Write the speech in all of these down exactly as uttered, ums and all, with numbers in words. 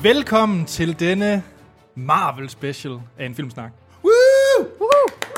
Velkommen til denne Marvel special af en filmsnak. Woo! Woo!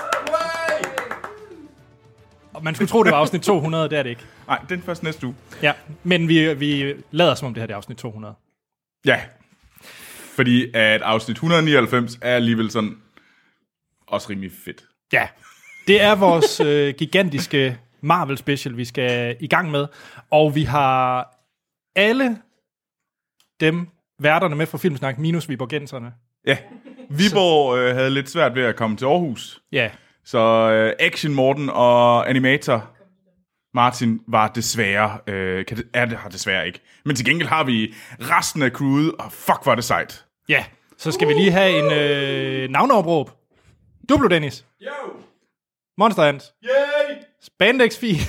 Og man skulle tro, det var afsnit to hundrede, det er det ikke. Nej, det er først næste uge. Ja, men vi, vi lader som om det her det er afsnit to hundrede. Ja, fordi at afsnit et hundrede nioghalvfems er alligevel sådan også rimelig fedt. Ja, det er vores øh, gigantiske Marvel special, vi skal i gang med. Og vi har alle dem værterne med fra Filmsnak, minus Viborgenserne. Ja, Viborg øh, havde lidt svært ved at komme til Aarhus. Ja. Så øh, Action Morten og Animator Martin var desværre, øh, kan det, er det her desværre ikke. Men til gengæld har vi resten af crewet, og fuck var det sejt. Ja, så skal uh. vi lige have en øh, navneopråb. Duplo Dennis. Yo! Monster Hans. Yay! Spandex Fie.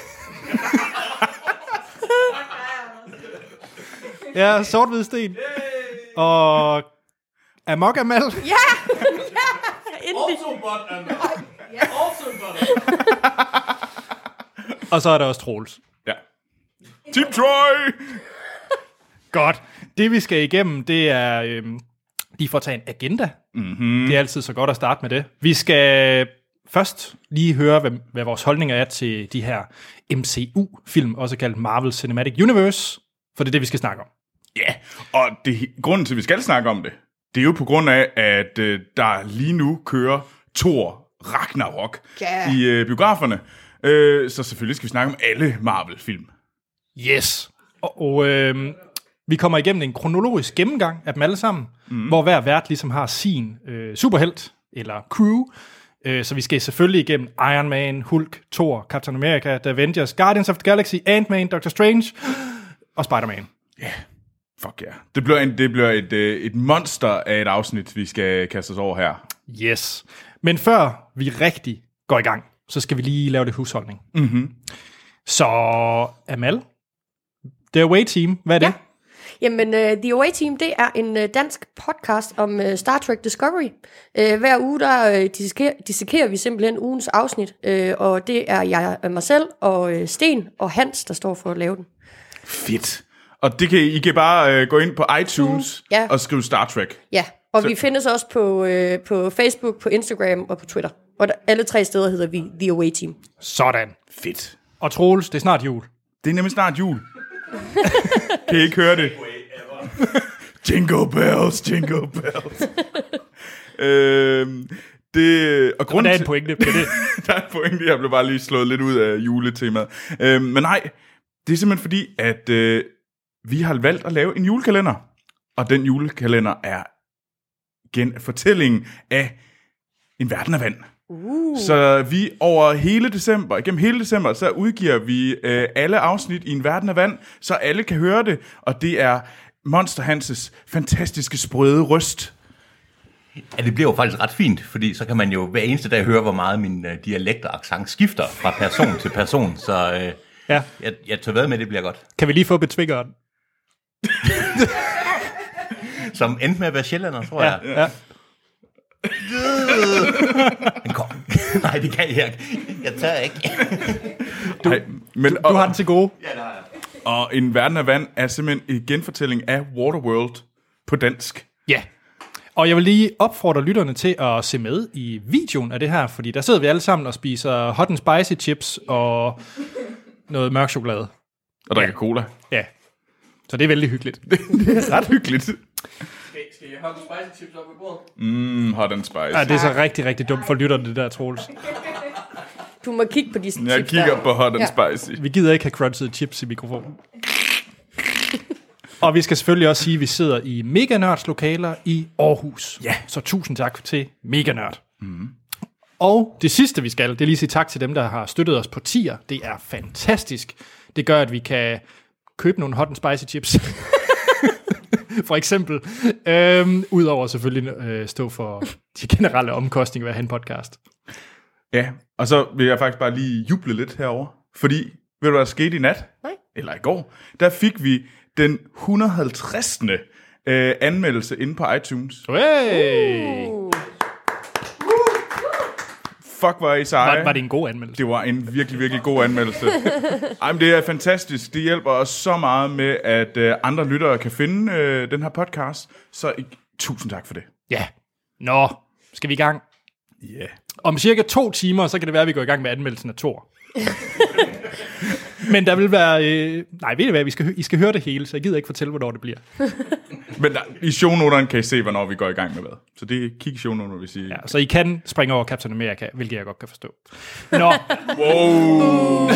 Ja, Sort-Hvid Sten. Og Amok Amal. Ja! Ja! Autobot Amal. Ja, Autobot. Og så er der også Troels. Ja. Team Troy! Godt. Det vi skal igennem, det er... Øhm, de får tage en agenda. Mm-hmm. Det er altid så godt at starte med det. Vi skal først lige høre, hvad, hvad vores holdninger er til de her M C U-film, også kaldt Marvel Cinematic Universe, for det er det, vi skal snakke om. Ja, og det, grunden til, at vi skal snakke om det, det er jo på grund af, at øh, der lige nu kører Thor Ragnarok Yeah. i øh, biograferne. Øh, så selvfølgelig skal vi snakke om alle Marvel-film. Yes. Og, og øh, vi kommer igennem en kronologisk gennemgang af dem alle sammen, mm. hvor hver vært ligesom har sin øh, superhelt eller crew. Øh, så vi skal selvfølgelig igennem Iron Man, Hulk, Thor, Captain America, The Avengers, Guardians of the Galaxy, Ant-Man, Doctor Strange og Spider-Man. Ja, yeah. Fuck ja. Yeah. Det bliver, en, det bliver et, øh, et monster af et afsnit, vi skal kaste os over her. Yes. Men før vi rigtig går i gang, så skal vi lige lave lidt husholdning. Mm-hmm. Så Amal, The Away Team, hvad er det? Ja. Jamen, uh, The Away Team, det er en uh, dansk podcast om uh, Star Trek Discovery. Uh, hver uge, der uh, dissekerer, dissekerer vi simpelthen ugens afsnit, uh, og det er jeg, mig selv, og uh, Sten og Hans, der står for at lave den. Fedt. Og det kan, I kan bare uh, gå ind på iTunes ja. og skrive Star Trek. Ja, og så. Vi findes også på, uh, på Facebook, på Instagram og på Twitter. Og der, alle tre steder hedder vi The Away Team. Sådan. Fedt. Og Troels, det er snart jul. Det er nemlig snart jul. Kan I ikke høre det? Jingle bells, jingle bells. øhm, det, og, og der er en pointe på det. Der er en pointe, jeg blev bare lige slået lidt ud af juletemaet. Øhm, men nej, det er simpelthen fordi, at øh, vi har valgt at lave en julekalender. Og den julekalender er gen fortællingen af en verden af vand. Uh. Så vi over hele december, gennem hele december, så udgiver vi øh, alle afsnit i en verden af vand, så alle kan høre det, og det er Monster Hanses fantastiske sprøde røst. Ja, det bliver jo faktisk ret fint, fordi så kan man jo hver eneste dag høre, hvor meget min uh, dialekt og accent skifter fra person til person, så uh, ja. jeg, jeg tør ved med, det bliver godt. Kan vi lige få betvingeren? Som endte med at være sjællander, tror ja, jeg. Ja. Nej, det kan jeg ikke. Jeg tør ikke. Du, Ej, men, du, du har den til gode. Ja, det har jeg. Og En verden af vand er simpelthen en genfortælling af Waterworld på dansk. Ja. Og jeg vil lige opfordre lytterne til at se med i videoen af det her, fordi der sidder vi alle sammen og spiser hot and spicy chips og noget mørk chokolade. Og drikker ja. cola. Ja. Så det er vældig hyggeligt. Det er ret hyggeligt. Skal, skal jeg holde spicy chips op på bordet? Mmm, hot and spicy. Ja, det er så rigtig, rigtig dumt for lytterne, det der, Troels. Du må kigge på de chips. Jeg kigger der. på hot and ja. spicy. Vi gider ikke have crunchede chips i mikrofonen. Og vi skal selvfølgelig også sige, at vi sidder i Mega Nørds lokaler i Aarhus. Ja. Så tusind tak til Mega Nørd. Mm. Og det sidste, vi skal, det er lige at sige tak til dem, der har støttet os på tier. Det er fantastisk. Det gør, at vi kan købe nogle hot and spicy chips. For eksempel. Øhm, Udover selvfølgelig øh, stå for de generelle omkostninger ved at have en podcast. Ja, og så vil jeg faktisk bare lige juble lidt herover, fordi, ved du hvad der skete i nat? Nej. Eller i går? Der fik vi den et hundrede og halvtreds. Øh, anmeldelse inde på iTunes. Hey! Uh. fuck, hvor er I seje. Var, var det en god anmeldelse? Det var en virkelig, virkelig god anmeldelse. Ej, men det er fantastisk. Det hjælper os så meget med, at øh, andre lyttere kan finde øh, den her podcast. Så øh, tusind tak for det. Ja. Nå, skal vi i gang? Ja. Yeah. Om cirka to timer, så kan det være, at vi går i gang med anmeldelsen af Thor. Men der vil være... Øh, nej, ved I hvad? Vi skal, I skal høre det hele, så jeg gider ikke fortælle, hvornår det bliver. Men der, i shownoterne kan I se, hvornår vi går i gang med hvad. Så det kig i shownoterne, vil sige. Ja, så I kan springe over Captain America, hvilket jeg godt kan forstå. Nå. Wow.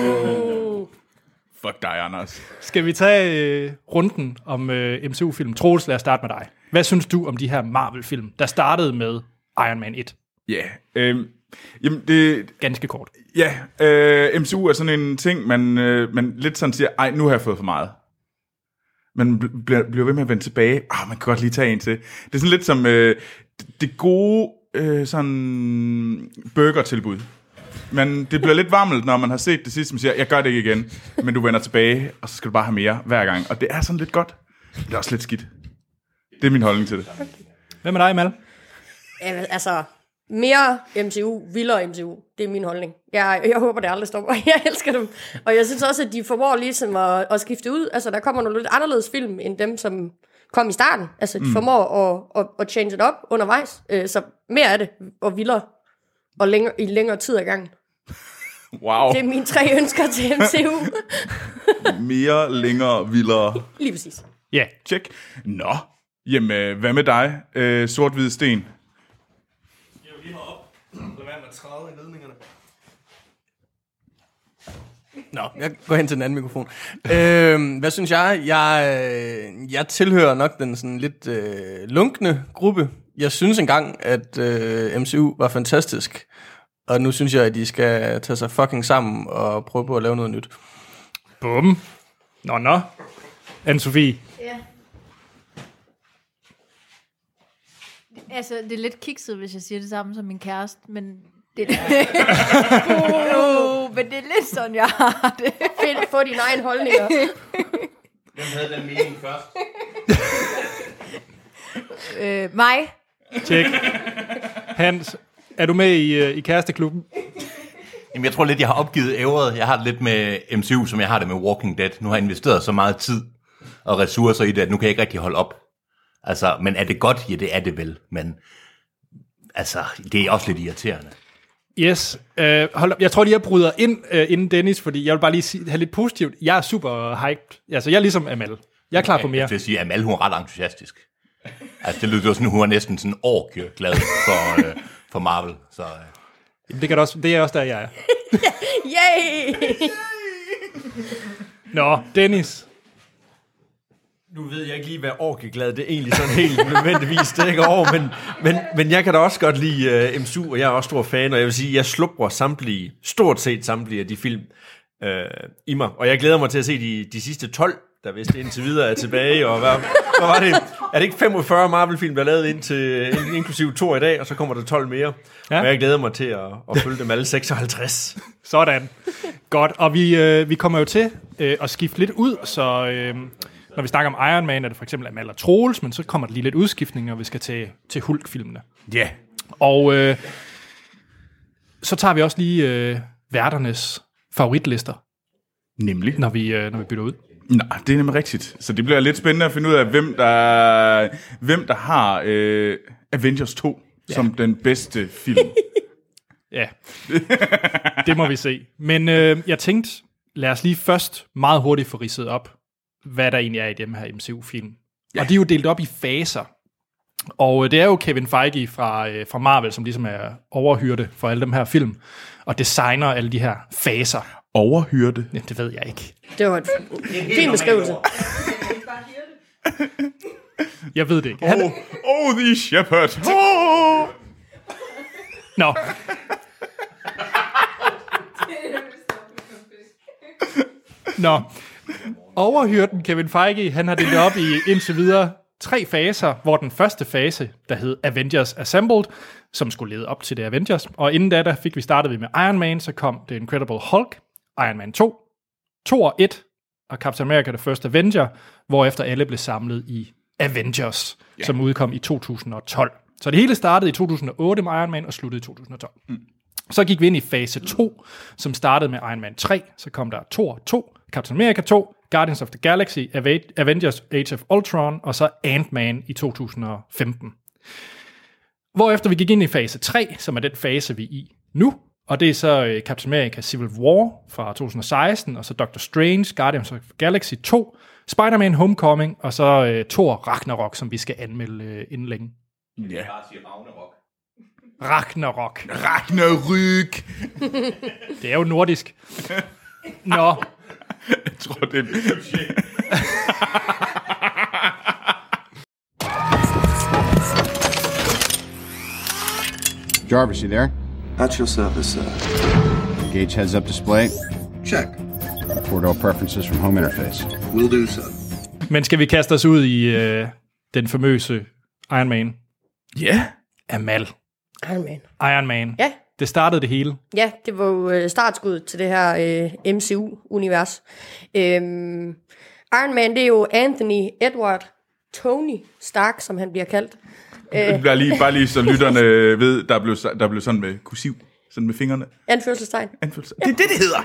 Fuck dig, Anders. Skal vi tage øh, runden om øh, M C U-film? Troels, lad os starte med dig. Hvad synes du om de her Marvel-film, der startede med Iron Man et? Ja, yeah, øh, jamen det... Ganske kort. Ja, øh, M C U er sådan en ting, man, øh, man lidt sådan siger, ej, nu har jeg fået for meget. Man bliver, bliver ved med at vende tilbage. Ah, man kan godt lige tage en til. Det er sådan lidt som øh, det gode øh, sådan burgertilbud. Men det bliver lidt varmt, når man har set det sidste, man siger, jeg gør det ikke igen, men du vender tilbage, og så skal du bare have mere hver gang. Og det er sådan lidt godt. Det er også lidt skidt. Det er min holdning til det. Hvad med dig, Mal? Ja, altså, mere M C U, vildere M C U. Det er min holdning. Jeg, jeg håber, det aldrig stopper. Jeg elsker dem. Og jeg synes også, at de formår ligesom at, at skifte ud. Altså, der kommer nogle lidt anderledes film, end dem, som kom i starten. Altså, de formår at, at, at change it up undervejs. Så mere af det, og vildere, og længere, i længere tid ad gangen. Wow. Det er mine tre ønsker til M C U. Mere, længere, vildere. Lige præcis. Ja. Yeah. Tjek. Nå, jamen, hvad med dig, øh, sort-hvid sten? Jeg vil lige op. Lad være med at træde i ledningerne. Nå, jeg går hen til den anden mikrofon. øh, hvad synes jeg? Jeg, øh, jeg tilhører nok den sådan lidt øh, lunkne gruppe. Jeg synes engang, at øh, M C U var fantastisk. Og nu synes jeg, at de skal tage sig fucking sammen og prøve på at lave noget nyt. Bum. Nå, nå. Anne-Sophie. Ja. Altså, det er lidt kikset, hvis jeg siger det samme som min kæreste, men det er uh, men det er lidt sådan, jeg har det. Find, få dine egne holdninger. Hvem havde den mening først? øh, mig. Tjek. Hans, er du med i, uh, i kæresteklubben? Jamen, jeg tror lidt, jeg har opgivet ævret. Jeg har det lidt med M C U, som jeg har det med Walking Dead. Nu har jeg investeret så meget tid og ressourcer i det, at nu kan jeg ikke rigtig holde op. Altså, men er det godt? Ja, det er det vel. Men altså, det er også lidt irriterende. Yes. Uh, hold op. Jeg tror lige, jeg bryder ind uh, inden Dennis, fordi jeg vil bare lige sige, have lidt positivt. Jeg er super hyped. Altså, jeg er ligesom Amal. Jeg er klar på mere. Jeg vil sige, at Amal, hun er ret entusiastisk. Altså, det lyder sådan, hun er næsten sådan orgie glad for, uh, for Marvel. Så, uh. det, kan også, det er også der, jeg er. Yay! Nå, Dennis. Nu ved jeg ikke lige, hvad orkeglad det egentlig sådan helt nødvendigvis dækker over, men, men, men jeg kan da også godt lide uh, M C U, og jeg er også stor fan, og jeg vil sige, jeg sluprer samtlige, stort set samtlige af de film uh, i mig, og jeg glæder mig til at se de, de sidste tolv, der vist indtil videre er tilbage, og hvad, hvad var det? Er det ikke femogfyrre Marvel-film, der er lavet indtil, inklusive to i dag, og så kommer der tolv mere, ja. Og jeg glæder mig til at, at følge dem alle seksoghalvtreds. Sådan. Godt, og vi, øh, vi kommer jo til øh, at skifte lidt ud, så... Øh, når vi snakker om Iron Man, er det for eksempel Amal og Troels, men så kommer der lige lidt udskiftning, når vi skal til, til Hulk-filmene. Ja. Yeah. Og øh, så tager vi også lige øh, værternes favoritlister. Nemlig. Når vi, øh, når vi bytter ud. Nej, det er nemlig rigtigt. Så det bliver lidt spændende at finde ud af, hvem der, hvem der har øh, Avengers to ja. som den bedste film. Ja, det må vi se. Men øh, jeg tænkte, lad os lige først meget hurtigt få ridset op, hvad der egentlig er i dem her M C U-film. Ja. Og de er jo delt op i faser. Og det er jo Kevin Feige fra, øh, fra Marvel, som ligesom er overhyrde for alle dem her film, og designer alle de her faser. Overhyrde? Ja, det ved jeg ikke. Det var en fin beskrivelse. Jeg ved det ikke. Han... Oh, oh, the shepherd. Oh. Nå. Nå. Overhyrden Kevin Feige, han har delt op i indtil videre tre faser, hvor den første fase, der hed Avengers Assembled, som skulle lede op til det Avengers, og inden da, der fik vi startet vi med Iron Man, så kom The Incredible Hulk, Iron Man to, Thor et og Captain America The First Avenger, hvorefter alle blev samlet i Avengers, yeah. som udkom i to tusind og tolv. Så det hele startede i to tusind og otte med Iron Man og sluttede i to tusind og tolv. Mm. Så gik vi ind i fase to, som startede med Iron Man tre, så kom der Thor to, Captain America to, Guardians of the Galaxy, Avengers Age of Ultron, og så Ant-Man i to tusind og femten. Hvorefter vi gik ind i fase tre, som er den fase, vi er i nu, og det er så Captain America Civil War fra to tusind og seksten, og så Doctor Strange, Guardians of the Galaxy to, Spider-Man Homecoming, og så uh, Thor Ragnarok, som vi skal anmelde uh, inden længe. Ja. Ragnarok. Ragnarok. Det er jo nordisk. Nå. Jeg tror, det er... Jarvis, you there? At your service, sir. Gauge heads-up display. Check. Four-door preferences from home interface. Will do, sir. Men skal vi kaste os ud i øh, den famøse Iron Man? Ja. Amal. Iron Man. Iron Man. Ja. Det startede det hele. Ja, det var jo øh, startskuddet til det her øh, M C U-univers. Øhm, Iron Man, det er jo Anthony Edward Tony Stark, som han bliver kaldt. Det bliver lige, bare lige så lytterne ved, der blev, der blev sådan med kursiv, sådan med fingrene. Anførselstegn. Anførselstegn. Det er det, det hedder.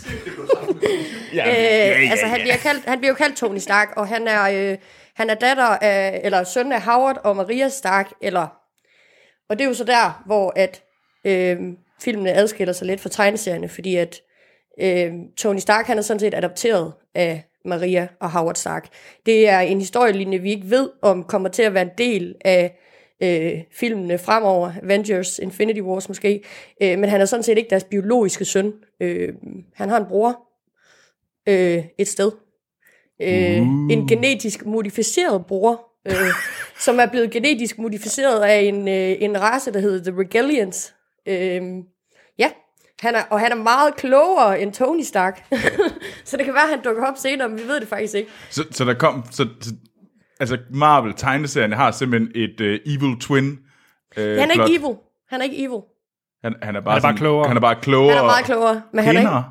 ja, ja, ja, øh, altså, han bliver, kaldt, han bliver jo kaldt Tony Stark, og han er, øh, han er datter af, eller søn af Howard og Maria Stark, eller, og det er jo så der, hvor at øh, filmene adskiller sig lidt fra tegneserierne, fordi at øh, Tony Stark, han er sådan set adopteret af Maria og Howard Stark. Det er en historielinje, vi ikke ved, om kommer til at være en del af øh, filmene fremover, Avengers, Infinity Wars måske, øh, men han er sådan set ikke deres biologiske søn. Øh, han har en bror øh, et sted. Øh, uh. En genetisk modificeret bror, øh, som er blevet genetisk modificeret af en, øh, en race, der hedder The Regalians. Øh, ja, han er, og han er meget klogere end Tony Stark. Så det kan være, at han dukker op senere, men vi ved det faktisk ikke. Så, så der kom... Så, så, altså, Marvel-tegneserierne har simpelthen et uh, evil twin. Uh, han er plot. ikke evil. Han er ikke evil. Han, han er bare, han er bare sådan, klogere. Han er bare klogere. Han er meget klogere, men han er ikke...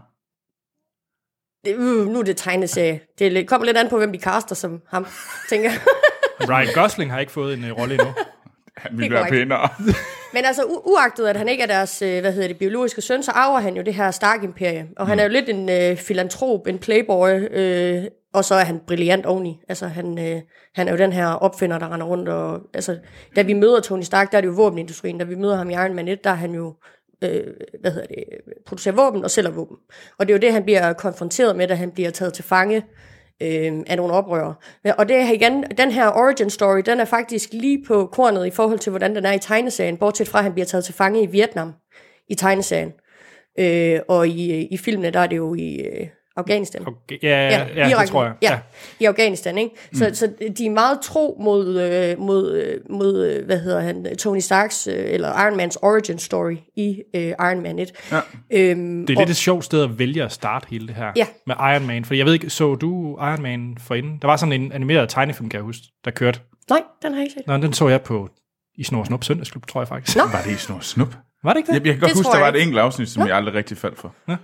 Det, uh, nu er det tegneserie. Det kommer lidt an på, hvem de caster som ham, tænker jeg. Ryan Gosling har ikke fået en uh, rolle endnu. Han vil være pænere. Men altså, u- uagtet at han ikke er deres, øh, hvad hedder det, biologiske søn, så arver han jo det her Stark-imperie. Og mm. han er jo lidt en øh, filantrop, en playboy, øh, og så er han brilliant oveni. Altså, han, øh, han er jo den her opfinder, der render rundt. Og, altså, da vi møder Tony Stark, der er det jo våbenindustrien. Da vi møder ham i Iron Man et, der er han jo, øh, hvad hedder det, producerer våben og sælger våben. Og det er jo det, han bliver konfronteret med, da han bliver taget til fange Øh, af nogle oprørere. Og det er igen, den her origin story, den er faktisk lige på kornet i forhold til, hvordan den er i tegneserien, bortset fra, at han bliver taget til fange i Vietnam i tegneserien. Øh, og i, i filmene, der er det jo i øh, Afghanistan. Okay. Ja, ja, ja, ja, det tror jeg. Ja, ja, i Afghanistan, ikke? Så, mm. så de er meget tro mod, øh, mod, mod øh, hvad hedder han, Tony Starks, øh, eller Iron Mans origin story i øh, Iron Man et. Ja. Øhm, det er lidt et sjovt sted at vælge at starte hele det her ja. med Iron Man, for jeg ved ikke, så du Iron Man forinden? Der var sådan en animeret tegnefilm, kan jeg huske, der kørte. Nej, den har jeg ikke set. Nå, den så jeg på i Snor Snup søndagsklub, tror jeg faktisk. Nå. Var det i Snor Snup? Var det ikke det? Jeg, jeg kan godt det huske, der var et ikke. enkelt afsnit, som Nå. jeg aldrig rigtig faldt for. Ja.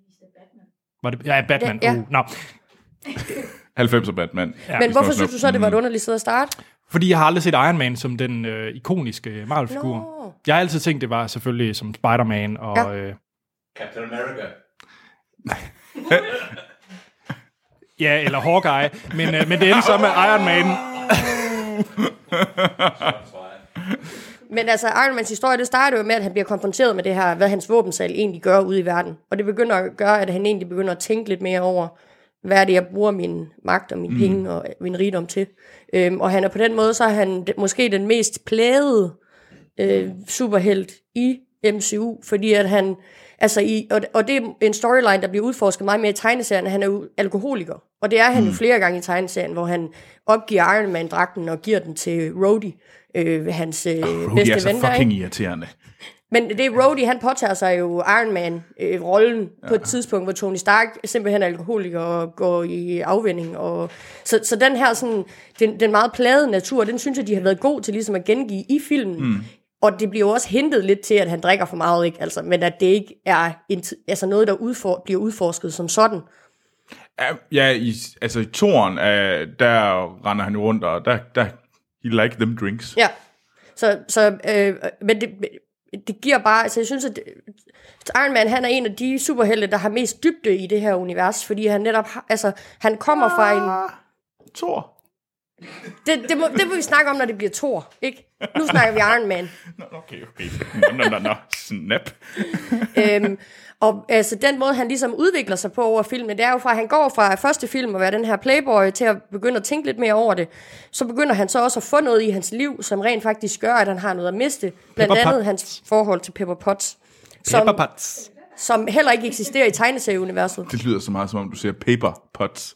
Var det? Ja, Batman. Ja, ja. Uh, no. halvfemser Batman. Ja. Men hvorfor synes du så, det var et underligt sted at starte? Fordi jeg har aldrig set Iron Man som den øh, ikoniske Marvel-figur. No. Jeg har altid tænkt, det var selvfølgelig som Spider-Man og... Ja. Øh, Captain America. ja, eller Hawkeye. Men, øh, men det endte så med Iron Man. Men altså, Iron Mans historie, det starter jo med, at han bliver konfronteret med det her, hvad hans våbensal egentlig gør ude i verden. Og det begynder at gøre, at han egentlig begynder at tænke lidt mere over, hvad er det, jeg bruger min magt og min mm. penge og min rigdom til. Øhm, og han er på den måde, så er han måske den mest plagede øh, superhelt i M C U, fordi at han, altså i, og, og det er en storyline, der bliver udforsket meget mere i tegneserien, han er jo alkoholiker. Og det er han mm. jo flere gange i tegneserien, hvor han opgiver Iron Man-dragten og giver den til Rhodey, øh, hans øh, oh, bedste er så ven der, fucking ikke? irriterende. Men det er Rhodey, han påtager sig jo Iron Man-rollen øh, ja. på et tidspunkt, hvor Tony Stark simpelthen er alkoholiker og går i afvinding. Og, så, så den her sådan, den, den meget plagede natur, den synes jeg, de har været god til ligesom at gengive i filmen. Mm. Og det bliver jo også hintet lidt til, at han drikker for meget, ikke? Altså, men at det ikke er en, altså noget, der udfor, bliver udforsket som sådan. Ja, i, altså i toren, uh, der render han jo rundt, og der, der he like them drinks. Ja, så, så øh, men det, det giver bare, altså jeg synes, at Iron Man, han er en af de superhelte, der har mest dybde i det her univers, fordi han netop, har, altså, han kommer fra en... Thor. Det, det, må, det må vi snakke om, når det bliver Thor, ikke? Nu snakker vi Iron Man. Nå, okay, okay. Nå, nå, nå, nå. Snap. øhm, og altså, den måde, han ligesom udvikler sig på over filmen, det er jo fra, at han går fra første film at være den her playboy, til at begynde at tænke lidt mere over det. Så begynder han så også at få noget i hans liv, som rent faktisk gør, at han har noget at miste. Blandt Pepper andet Potts. hans forhold til Pepper Potts. Pepper Potts. Som heller ikke eksisterer i tegneserieuniverset. Det lyder så meget, som om du siger paper pots.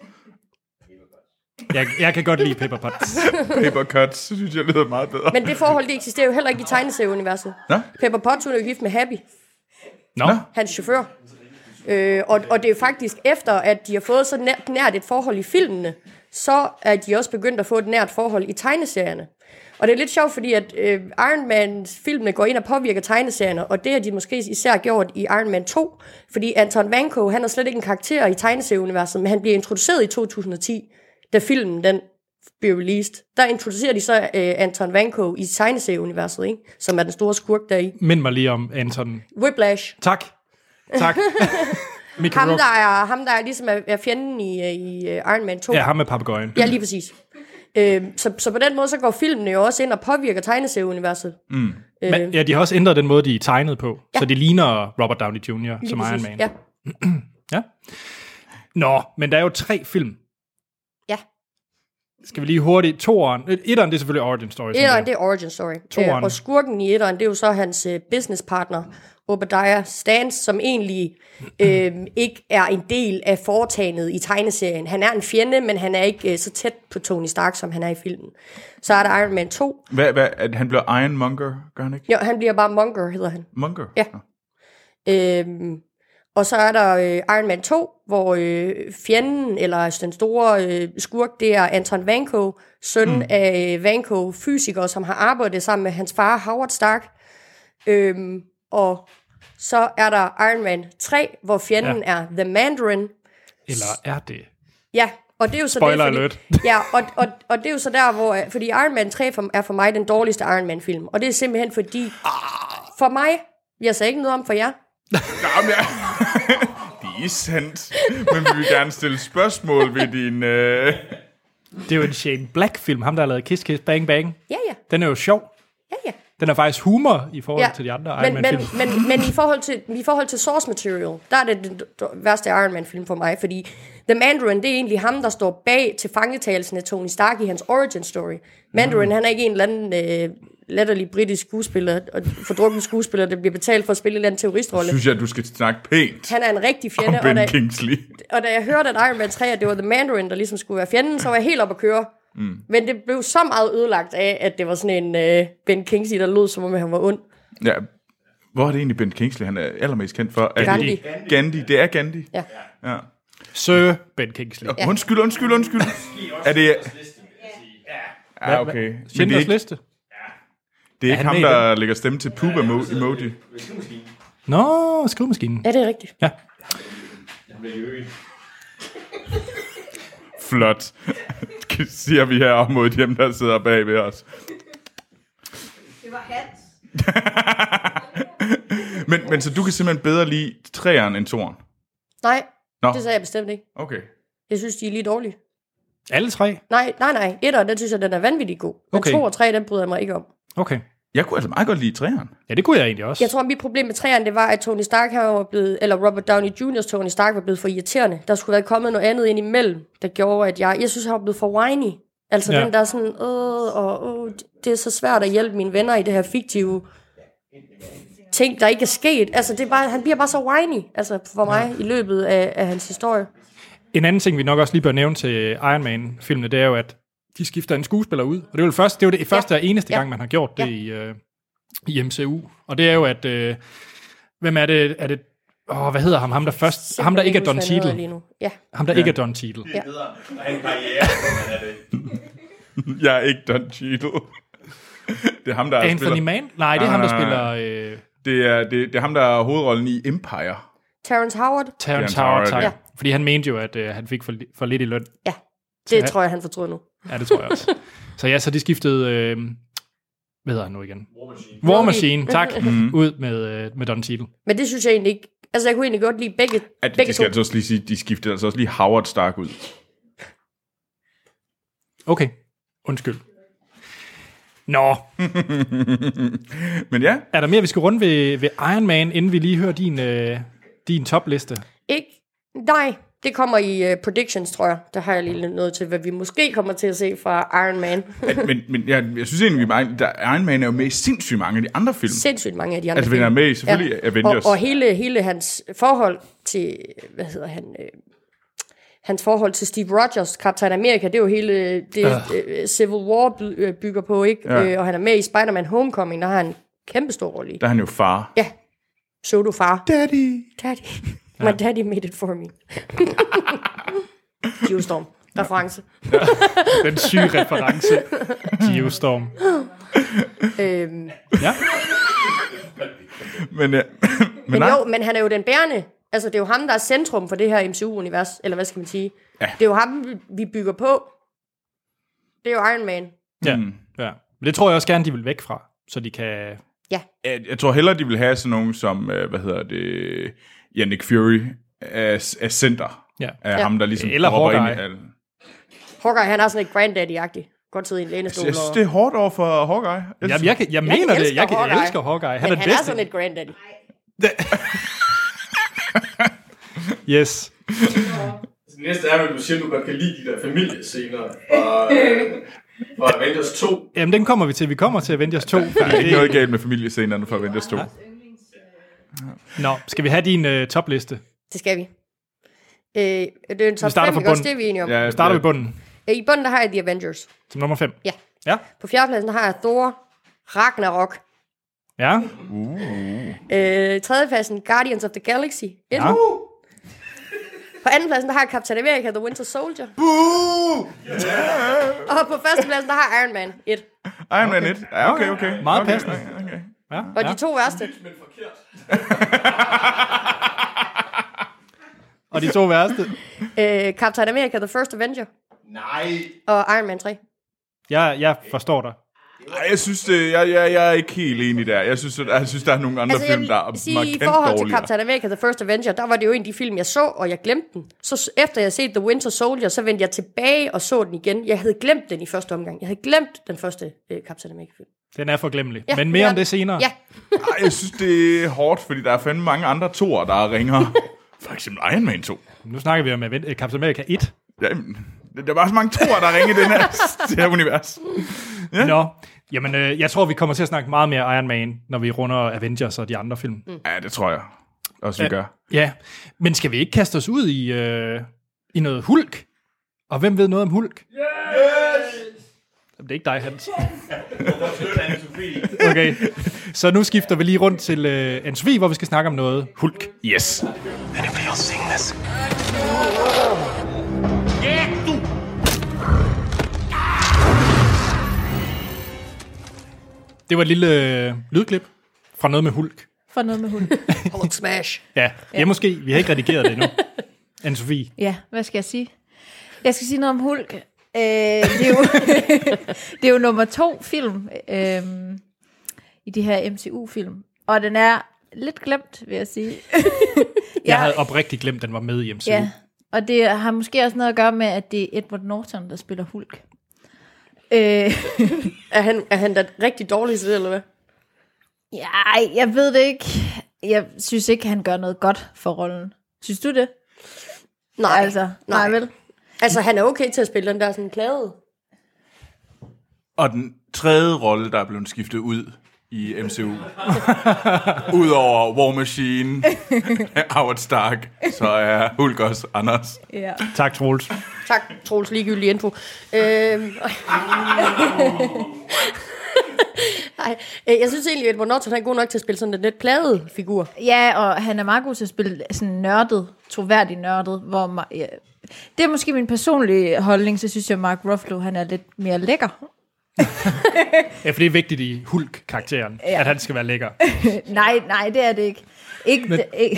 Jeg, jeg kan godt lide Pepper Potts. Paper cuts, synes jeg lyder meget bedre. Men det forhold, det eksisterer jo heller ikke i tegneserieuniverset. Nå? Pepper Potts, hun er jo gift med Happy, Nå, Nå. hans chauffør. Øh, og, og det er faktisk efter, at de har fået så nært, nært et forhold i filmene, så er de også begyndt at få et nært forhold i tegneserierne. Og det er lidt sjovt, fordi at øh, Iron Man-filmene går ind og påvirker tegneserierne, og det har de måske især gjort i Iron Man to, fordi Anton Vanko, han er slet ikke en karakter i tegneserieuniverset, men han bliver introduceret i to tusind og ti, da filmen den bliver released. Der introducerer de så øh, Anton Vanko i tegneserieuniverset, ikke? Som er den store skurk deri. mind mig lige om Anton. Whiplash. Tak. Tak. Mickey Ham Rourke. der, er, ham, der er ligesom er, er fjenden i, i uh, Iron Man to. Ja, ham med papegøjen. Ja, lige præcis. Øhm, så, så på den måde, så går filmene jo også ind og påvirker tegneserieuniverset. Mm. Øh, Men, ja, de har også ændret den måde, de er tegnet på, Ja. så det ligner Robert Downey junior lige som præcis. Iron Man. Ja. Ja. Nå, men der er jo tre film. Ja. Skal vi lige hurtigt... Toeren... Etteren, det er selvfølgelig Origin Story. som Etteren, det det er origin story. Toeren. Øh, og skurken i etteren, det er jo så hans øh, businesspartner, Obadiah Stance, som egentlig øh, ikke er en del af foretagendet i tegneserien. Han er en fjende, men han er ikke øh, så tæt på Tony Stark, som han er i filmen. Så er der Iron Man to. Hvad, hvad, at han bliver Ironmonger, gør han ikke? Jo, han bliver bare Monger, hedder han. Monger? Ja. Øhm, og så er der øh, Iron Man to, hvor øh, fjenden, eller den store øh, skurk, det er Anton Vanko, søn mm. af øh, Vanko fysikere, som har arbejdet sammen med hans far, Howard Stark. Øhm, og så er der Iron Man tre, hvor fjenden ja. er The Mandarin. Eller er det? Ja, og det er jo så Spoiler det, alert. ja, og, og, og det er jo så der, hvor... Fordi Iron Man tre for, er for mig den dårligste Iron Man-film. Og det er simpelthen fordi... For mig, jeg sagde ikke noget om for jer. Jamen, ja. Det er sandt. Men vi vil gerne stille spørgsmål ved din... Øh... Det er jo en Shane Black-film, ham der har lavet Kiss Kiss Bang Bang. Ja, ja. Den er jo sjov. Ja, ja. Den er faktisk humor i forhold Ja, til de andre Iron men, men, Man-film. men, men i forhold til i forhold til source material, der er det den værste Iron Man film for mig, fordi The Mandarin, det er egentlig ham, der står bag til fangetagelsen af Tony Stark i hans origin story. Mandarin, mm. han er ikke en eller anden øh, latterlig britisk skuespiller, og fordrukken skuespiller, der bliver betalt for at spille en eller anden terroristrolle. Synes jeg, at du skal snakke pænt Han er en rigtig fjende, om og Ben da, Kingsley. og da jeg hørte, at Iron Man tre, at det var The Mandarin, der ligesom skulle være fjenden, så var jeg helt op at køre. Mm. Men det blev så meget ødelagt af, at det var sådan en øh, Ben Kingsley, der lød som om han var ond. Ja. Hvor er det egentlig Ben Kingsley, han er allermest kendt for? Er Gandhi. Det Gandhi, det er Gandhi. Ja. Ja. Sir Ben Kingsley. Ja. Undskyld, undskyld, undskyld. Er det... Ja, okay. Men det er Schindlers ikke, liste. det er ikke han ham, med i der lægger stemme til Poop emo- emoji. Nå, skrivemaskinen. Ja, det er rigtigt. Ja. Flot. Siger vi her mod dem, der sidder bag ved os. Det var Hans. men, men så du kan simpelthen bedre lide træeren end toeren? Nej, Nå. det sagde jeg bestemt ikke. Okay. Jeg synes, de er lige dårlige. Alle tre? Nej, nej, nej. Etteren, den synes jeg, den er vanvittigt god. Men Okay. to og tre, den bryder jeg mig ikke om. Okay. Jeg kunne altså meget godt lide træeren. Ja, det kunne jeg egentlig også. Jeg tror, mit problem med træerne, det var, at Tony Stark her var blevet, eller Robert Downey juniors Tony Stark var blevet for irriterende. Der skulle være kommet noget andet ind imellem, der gjorde, at jeg, jeg synes, han var blevet for whiny. Altså Ja. den der sådan, åh, åh, åh, det er så svært at hjælpe mine venner i det her fiktive ting, der ikke er sket. Altså, det er bare, han bliver bare så whiny, altså for mig, ja. i løbet af, af hans historie. En anden ting, vi nok også lige bør nævne til Iron Man-filmene, det er jo, at de skifter en skuespiller ud. Og det er jo det første, det, er jo det første Ja. og eneste Ja. gang, man har gjort det Ja. i, øh, i M C U. Og det er jo, at... Øh, hvem er det? Er det åh, hvad hedder ham? Ham der først... Ham der ikke er Don Simpelthen huske, hvad han hedder Cheadle. lige nu. Ja. Ham der ikke er Don Cheadle. Ja. Jeg er ikke Don Cheadle. Det er ham, der Anthony spiller... Mann? Nej, det er Nej, ham, der nej, nej. spiller... Øh, Det er, det, det er ham, der er hovedrollen i Empire. Terrence Howard. Terrence Terrence Howard, Howard, tak. ja. Fordi han mente jo, at øh, han fik for, for lidt i løn. Ja, det Så- tror jeg, han fortryder nu. Ja, det tror jeg også. Så ja, så de skiftede... Øh, hvad hedder han nu igen? War Machine. War Machine, tak. Mm-hmm. Ud med, øh, med Don Cheadle. Men det synes jeg egentlig ikke... Altså, jeg kunne egentlig godt lide begge, At, begge det skal to. altså også lige sige, de skiftede altså også lige Howard Stark ud. Okay, undskyld. Nå. Men ja. Er der mere, vi skal runde ved, ved Iron Man, inden vi lige hører din, øh, din topliste? Ikke? Nej, det kommer i uh, predictions, tror jeg. Der har jeg lige noget til, hvad vi måske kommer til at se fra Iron Man. men men jeg, jeg synes egentlig, vi meget, der, Iron Man er jo med i sindssygt mange af de andre film. Sindssygt mange af de andre altså, film. Altså, vi er med i selvfølgelig ja. Avengers. Og, og hele, hele hans forhold til, hvad hedder han... Øh, hans forhold til Steve Rogers, Captain America, det er jo hele det uh. Civil War bygger på, ikke? Ja. Øh, og han er med i Spider-Man Homecoming, der har han en kæmpe stor rolle i. Der er han jo far. Ja, så du far. Daddy. Daddy. My daddy made it for me. Geostorm. Reference. Ja. Den syge reference. Geostorm. øhm. Ja. Men, ja. men, men jo, men han er jo den bærende. Altså, det er jo ham, der er centrum for det her M C U-univers. Eller hvad skal man sige? Ja. Det er jo ham, vi bygger på. Det er jo Iron Man. Ja, mm. ja. Men det tror jeg også gerne, de vil væk fra. Så de kan... Ja. Jeg, jeg tror hellere, de vil have sådan nogen som, hvad hedder det... Ja, Nick Fury af, af center. Ja. Af ja. ham, der ligesom... Eller Hawkeye. Hawkeye, han er sådan et granddaddy-agtig. Godt sidde i en lænestol. Jeg synes, det er hårdt over for Hawkeye. Jeg, jeg, jeg, jeg mener jeg det. Jeg, Hawkeye. jeg elsker Hawkeye. Han Men er, han er sådan et granddaddy. Yes. Det næste er, at du siger, at du godt kan lide de der familiescener fra, øh, fra Avengers to. Jamen, den kommer vi til. Vi kommer til Avengers to. Der er ikke noget galt med familiescenerne fra Avengers to. Ja. Nå, skal vi have din uh, topliste? Det skal vi. Øh, det er en top fem, ikke også det, vi er enige om? Ja, starter vi bunden. I bunden, der har jeg The Avengers. Som nummer fem? Ja. Ja. På fjerdepladsen, der har jeg Thor, Ragnarok. Ja. Uh. Øh, tredjepladsen, Guardians of the Galaxy. Ja. På andenpladsen, der har jeg Captain America, The Winter Soldier. Uh! Yeah. Og på førstepladsen, der har Iron Man et. Iron Man et? Ja, okay, okay. Meget okay, passende. Okay, okay. Ja, og ja. de to værste. Og de to værste? Øh, Captain America, The First Avenger. Nej. Og Iron Man tre. Jeg, jeg forstår dig. Ej, jeg synes, det, jeg, jeg, jeg er ikke helt enig der. Jeg synes, jeg synes der er nogle andre altså, film, der er sige, markant i forhold dårligere. til Captain America, The First Avenger, der var det jo en af de film, jeg så, og jeg glemte den. Så efter jeg havde set The Winter Soldier, så vendte jeg tilbage og så den igen. Jeg havde glemt den i første omgang. Jeg havde glemt den første uh, Captain America-film. Den er forglemmelig. Ja, Men mere ja. om det senere. Ja. Ej, jeg synes, det er hårdt, fordi der er fandme mange andre toer, der ringer. For eksempel Iron Man to. Nu snakker vi om Captain America et. Jamen, der er bare så mange toer, der ringer i den her, det her univers. Ja. Nå, jamen, øh, jeg tror, vi kommer til at snakke meget mere Iron Man, når vi runder Avengers og de andre film. Mm. Ja, det tror jeg også, vi gør. Ja, men skal vi ikke kaste os ud i, øh, i noget Hulk? Og hvem ved noget om Hulk? Yes! Det er ikke dig, Hans. Okay, så nu skifter vi lige rundt til øh, Anne-Sophie, hvor vi skal snakke om noget Hulk. Yes. Anybody else seeing this? Det var et lille øh, lydklip fra noget med Hulk. For noget med Hulk. Hulk smash. Ja, ja, ja, måske. Vi har ikke redigeret det endnu. Anne-Sophie. Ja, hvad skal jeg sige? Jeg skal sige noget om Hulk. Øh, det, er jo det er jo nummer to film øh, i de her M C U-film. Og den er lidt glemt, vil jeg sige. jeg, jeg havde oprigtigt glemt, at den var med i M C U. Ja, og det har måske også noget at gøre med, at det er Edward Norton, der spiller Hulk. Øh. er, han, er han da rigtig dårlig til det, eller hvad? Ja, jeg ved det ikke. Jeg synes ikke, han gør noget godt for rollen. Synes du det? Nej, altså, nej. nej vel? Altså, han er okay til at spille den der sådan plade. Og den tredje rolle, der er blevet skiftet ud i M C U, udover War Machine, Howard Stark, så er Hulk også Anders. Ja. Tak, Troels. Tak, Troels, ligegyldig info. Øhm. Ej, jeg synes egentlig, at Edward Norton er god nok til at spille sådan en lidt plade figur. Ja, og han er meget god til at spille sådan nørdet, troværdig nørdet, hvor ja, det er måske min personlige holdning, så synes jeg, at Mark Ruffalo, han er lidt mere lækker. Ja, for det er vigtigt i Hulk-karakteren, ja. At han skal være lækker. nej, nej, det er det ikke. Ikke, Men... det, ikke.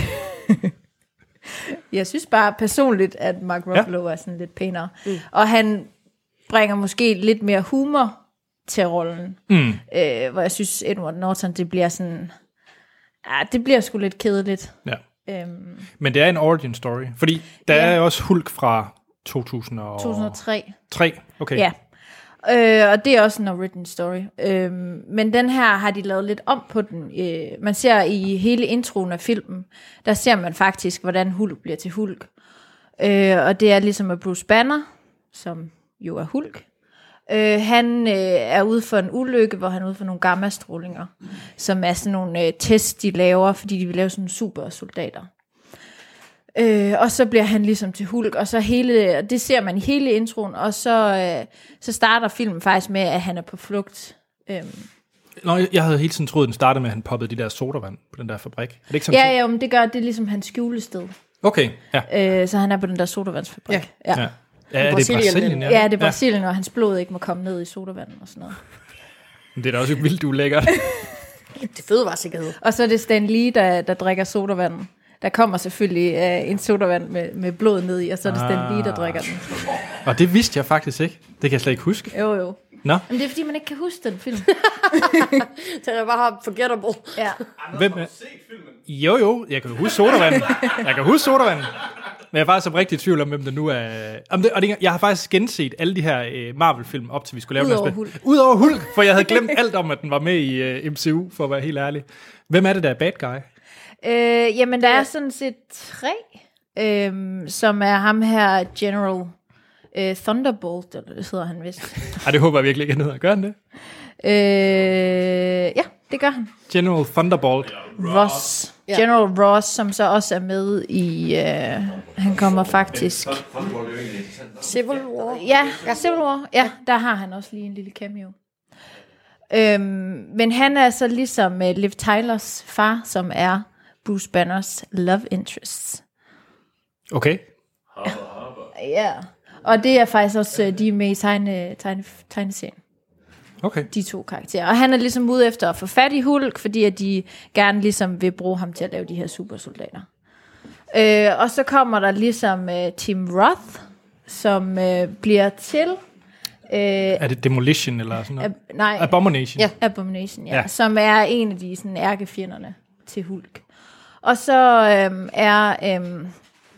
Jeg synes bare personligt, at Mark Ruffalo ja. er sådan lidt pænere. Mm. Og han bringer måske lidt mere humor til rollen. Mm. Øh, hvor jeg synes, Edward Norton, det bliver sådan... Ja, det bliver sgu lidt kedeligt. Ja. Øhm, Men det er en origin story, fordi der Ja. er også Hulk fra to tusind og to tusind og tre. tre. Okay. Ja. Øh, og det er også en origin story. Øh, men den her har de lavet lidt om på den. Øh, man ser i hele introen af filmen, der ser man faktisk, hvordan Hulk bliver til Hulk. Øh, og det er ligesom at Bruce Banner, som jo er Hulk. Øh, han øh, er ude for en ulykke, hvor han er ude for nogle gammastrålinger, som er sådan nogle øh, tests, de laver, fordi de vil lave sådan nogle supersoldater. Øh, og så bliver han ligesom til Hulk, og så hele, det ser man i hele introen, og så, øh, så starter filmen faktisk med, at han er på flugt. Øhm. Nå, jeg havde hele tiden troet, den startede med, at han poppede de der sodavand på den der fabrik. Er det ikke sådan? Ja, ja, men det gør, det er ligesom hans skjulested. Okay, ja. Øh, så han er på den der sodavandsfabrik. Ja. Ja. Ja. Ja, er det Brasilien? Ja, det er Brasilien, og hans blod ikke må komme ned i sodavanden og sådan noget. Men det er da også vildt ulækkert. Det er fødevaresikkerhed. Og så er det Stan Lee, der, der drikker sodavanden. Der kommer selvfølgelig uh, en sodavand med, med blod ned i, og så er det Stan Lee, der drikker den. Og det vidste jeg faktisk ikke. Det kan jeg slet ikke huske. Jo, jo. Nå. Men det er, fordi man ikke kan huske den film. Den er bare forgettable. Ja. Hvem er? Jo, jo. Jeg kan jo huske sodavanden. Jeg kan huske sodavanden. Men jeg er faktisk rigtig i tvivl om, hvem det nu er. Om det, og det, jeg har faktisk genset alle de her uh, Marvel-film op til, vi skulle lave Udover den. Hulk. Udover Hulk, for jeg havde glemt alt om, at den var med i uh, M C U, for at være helt ærlig. Hvem er det, der er bad guy? Øh, jamen, der er sådan set tre, øhm, som er ham her, General øh, Thunderbolt, eller det hedder han vist. Ej, det håber jeg virkelig ikke, han hedder. Gør han det? Øh, ja, det gør han. General Thunderbolt. Ross. Ja. General Ross, som så også er med i... Øh, han kommer faktisk... Civil War. Ja, Civil War. Ja, der har han også lige en lille cameo. Øhm, men han er så ligesom uh, Liv Tylers far, som er Bruce Banners love interest. Okay. Ja, og det er faktisk også, uh, de er med i tegne, tegne, tegneserien. Okay. De to karakterer. Og han er ligesom ude efter at få fat i Hulk, fordi at de gerne ligesom vil bruge ham til at lave de her supersoldater. Øh, og så kommer der ligesom uh, Tim Roth, som uh, bliver til... Uh, er det Demolition eller sådan noget? Ab- nej. Abomination. Ja. Abomination, ja, ja. Som er en af de sådan, ærkefjenderne til Hulk. Og så øhm, er øhm,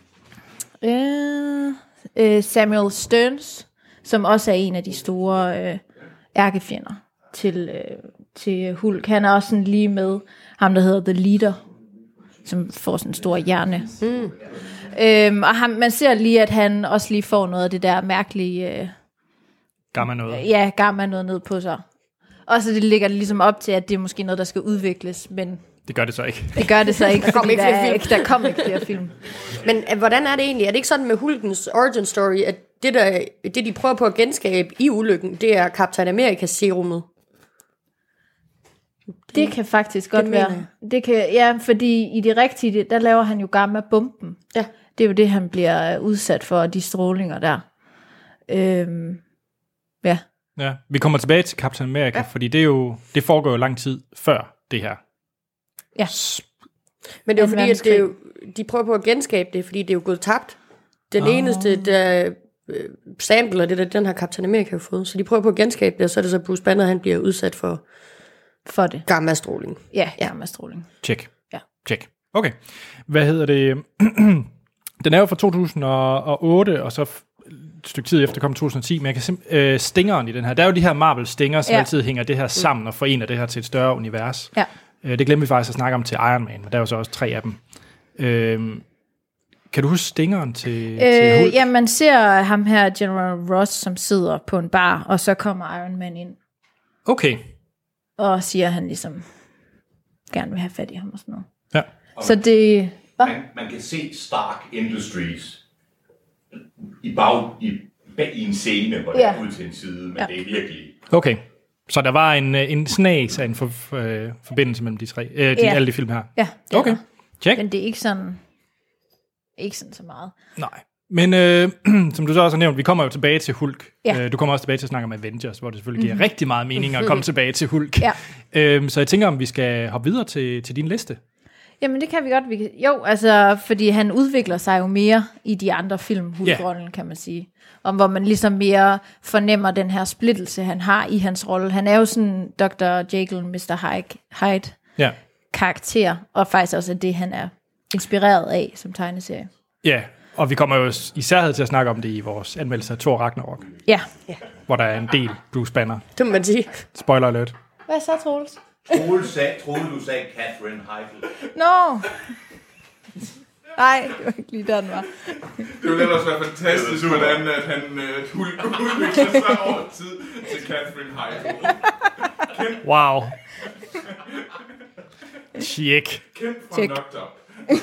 øh, øh, Samuel Stearns, som også er en af de store øh, ærkefjender til, øh, til Hulk. Han er også sådan lige med ham, der hedder The Leader, som får sådan en stor hjerne. Mm. Øhm, og ham, man ser lige, at han også lige får noget af det der mærkelige... Øh, Gamma noget. Ja, gamma noget ned på sig. Og så det ligger det ligesom op til, at det er måske noget, der skal udvikles, men... Det gør det så ikke. Det gør det så ikke, der kom ikke flere der, film. der kom ikke flere film. Men uh, hvordan er det egentlig? Er det ikke sådan med Hulkens origin story, at det, der, det de prøver på at genskabe i ulykken, det er Captain America serumet? Det, det kan faktisk godt det være. Det kan, ja, fordi i det rigtige, der laver han jo gamma-bomben. Ja. Det er jo det, han bliver udsat for, de strålinger der. Øhm, ja. Ja, vi kommer tilbage til Captain America, ja. Fordi det er jo det foregår jo lang tid før det her. Ja. Men det er jo fordi, at det er jo, de prøver på at genskabe det, fordi det er jo gået tabt. Den oh. eneste, der øh, sample af det, der, den har Captain America jo fået. Så de prøver på at genskabe det, og så er det så Bruce Banner, han bliver udsat for, for det. Gamma-stråling. Ja, gamma-stråling. Check. Ja. Check. Okay. Hvad hedder det? Den er jo fra to tusind og otte, og så et stykke tid efter kom to tusind og ti, men jeg kan simpelthen... Øh, stingeren i den her, der er jo de her Marvel-stinger, som ja. altid hænger det her sammen og forener det her til et større univers. Ja. Øh, det glemte vi faktisk at snakke om til Iron Man, men der er jo så også tre af dem. Øh, kan du huske stingeren til, øh, til Hulk? Ja, man ser ham her, General Ross, som sidder på en bar, og så kommer Iron Man ind. Okay. Og siger, at han ligesom gerne vil have fat i ham og sådan noget. Ja. Så det... Man, man kan se Stark Industries i bag i, bag i en scene, hvor ja. det er ud til en side, men ja. det er virkelig... Okay. Så der var en, en snas af en for, for, uh, forbindelse mellem de tre, øh, de, ja. alle de film her? Ja, det okay. Er. Check. Men det er ikke sådan, ikke sådan så meget. Nej. Men øh, som du så også har nævnt, vi kommer jo tilbage til Hulk. Ja. Øh, du kommer også tilbage til at snakke om Avengers, hvor det selvfølgelig giver mm-hmm. rigtig meget mening at komme tilbage til Hulk. Ja. Øh, så jeg tænker, om vi skal hoppe videre til, til din liste. Jamen, det kan vi godt. Vi kan, jo, altså, fordi han udvikler sig jo mere i de andre film, Hulk-rollen, yeah. kan man sige. Om hvor man ligesom mere fornemmer den her splittelse, han har i hans rolle. Han er jo sådan doktor Jekyll, mister Hyde yeah. karakter, og faktisk også det, han er inspireret af som tegneserie. Ja, yeah. Og vi kommer jo især til at snakke om det i vores anmeldelse af Thor Ragnarok. Ja. Yeah. Hvor der er en del Bruce Banner. Det må man sige. Spoiler alert. Hvad så, Troels? Troels sagde, Troels, du sagde Catherine Heigl. Nå! No. Nej, det var ikke lige der, den var. Det ville ellers være fantastisk, hvordan at han uh, udvikler sig over tid til Catherine Heigl. Wow. Tjek. Kendt fra Knocked Up.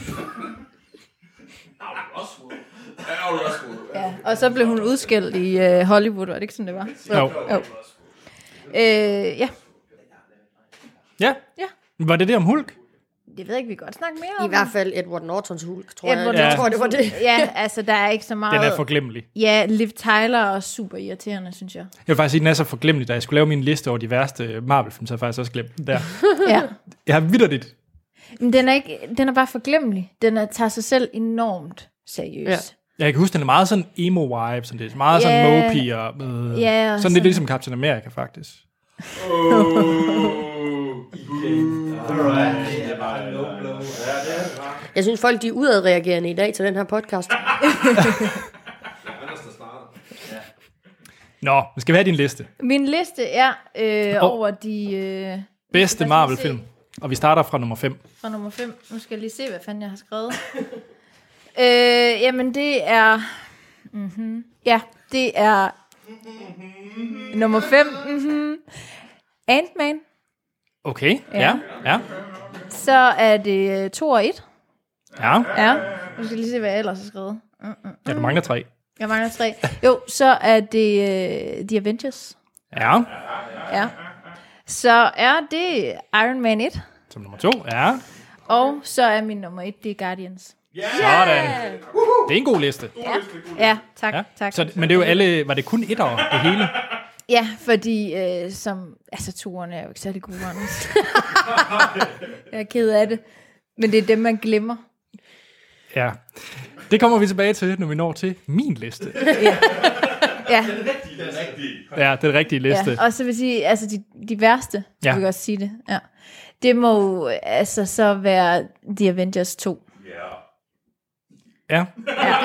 Ja, og så blev hun udskældt i uh, Hollywood, var det ikke sådan, det var? Jo. jo. Øh, ja. Ja? Ja. Var det det om Hulk? Det ved jeg ikke, vi kan godt snakke mere om. I hvert fald Edward Nortons Hulk, tror Edward jeg. Jeg Norton. tror, det var det. Ja, altså der er ikke så meget... Den er forglemmelig. Ja, Liv Tyler er super irriterende, synes jeg. Jeg vil faktisk sige, den er så forglemmelig, da jeg skulle lave min liste over de værste Marvel-film, så har jeg faktisk også glemt den der. Ja. Jeg har vitterligt. Men den er, ikke, den er bare forglemmelig. Den er, tager sig selv enormt seriøst. Ja. Jeg kan huske, den er meget sådan emo-vibe, sådan det er meget sådan yeah. mopey og... Øh, yeah, sådan, sådan lidt ligesom Captain America, faktisk. Jeg synes, folk de er udadreagerende i dag til den her podcast. Nå, nu skal vi have din liste. Min liste er øh, oh. over de... Øh, bedste Marvel-film. Og vi starter fra nummer fem. Fra nummer fem. Nu skal jeg lige se, hvad fanden jeg har skrevet. øh, jamen, det er... Mm-hmm. Ja, det er... Mm-hmm. Nummer fem. Mm-hmm. Ant-Man. Okay, ja, ja. ja. Så er det to og et. Ja. Ja. Nu skal jeg lige se, hvad jeg ellers har skrevet. Mm-mm. Ja, du mangler tre. Jeg mangler tre. Jo, så er det uh, The Avengers. Ja. Ja. Så er det Iron Man et. Som nummer to, ja. Og så er min nummer et, det er Guardians. Yeah! Sådan. Det er en god liste. Ja, ja tak, ja. tak. Så, men det er jo alle, var det kun et år, det hele? Ja, fordi øh, som, altså turen er jo ikke særlig gode, Anders. Jeg er ked af det. Men det er dem, man glemmer. Ja, det kommer vi tilbage til, når vi når til min liste. Ja. Ja. Den rigtige, den rigtige. Ja, den rigtige liste. Ja, og så vil jeg sige, altså de, de værste, ja. jeg vil godt sige det. Ja. Det må jo altså så være The Avengers to. Ja. Ja.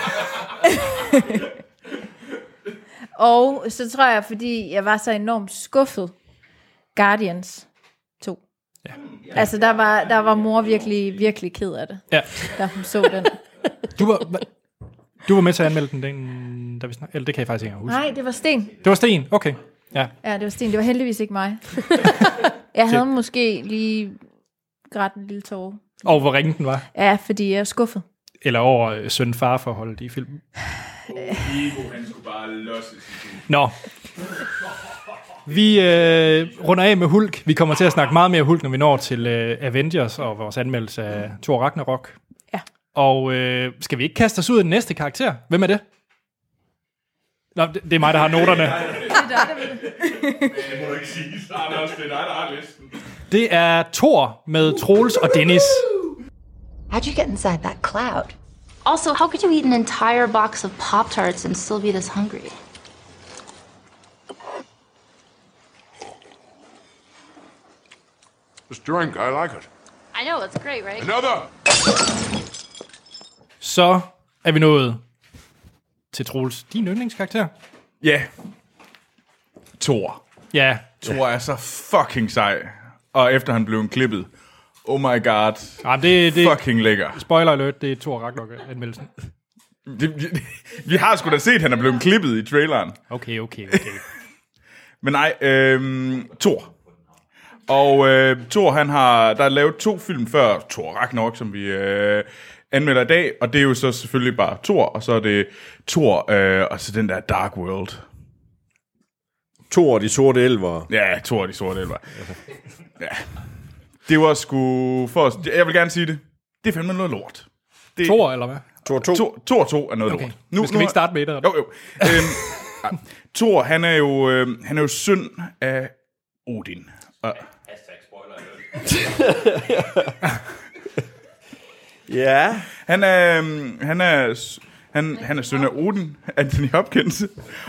Og så tror jeg, fordi jeg var så enormt skuffet, Guardians to. Ja. Altså der var, der var mor virkelig, virkelig ked af det, ja. da hun så den. Du var, du var med til at anmelde den, den da vi snak, eller det kan jeg faktisk ikke huske. Nej, det var Sten. Det var Sten, okay. Ja, ja det var Sten. Det var heldigvis ikke mig. Jeg havde måske lige grædt en lille tåre. Og hvor ringen den var? Ja, fordi jeg er skuffet. Eller over søn-far-forholdet i filmen. Ego, han skulle bare losses. Nå. Vi øh, runder af med Hulk. Vi kommer til at snakke meget mere Hulk, når vi når til øh, Avengers og vores anmeldelse af Thor Ragnarok. Ja. Og øh, skal vi ikke kaste os ud af den næste karakter? Hvem er det? Nå, det, det er mig, der har noterne. Det er dig, der ved det. Det må du ikke sige. Det er dig, der har listen. Det er Thor med Troels og Dennis. How'd you get inside that cloud? Also, how could you eat an entire box of Pop-Tarts and still be this hungry? This drink, I like it. I know, it's great, right? Another! Så er vi nået til Troels. Din yndlingskarakter? Ja. Thor. Ja. Thor er så fucking sej. Og efter han blev klippet. Oh my god. Ja, det, det, fucking lækker. Spoiler alert, det er Thor Ragnarok-anmeldelsen. Vi har sgu da set, at han er blevet klippet i traileren. Okay, okay, okay. Men nej, øhm, Thor. Og øh, Thor, han har, der er lavet to film før Thor Ragnarok, som vi øh, anmelder i dag. Og det er jo så selvfølgelig bare Thor, og så er det Thor, øh, og så den der Dark World. Thor og de sorte elver. Ja, Thor og de sorte elver. Ja. Det var sgu... For, jeg vil gerne sige det. Det er fandme noget lort. Det, Thor, eller hvad? Thor to. Thor, Thor to er noget okay. lort. Nu, skal nu, vi ikke starte med det? Jo, jo. øhm, ja. Thor, han er jo, øh, han er jo søn af Odin. Og, Hashtag spoiler alert. Ja. Han er, han er, han, han er søn af Odin, Anthony Hopkins,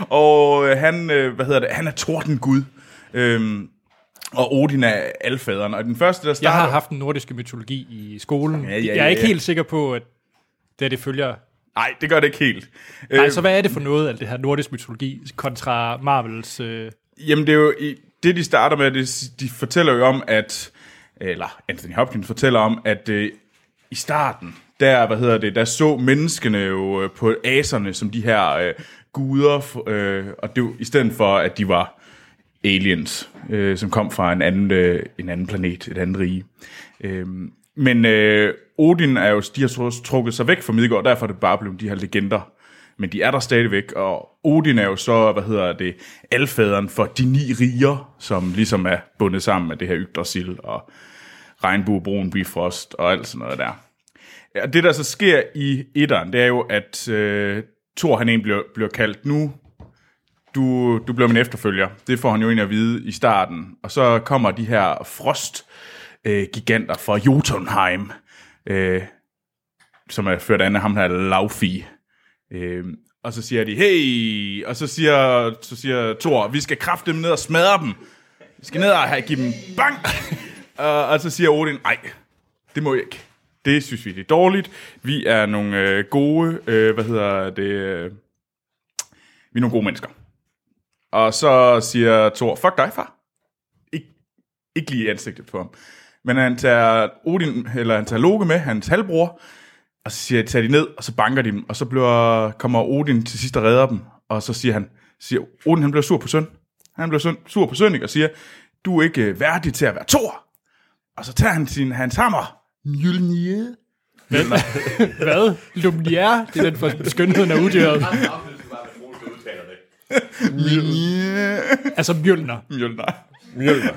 og han, hvad hedder det, han er tordengud. Øhm, og Odin er alfaderen. Og den første, der starter... Jeg har haft den nordiske mytologi i skolen. Ja, ja, ja, jeg er ikke ja. helt sikker på, at det, det følger... Nej, det gør det ikke helt. Nej, øh, så hvad er det for noget af det her nordisk mytologi kontra Marvels... Øh... Jamen, det er jo... Det, de starter med, det, de fortæller jo om, at... Eller Anthony Hopkins fortæller om, at øh, i starten, der, hvad hedder det, der så menneskene jo øh, på aserne som de her øh, guder, øh, og det var i stedet for, at de var aliens, øh, som kom fra en anden, øh, en anden planet, et andet rige. Øh, men øh, Odin er jo, de har trukket sig væk fra Midgård, og derfor er det bare blevet de her legender. Men de er der stadigvæk, og Odin er jo så, hvad hedder det, alfaderen for de ni riger, som ligesom er bundet sammen med det her Yggdrasil og Regnbuebrun, Bifrost og alt sådan noget der. Ja, det der så sker i etteren, det er jo, at øh, Thor han egentlig bliver, bliver kaldt nu, du, du bliver min efterfølger. Det får han jo egentlig at vide i starten. Og så kommer de her frostgiganter øh, fra Jotunheim, øh, som er ført an af ham her Laufey. Øh, og så siger de, hey, og så siger, så siger Thor, vi skal kræfte dem ned og smadre dem. Vi skal ned og have, give dem bank. og, og så siger Odin, nej, det må jeg ikke. Det synes vi, det er dårligt. Vi er nogle øh, gode, øh, hvad hedder det, øh, vi er nogle gode mennesker. Og så siger Thor, fuck dig, far. Ik- ikke lige i ansigtet på ham. Men han tager Odin, eller han tager Loke med, hans halvbror, og så siger, tager de ned, og så banker de dem, og så bliver, kommer Odin til sidst og redder dem, og så siger han, siger, Odin han bliver sur på søn. Han bliver sur på søn, og siger, du er ikke værdig til at være Thor. Og så tager han sin, hans hammer, Mjølnir. Hvad? Hvad? Lumnier? Det er den for skønheden af uddyret. Mjølnir. Altså Mjølner. Mjølner. Mjølner.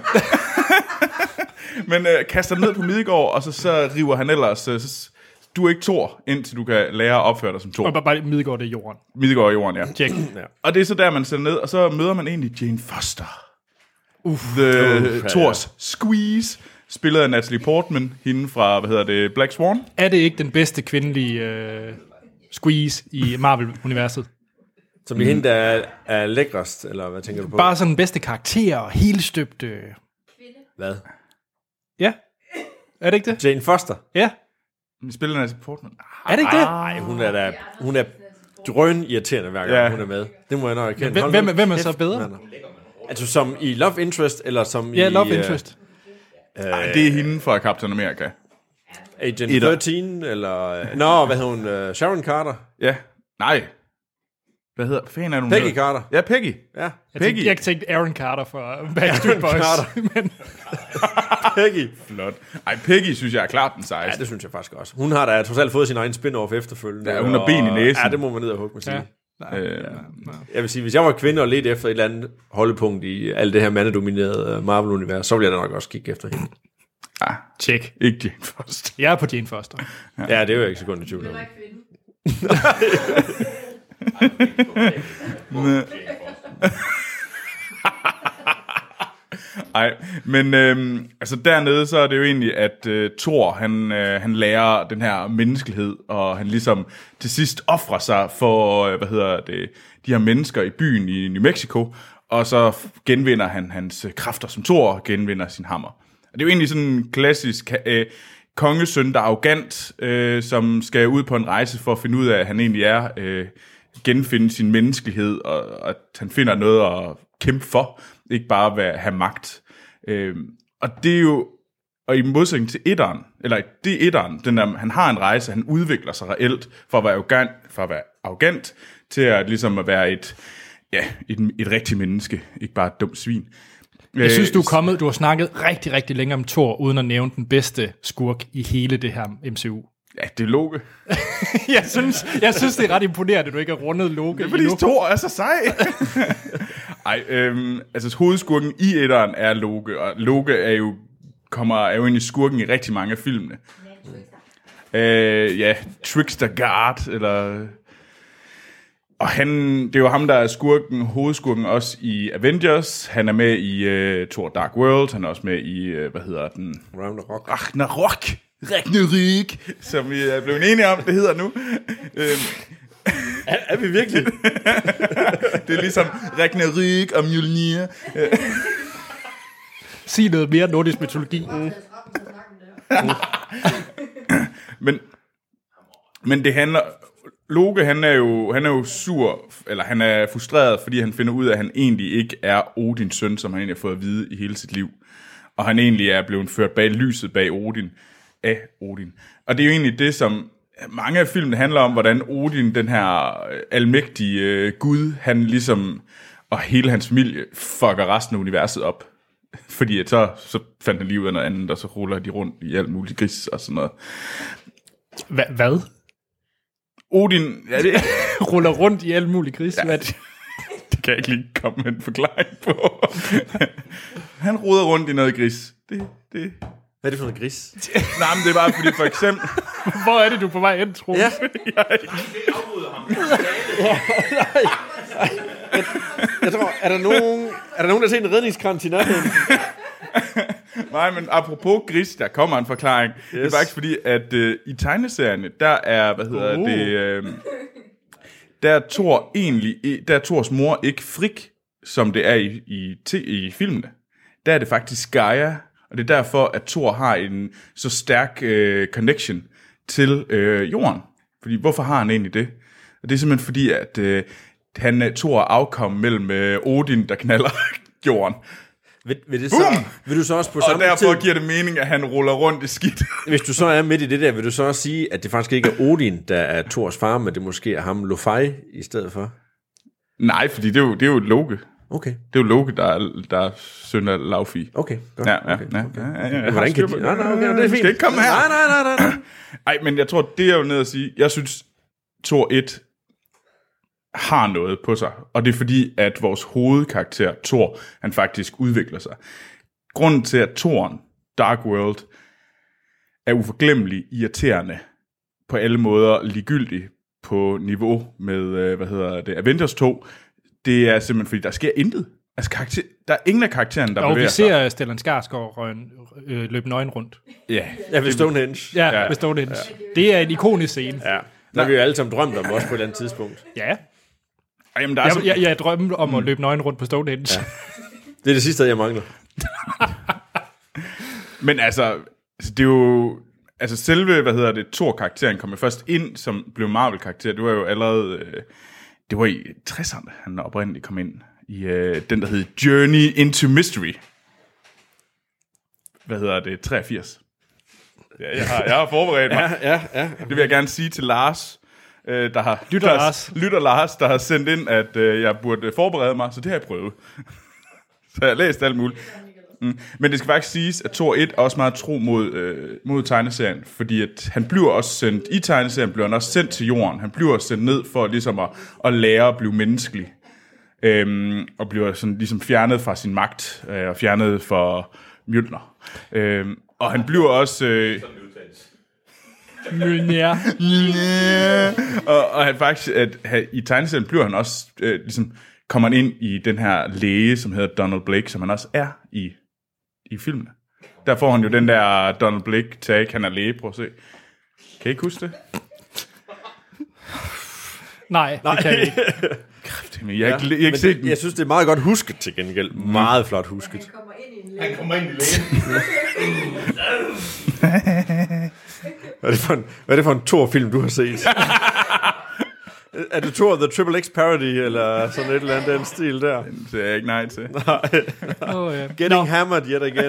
Men øh, kaster ned på Midgård, og så, så river han ellers... Øh, så, du er ikke Thor, indtil du kan lære at opføre dig som Thor. Og bare, bare Midgård, det er jorden. Midgård er jorden, ja. Check. Ja. Og det er så der, man sætter ned, og så møder man egentlig Jane Foster. Uff. The, Uff, ja, Thors squeeze, spillet af Natalie Portman, hende fra, hvad hedder det, Black Swan. Er det ikke den bedste kvindelige øh, squeeze i Marvel-universet? Som er hende, der er, er lækrest, eller hvad tænker du på? Bare sådan den bedste karakter og helstøbt... Øh... Hvad? Ja. Er det ikke det? Jane Foster? Ja. Spiller Natalie Portman. Er det ikke det? Nej, hun er da... Hun er drøn irriterende hver gang, ja. Hun er med. Det må jeg nok erkende. Hvem, hvem, hvem er så bedre? Altså som i Love Interest, eller som ja, i... Love uh, Interest. Øh, Ej, det er hende fra Captain America. Agent tretten, eller... Nå, hvad hedder hun? Uh, Sharon Carter? Ja. Nej. Hvad hedder... Hvad fanden er hun? Peggy hedder? Carter. Ja, Peggy. Ja. Jeg Peggy. tænkte, jeg tænkte Aaron Carter fra Backstreet Boys. Men... Peggy. Flot. Ej, Peggy synes jeg er klart den sejeste. Ja, det synes jeg faktisk også. Hun har da trods alt fået sin egen spin-off efterfølgende. Ja, hun har ben i næsen. Ja, det må man ned og hugge med sige. Ja. Nej, øh, ja. Jeg vil sige, hvis jeg var kvinde og ledte efter et eller andet holdepunkt i alt det her mandedominerede Marvel-univers, så ville jeg da nok også kigge efter hende. Ah, check. Ikke Jane Foster. Jeg er på Jane Foster. Ja, ja det er jo ikke sekund i tvivl om. Ej, men øhm, altså dernede, så er det jo egentlig, at øh, Thor, han, øh, han lærer den her menneskelighed, og han ligesom til sidst offrer sig for, øh, hvad hedder det, de her mennesker i byen i New Mexico, og så genvinder han hans kræfter som Thor, genvinder sin hammer. Og det er jo egentlig sådan en klassisk øh, kongesøn, der er arrogant, øh, som skal ud på en rejse for at finde ud af, at han egentlig er, øh, genfinde sin menneskelighed, og at han finder noget at kæmpe for, ikke bare at have magt. Øhm, og det er jo, og i modsætning til etteren, eller det er etteren, den der, han har en rejse, han udvikler sig reelt, for at være arrogant, for at være arrogant til at ligesom at være et, ja, et, et rigtigt menneske, ikke bare et dumt svin. Jeg synes, du er kommet, du har snakket rigtig, rigtig længe om Thor, uden at nævne den bedste skurk i hele det her M C U. Ja, det er Loke. jeg, synes, jeg synes, det er ret imponerende, at du ikke har rundet Loke. Det er fordi Thor er så sej. Ej, øhm, altså hovedskurken i etteren er Loke, og Loke er jo, kommer, er jo ind i skurken i rigtig mange af filmene. Øh, ja, Trickster Guard, eller... Og han, det er jo ham, der er skurken, hovedskurken også i Avengers. Han er med i uh, Thor Dark World. Han er også med i, uh, hvad hedder den? Ragnarok. Ragnarok. Ragnarok, som vi er blevet enige om, det hedder nu. Øhm, er, er vi virkelig? Det er ligesom Ragnarok og Mjolnir. Sig noget mere nordisk mytologi. Mm. men, men det handler... Loke, han er jo, han er jo sur, eller han er frustreret, fordi han finder ud af, at han egentlig ikke er Odins søn, som han egentlig har fået at vide i hele sit liv. Og han egentlig er blevet ført bag lyset bag Odin, af Odin. Og det er jo egentlig det, som mange af filmene handler om, hvordan Odin, den her almægtige uh, gud, han ligesom, og hele hans familie, fucker resten af universet op. Fordi at så, så fandt han lige ud af noget andet, og så ruller de rundt i alt muligt gris og sådan noget. Hva- hvad? Odin, ja, det ruller rundt i alt muligt gris. Ja. Det, det kan jeg ikke lige komme med en forklaring på. Han ruder rundt i noget gris. Det, det. Hvad er det for noget gris? Nej, men det er bare fordi, for eksempel... Hvor er det, du er på vej hen, Troels? Ja. jeg, jeg, jeg tror, er der nogen, er der nogen, der har set en redningskrans i nærheden? Nej, men apropos gris, der kommer en forklaring. Yes. Det er faktisk fordi, at øh, i tegneserierne, der er, hvad hedder uh. det, øh, der er Thor egentlig, der er Thors mor ikke Frigg, som det er i, i, i filmene. Der er det faktisk Gaia, og det er derfor, at Thor har en så stærk øh, connection til øh, jorden. Fordi, hvorfor har han egentlig det? Og det er simpelthen fordi, at øh, han, Thor er afkommet mellem øh, Odin, der knaller jorden. Vil, vil, det så, vil du så også på samme tid... Og derfor giver det mening, at han ruller rundt i skidt. Hvis du så er midt i det der, vil du så også sige, at det faktisk ikke er Odin, der er Thors far, men det måske er ham Lofei i stedet for? Nej, fordi det er jo, det er jo Loke. Okay. Det er jo Loke, der er, der er søn af Laufey. Okay, godt. Ja, ja, okay, ja, okay. ja, ja, ja. Hvordan kan de... Nej, nej, okay, det er fint. Skal ikke komme her? Nej, nej, nej, nej. Ej, men jeg tror, det er jo ned at sige, jeg synes, Thor et har noget på sig, og det er fordi, at vores hovedkarakter, Thor, han faktisk udvikler sig. Grunden til, at Thoren, Dark World, er uforglemmelig irriterende på alle måder, ligegyldig på niveau med, hvad hedder det, Avengers to, det er simpelthen fordi, der sker intet. Altså, karakter, der er ingen af karaktererne, der og bevæger sig. Og vi ser Stellan Skarsgård øh, løbe nøgen rundt. Ja, ja ved Stonehenge. Ja, ja. ved Stonehenge. Ja. Det er en ikonisk scene. Ja, der har vi jo alle sammen drømt om også på et eller andet tidspunkt. Ja. Jamen, der er jeg, så... jeg, jeg drømte om mm. at løbe nøgen rundt på Stonehenge. Ja. Det er det sidste, jeg mangler. Men altså, det er jo... Altså selve, hvad hedder det, Thor-karakteren kom jo først ind, som blev Marvel-karakter. Det var jo allerede... Øh, det var i tresserne, han oprindeligt kom ind. I øh, den, der hed Journey into Mystery. Hvad hedder det? treogfirs. Ja, jeg har, jeg har forberedt mig. Ja, ja, ja. Det vil jeg gerne sige til Lars, øh, der har... Lytter der, Lars. Lytter Lars, der har sendt ind, at øh, jeg burde forberede mig, så det har jeg prøvet. Så jeg har læst alt muligt. Mm. Men det skal faktisk siges, at Thor et er også meget tro mod, øh, mod tegneserien, fordi at han bliver også sendt, i tegneserien bliver han også sendt til jorden. Han bliver sendt ned for ligesom at, at lære at blive menneskelig. Øhm, og bliver sådan ligesom fjernet fra sin magt, øh, og fjernet for Mjølner. Øhm, og han bliver også... Øh, Mjølner. og, og han faktisk, at, at i tegneserien bliver han også, øh, ligesom, kommer han ind i den her læge, som hedder Donald Blake, som han også er i, i filmene. Der får han jo den der Donald Blake tag, han er læge, prøv at se. Kan I ikke huske det? Nej, Nej, det kan jeg ikke. Men jeg, jeg, jeg, jeg, det, jeg synes, det er meget godt husket til gengæld. Mm. Meget flot husket. Han kommer ind i lægen. Hvad er det for en, hvad er det for en Thor-film, du har set? Er det Thor The Triple X Parody, eller sådan et eller andet den stil der? Den siger jeg ikke nej til. Nej. Oh, yeah. Getting no. hammered yet again.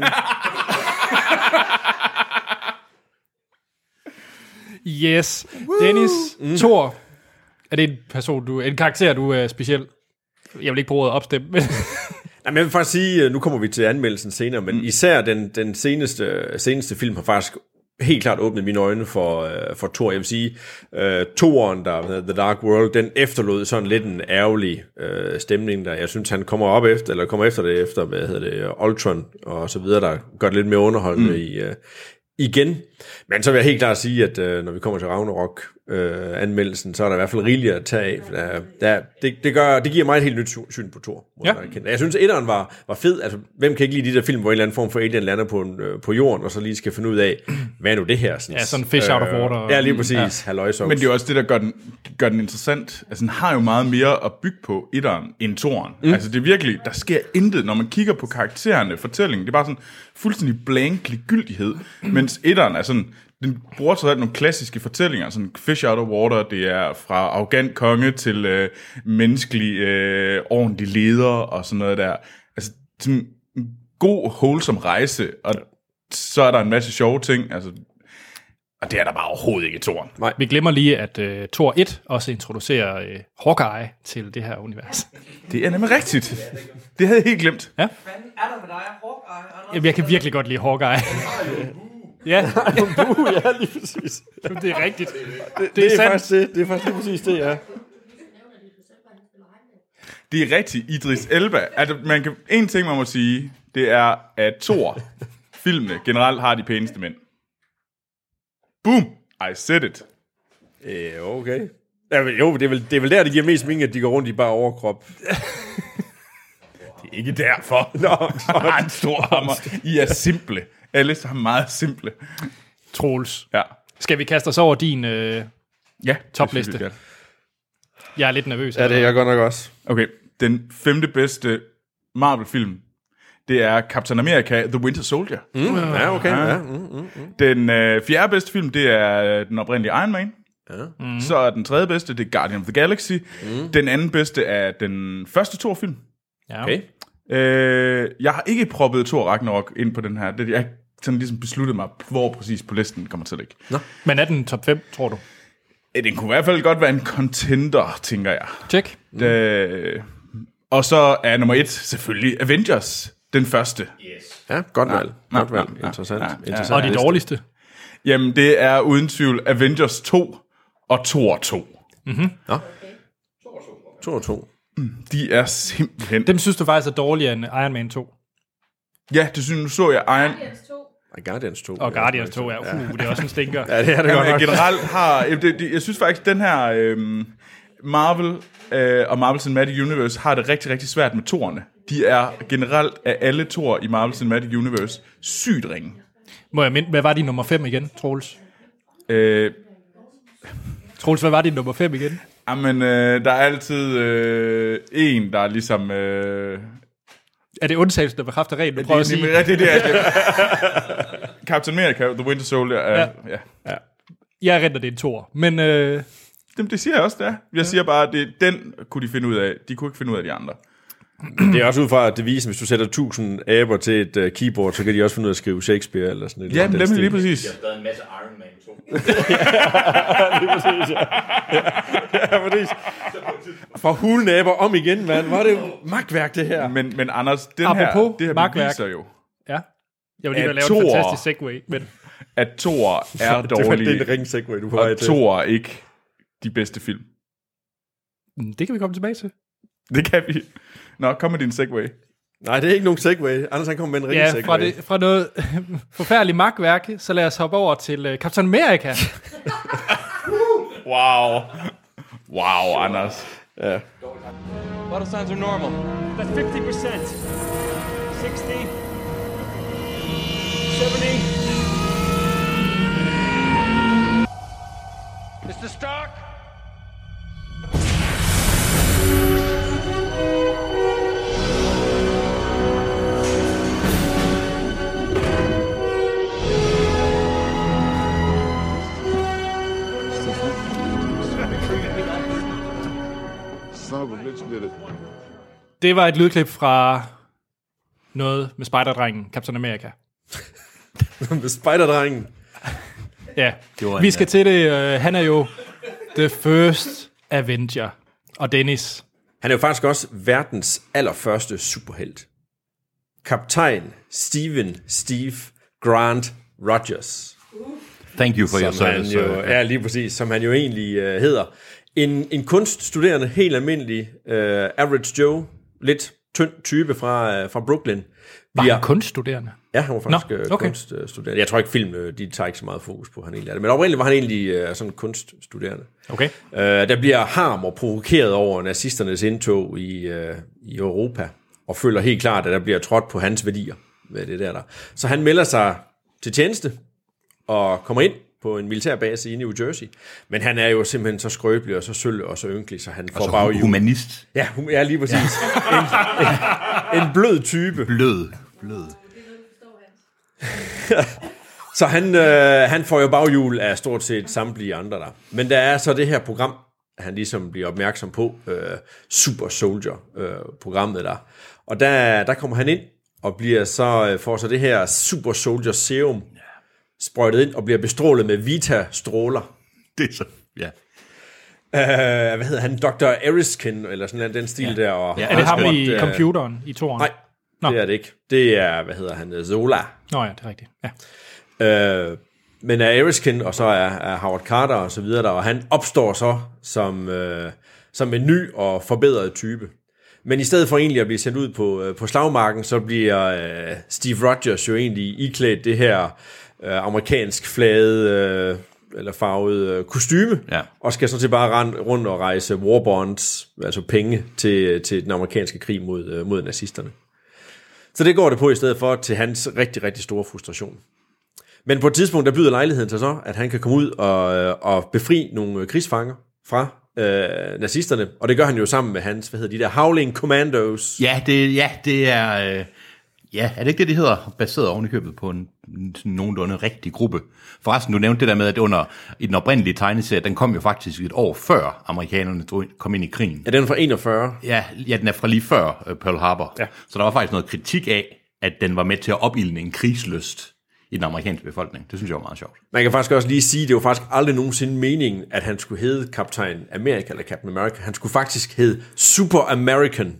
Yes. Dennis, mm. Thor, er det en person, du, en karakter, du er speciel? Jeg vil ikke bruge ordet opstemme, men... Jamen, jeg vil faktisk sige, nu kommer vi til anmeldelsen senere, men mm. især den, den seneste, seneste film har faktisk helt klart åbnet mine øjne for, uh, for Thor. Jeg vil sige, uh, Thoren, der hedder The Dark World, den efterlod sådan lidt en ærgerlig uh, stemning, der jeg synes, han kommer op efter, eller kommer efter det efter, hvad hedder det, Ultron og så videre, der gør det lidt mere underholdende mm. i, uh, igen. Men så vil jeg helt klart sige, at uh, når vi kommer til Ragnarok, øh, anmeldelsen, så er der i hvert fald rigeligt at tage af. Der, der, det, det, gør, det giver mig et helt nyt syn på Thor. Ja. Jeg, jeg synes, etteren var, var fed. Altså, hvem kan ikke lide de der film, hvor en eller anden form for alien lander på, en, øh, på jorden, og så lige skal finde ud af, hvad er nu det her? Sådan, ja, sådan fish out of water. Øh, ja, lige præcis. Ja. Halløjsovs. Men det er også det, der gør den, gør den interessant. Altså, den har jo meget mere at bygge på etteren end toeren. Mm. Altså, det er virkelig, der sker intet, når man kigger på karaktererne, fortællingen. Det er bare sådan fuldstændig blank ligegyldighed. Mens etteren er sådan, den bruger så nogle klassiske fortællinger, sådan fish out of water, det er fra arrogant konge til øh, menneskelig, øh, ordentlig leder og sådan noget der. Altså, sådan en god, wholesome rejse, og så er der en masse sjove ting, altså. Og det er der bare overhovedet ikke i toren. Nej. Vi glemmer lige, at uh, Thor et også introducerer uh, Hawkeye til det her univers. Det er nemlig rigtigt. Det havde jeg helt glemt. Ja. Hvad er der med dig, Hawkeye? Jamen, jeg kan virkelig godt lide Hawkeye. Ja. Buh, ja, lige præcis. Det er rigtigt. Det, det, det, er, er faktisk det. Det er faktisk lige præcis det, ja. Det er rigtigt. Idris Elba. Altså, man kan, en ting, man må sige, det er, at Thor, filmene generelt har de pæneste mænd. Boom! I said it. Øh, okay. Ja, jo, det er, vel, det er vel der, det giver mest mening, at de går rundt i bare overkrop. Det er ikke derfor. Nå, så en stor hammer. I er simple. Alle er meget simple. Troels. Ja. Skal vi kaste os over din øh, ja, topliste? Jeg, jeg er lidt nervøs. Ja, det er jeg godt nok også. Okay, den femte bedste Marvel-film, det er Captain America: The Winter Soldier. Mm. Ja, okay. Ja. Ja. Mm, mm, mm. Den øh, fjerde bedste film, det er den oprindelige Iron Man. Ja. Mm. Så er den tredje bedste, det er Guardian of the Galaxy. Mm. Den anden bedste er den første Thor-film. Ja. Okay. Øh, jeg har ikke proppet Thor Ragnarok ind på den her. Det, jeg har sådan ligesom besluttet mig, hvor præcis på listen kommer til at ligge. Nå. Men er den top fem, tror du? Den kunne i hvert fald godt være en contender, tænker jeg. Check. Mm. Øh, og så er nummer et selvfølgelig Avengers. Den første. Yes. Ja, godt valg. Ja, godt valg. Ja, interessant. Ja, ja, interessant. Og de dårligste? Jamen, det er uden tvivl Avengers to og Thor to. Mm-hmm. Nå. to og to. De er simpelthen... Dem synes du faktisk er dårligere end Iron Man to? Ja, det synes nu så jeg Iron... Guardians to. Og Guardians to, ja. Uh, det er også en stinker. Ja, det er det godt nok. Generelt har... Det, det, jeg synes faktisk, den her øhm, Marvel øh, og Marvel Cinematic Universe har det rigtig, rigtig svært med toerne. De er generelt af alle toer i Marvel Cinematic Universe sygt ringe. Må jeg minde, hvad var din nummer fem igen, Troels? Øh... Troels, hvad var din nummer fem igen? Jamen, øh, der er altid øh, en, der er ligesom... Øh, er det undtagelsen, der bekræfter reglen? Det, det, det, det, det, det, det. Captain America, The Winter Soldier. Er, ja. Ja. Ja. Jeg render det en toer, men... Øh... Det, det siger jeg også, det er. Jeg ja. siger bare, at den kunne de finde ud af. De kunne ikke finde ud af de andre. Det er også ud fra devisen, hvis du sætter tusind aber til et uh, keyboard, så kan de også finde ud af at skrive Shakespeare eller sådan noget. Ja, men nemlig lige præcis. Jeg har stadig en masse Iron Man to. Ja, lige præcis, ja. Ja, ja, præcis. For hulen aber om igen, mand. Var det jo magtværk, det her. Men, men Anders, den apropos her, det her magtværk. beviser jo. Ja. Jeg vil lige lave Thor, en fantastisk segway, men... At Thor er dårlig. Det er en ring segway, du får og Thor er ikke de bedste film. Det kan vi komme tilbage til. Det kan vi. Nå, kom med din segway. Nej, det er ikke nogen segway. Anders han kommer med en ring ja, segway. Fra, det, fra noget forfærdeligt magtværk, så lad os hoppe over til uh, Captain America. Wow. Wow, Anders. Ja. Vital signs are normal. That's fifty percent. sixty. seventy. Mister Stark. Det var et lydklip fra noget med Spider-drengen, Captain America. Med Spider-drengen? Ja, vi skal til det. Uh, han er jo the first Avenger. Og Dennis. Han er jo faktisk også verdens allerførste superhelt. Kaptajn Steven Steve Grant Rogers. Thank you for your service. Jo, ja, lige præcis, som han jo egentlig uh, hedder. En, en kunststuderende, helt almindelig uh, average Joe, lidt tynd type fra, øh, fra Brooklyn. Var han kunststuderende? Ja, han var faktisk Nå, Nå, okay. kunststuderende. Jeg tror ikke, film de tager ikke så meget fokus på, han egentlig er det. Men oprindeligt var han egentlig øh, sådan kunststuderende. Okay. Øh, der bliver harm og provokeret over nazisternes indtog i, øh, i Europa, og føler helt klart, at der bliver trådt på hans værdier med det der. der. Så han melder sig til tjeneste og kommer ind på en militærbase i New Jersey. Men han er jo simpelthen så skrøbelig og så sølle og så ynkelig, så han får altså, bare humanist. Ja, hum- ja, lige præcis. Ja. en, en, en blød type. Blød. Blød. Så han, øh, han får jo baghjul af stort set samtlige andre der. Men der er så det her program, han ligesom bliver opmærksom på, øh, Super Soldier-programmet øh, der. Og der, der kommer han ind og bliver så, øh, får så det her Super Soldier Serum sprøjtet ind og bliver bestrålet med Vita-stråler. Det er så, ja. Uh, hvad hedder han? doktor Eriskin, eller sådan den stil ja. der. Og ja, er det ham i uh, computeren i toeren? Nej, Nå. det er det ikke. Det er, hvad hedder han? Zola. Nå ja, det er rigtigt. Ja. Uh, men er Eriskin, og så er, er Howard Carter og så videre der, og han opstår så som, uh, som en ny og forbedret type. Men i stedet for egentlig at blive sendt ud på, uh, på slagmarken, så bliver uh, Steve Rogers jo egentlig iklædt det her uh, amerikansk flade... Uh, eller farvet øh, kostyme, ja. og skal så til bare rende rundt og rejse war bonds, altså penge, til, til den amerikanske krig mod, øh, mod nazisterne. Så det går det på i stedet for til hans rigtig, rigtig store frustration. Men på et tidspunkt, der byder lejligheden til så, at han kan komme ud og, øh, og befri nogle krigsfanger fra øh, nazisterne, og det gør han jo sammen med hans, hvad hedder de der, Howling Commandos. Ja, det, ja, det er... Øh Ja, er det ikke det, de hedder? Baseret oven i købet på en, en nogenlunde rigtig gruppe. Forresten, du nævnte det der med, at under i den oprindelige tegneserie, den kom jo faktisk et år før amerikanerne kom ind i krigen. Ja, den er fra enogfyrre. Ja, ja den er fra lige før uh, Pearl Harbor. Ja. Så der var faktisk noget kritik af, at den var med til at opildne en krigslyst i den amerikanske befolkning. Det synes jeg var meget sjovt. Man kan faktisk også lige sige, at det var faktisk aldrig nogensinde meningen, at han skulle hedde Kaptajn Amerika eller Captain America. Han skulle faktisk hedde Super American.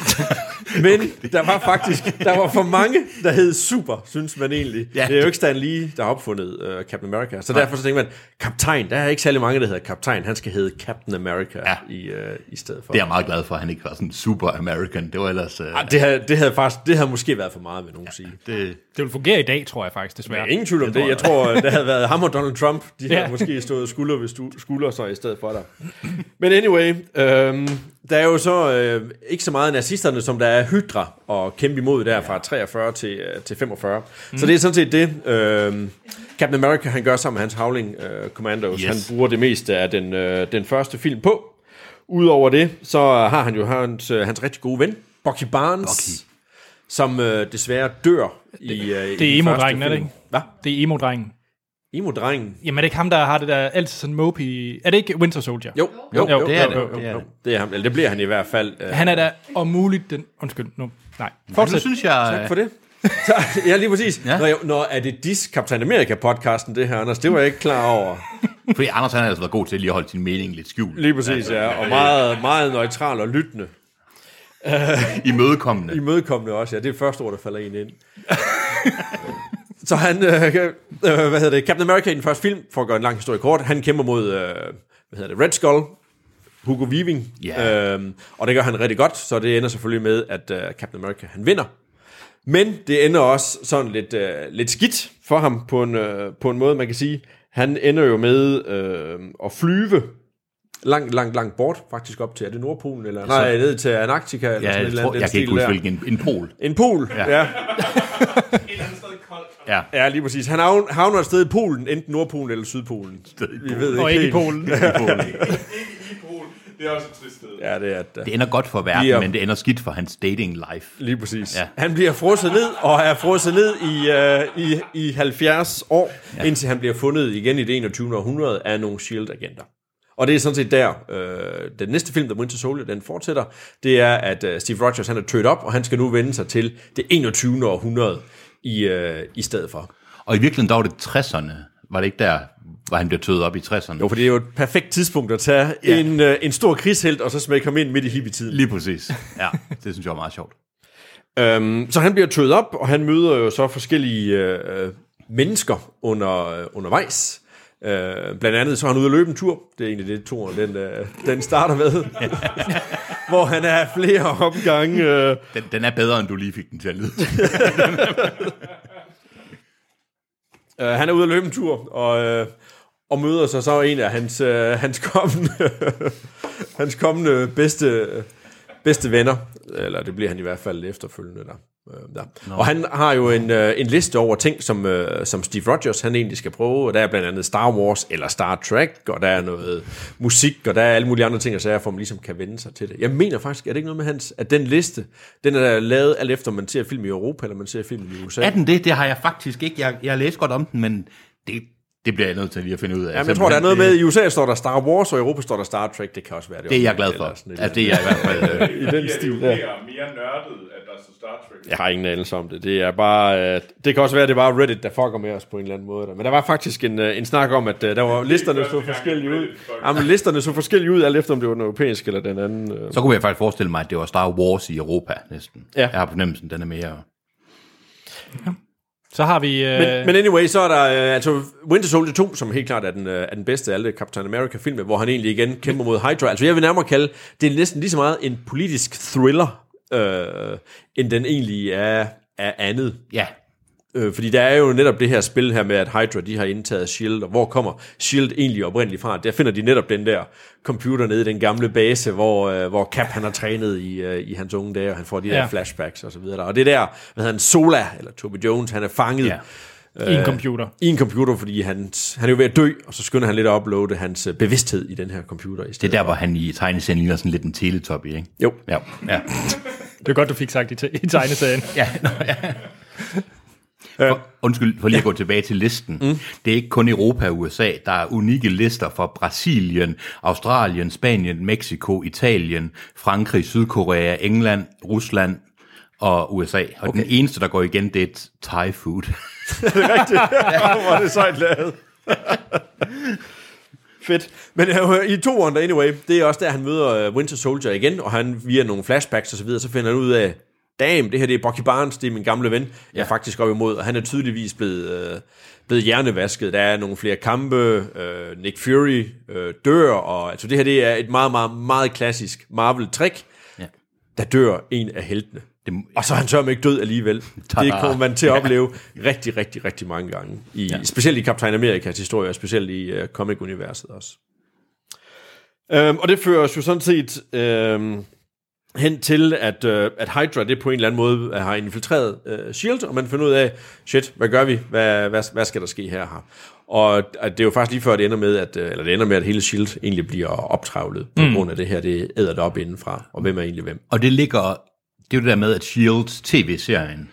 Men der var faktisk der var for mange, der hed Super, synes man egentlig. Ja. Det er jo ikke Stan Lee, der har opfundet uh, Captain America. Så derfor så tænker man, kaptajn, der er ikke særlig mange, der hedder kaptajn. Han skal hedde Captain America ja. i, uh, i stedet for. Det er jeg meget glad for, at han ikke var sådan Super American. Det var ellers... Uh... Arh, det, havde, det, havde faktisk, det havde måske været for meget, vil nogen ja, sige. Det, det vil fungere i dag, tror jeg faktisk, desværre. Men ingen tvivl om det. Jeg tror, det havde været ham og Donald Trump. De ja. havde måske stået skulder ved skulder så i stedet for der. Men anyway, øhm, der er jo så øh, ikke så meget nazisterne, som der er Hydra og kæmpe imod der fra treogfyrre til, øh, til femogfyrre. Mm. Så det er sådan set det, øh, Captain America han gør sammen med hans Howling øh, Commandos. Yes. Han bruger det meste af den, øh, den første film på. Udover det, så har han jo hans, øh, hans rigtig gode ven, Bucky Barnes, Bucky. som øh, desværre dør i, øh, det er emo-drengen, er det ikke? Hvad? Det er emo-drengen. Emo-drengen? Jamen er det ikke ham, der har det der altid sådan mopey... Er det ikke Winter Soldier? Jo, jo, jo, jo det er jo, jo, det. Jo, jo. Det er ham, eller det bliver han i hvert fald. Øh. Han er da om muligt den... Undskyld, nu. Nej, fortsæt. Nu synes jeg... Tak for det. Så, ja, lige præcis. Ja. Når, jeg, når er det Dis Captain America-podcasten, det her, Anders? Det var jeg ikke klar over. Fordi Anders han har altså været god til lige at holde sin mening lidt skjult. Lige præcis, ja. Og meget, meget neutral og lyttende. Imødekommende. Imødekommende også, ja. Det er første ord, der falder en ind. Så han, øh, øh, hvad hedder det, Captain America i den første film, for at gøre en lang historie kort, han kæmper mod, øh, hvad hedder det, Red Skull, Hugo Weaving, yeah. øhm, og det gør han rigtig godt, så det ender selvfølgelig med, at øh, Captain America, han vinder. Men det ender også sådan lidt, øh, lidt skidt for ham på en, øh, på en måde, man kan sige. Han ender jo med øh, at flyve langt, langt, langt bort, faktisk op til, er det Nordpolen, eller altså, nej, ned til Antarktika, eller ja, sådan jeg, et tror, eller jeg kan ikke huske, hvilken en pol. En pol, ja. ja. Ja. ja, lige præcis. Han havner et sted i Polen, enten Nordpolen eller Sydpolen. Vi ved ikke og ikke i Polen. Ikke i Polen. Det er også et trist sted. Ja, det er det. Det ender godt for verden, bliver, men det ender skidt for hans dating life. Lige præcis. Ja. Han bliver frosset ned, og er frosset ned i, uh, i, i halvfjerds år, ja. indtil han bliver fundet igen i det enogtyvende århundrede af nogle SHIELD-agenter. Og det er sådan set der, øh, den næste film, der Winter Soldier, den fortsætter, det er, at uh, Steve Rogers, han er tødt op, og han skal nu vende sig til det enogtyvende århundrede i, øh, i stedet for. Og i virkeligheden, der var det tresserne, var det ikke der, hvor han blev tødet op i tresserne? Jo, for det er jo et perfekt tidspunkt at tage ja. en, øh, en stor krigshelt, og så smække ham ind midt i hippietiden. Lige præcis. Ja, det synes jeg var meget sjovt. øhm, så han bliver tødet op, og han møder jo så forskellige øh, mennesker under, øh, undervejs. Øh, blandt andet så er han ude at løbe en tur. Det er egentlig det, turen den, øh, den starter med. Hvor han er flere omgange. Øh. Den, den er bedre, end du lige fik den til at lyde. uh, han er ude at løbe en tur, og, uh, og møder så så en af hans, uh, hans kommende, hans kommende bedste, bedste venner. Eller det bliver han i hvert fald efterfølgende der. Ja. No. Og han har jo en, øh, en liste over ting, som, øh, som Steve Rogers han egentlig skal prøve, og der er blandt andet Star Wars eller Star Trek, og der er noget musik, og der er alle mulige andre ting, og så er for man ligesom kan vende sig til det. Jeg mener faktisk, er det ikke noget med hans, at den liste, den er lavet alt efter, man ser film i Europa, eller man ser film i U S A? Er den det? Det har jeg faktisk ikke. Jeg, jeg læste godt om den, men det... Det bliver jeg nødt til lige at finde ud af. Jamen, jeg tror, der er noget med, i U S A står der Star Wars, og i Europa står der Star Trek. Det kan også være det. Det er jeg glad for. Altså, det er jeg i hvert fald. I den stil. Det er mere nørdet, at der står Star Trek. Jeg har ingen anelse om det. Det er bare... Uh, det kan også være, at det var Reddit, der fucker med os på en eller anden måde. Men der var faktisk en, uh, en snak om, at uh, der var listerne så forskellige ud. Jamen, listerne så forskellige ud, alt efter om det var den europæiske eller den anden. Uh... Så kunne jeg faktisk forestille mig, at det var Star Wars i Europa næsten. Ja. Jeg har på fornemmelsen, den er mere... Ja. Så har vi... Øh... Men, men anyway, så er der øh, altså Winter Soldier to, som helt klart er den, øh, er den bedste af alle Captain America-film, hvor han egentlig igen kæmper mod Hydra. Altså jeg vil nærmere kalde, det er næsten lige så meget en politisk thriller, øh, end den egentlig er, er andet. Ja. Øh, fordi der er jo netop det her spil her med, at Hydra, de har indtaget S H I E L D, og hvor kommer S H I E L D egentlig oprindeligt fra? Der finder de netop den der computer nede i den gamle base, hvor, øh, hvor Cap han har trænet i, øh, i hans unge dage, og han får de der ja. flashbacks og så videre. Og det der, hvad hedder han, Sola, eller Toby Jones, han er fanget ja. øh, i en computer. I en computer, fordi han, han er jo ved at dø, og så skynder han lidt at uploade hans bevidsthed i den her computer. I stedet. Det er der, hvor han i tegneserien ligner sådan lidt en teletubby, ikke? Jo. Ja. ja. Det er godt, du fik sagt i, te- i tegneserien. ja, nå, ja. For, undskyld, for lige at gå tilbage til listen. Mm. Det er ikke kun Europa og U S A. Der er unikke lister for Brasilien, Australien, Spanien, Mexico, Italien, Frankrig, Sydkorea, England, Rusland og U S A. Og okay. Den eneste, der går igen, det er Thai food. Det er rigtigt. Ja, hvor er det sejt lavet. Fedt. Men uh, i toeren der anyway, det er også der, han møder uh, Winter Soldier igen, og han via nogle flashbacks og så videre, så finder han ud af, damn, det her det er Bucky Barnes, det er min gamle ven, jeg er faktisk op imod, og han er tydeligvis blevet, øh, blevet hjernevasket. Der er nogle flere kampe, øh, Nick Fury øh, dør, og altså det her det er et meget, meget, meget klassisk Marvel-trick, ja. Der dør en af heltene. Det, og så er han sørme ikke død alligevel. Tada. Det kommer man til at opleve rigtig, rigtig, rigtig mange gange. I, ja. Specielt i Captain Amerikas historie, og specielt i uh, comic-universet også. Um, og det fører os jo sådan set... Um, hen til, at, øh, at Hydra, det på en eller anden måde har infiltreret øh, S H I E L D, og man finder ud af, shit, hvad gør vi? Hvad, hvad, hvad skal der ske her? her? Og at det er jo faktisk lige før, det ender med, at, eller det ender med, at hele S H I E L D egentlig bliver optravlet på mm. grund af det her, det æder det op indenfra, og hvem er egentlig hvem. Og det ligger, det er jo det der med, at S H I E L D's tv-serien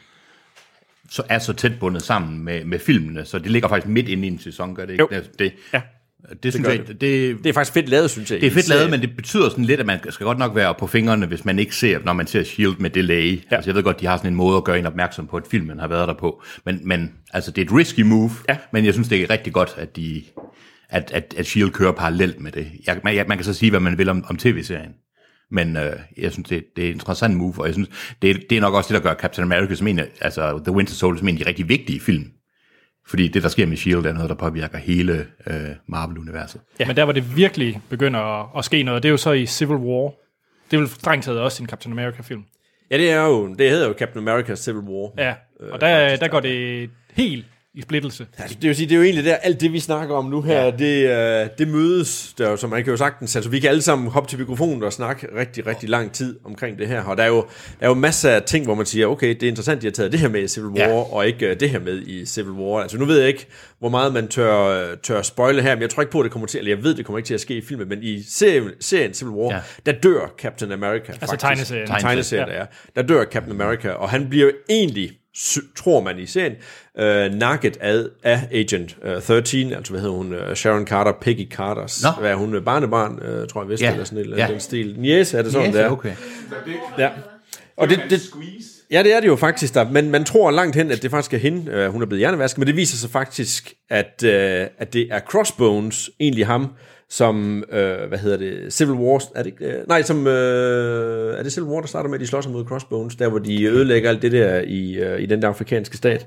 så er så tæt bundet sammen med, med filmene, så det ligger faktisk midt inde i en sæson, gør det ikke? Jo. Det, ja. Det, det, synes jeg, det. Det, det er faktisk fedt lavet, synes jeg. Det er fedt lavet, men det betyder sådan lidt, at man skal godt nok være på fingrene, hvis man ikke ser, når man ser S H I E L D med delay. Ja. Altså jeg ved godt, de har sådan en måde at gøre en opmærksom på, at filmen har været der på. Men, men altså det er et risky move, ja. Men jeg synes, det er rigtig godt, at, de, at, at, at S H I E L D kører parallelt med det. Jeg, man, man kan så sige, hvad man vil om, om tv-serien. Men øh, jeg synes, det, det er en interessant move, og jeg synes, det, det er nok også det, der gør Captain America som en af, altså The Winter Soldier som en af de rigtig vigtige film. Fordi det, der sker med S H I E L D, er noget, der påvirker hele øh, Marvel-universet. Ja, men der, hvor det virkelig begynder at, at ske noget, det er jo så i Civil War. Det er vel strengt taget også en Captain America-film. Ja, det er jo, det hedder jo Captain America Civil War. Ja, og der, faktisk, der går det helt i splittelse. Altså, det vil sige, det er jo egentlig der, alt det vi snakker om nu her, ja. det, uh, det mødes, der, så man kan jo sagtens, altså vi kan alle sammen hoppe til mikrofonen og snakke rigtig, rigtig lang tid omkring det her, og der er jo, der er jo masser af ting, hvor man siger, okay, det er interessant, de har taget det her med i Civil War, ja. Og ikke uh, det her med i Civil War. Altså nu ved jeg ikke, hvor meget man tør, tør spoile her, men jeg tror ikke på, at det kommer til, eller jeg ved, det kommer ikke til at ske i filmen, men i serien, serien Civil War, ja. Der dør Captain America. Altså tegneserien. Tegneserien, ja. Der er. Der dør Captain America, og han bliver egentlig, tror man i serien, uh, nakket af, af Agent uh, tretten, altså hvad hedder hun, uh, Sharon Carter, Peggy Carters, no. Hvad er hun, barnebarn, uh, tror jeg vist, yeah. Eller sådan et eller andet yeah. stil. Niece, er det sådan, yes, der? Okay. Ja. Og det, det, ja, det er det jo faktisk, der, men man tror langt hen, at det faktisk er hende, uh, hun er blevet hjernevasket, men det viser sig faktisk, at, uh, at det er Crossbones, egentlig ham, som, øh, hvad hedder det, Civil War, er det ikke, øh, nej, som, øh, er det Civil War, der starter med, at de slås mod Crossbones, der hvor de ødelægger alt det der i, øh, i den der afrikanske stat.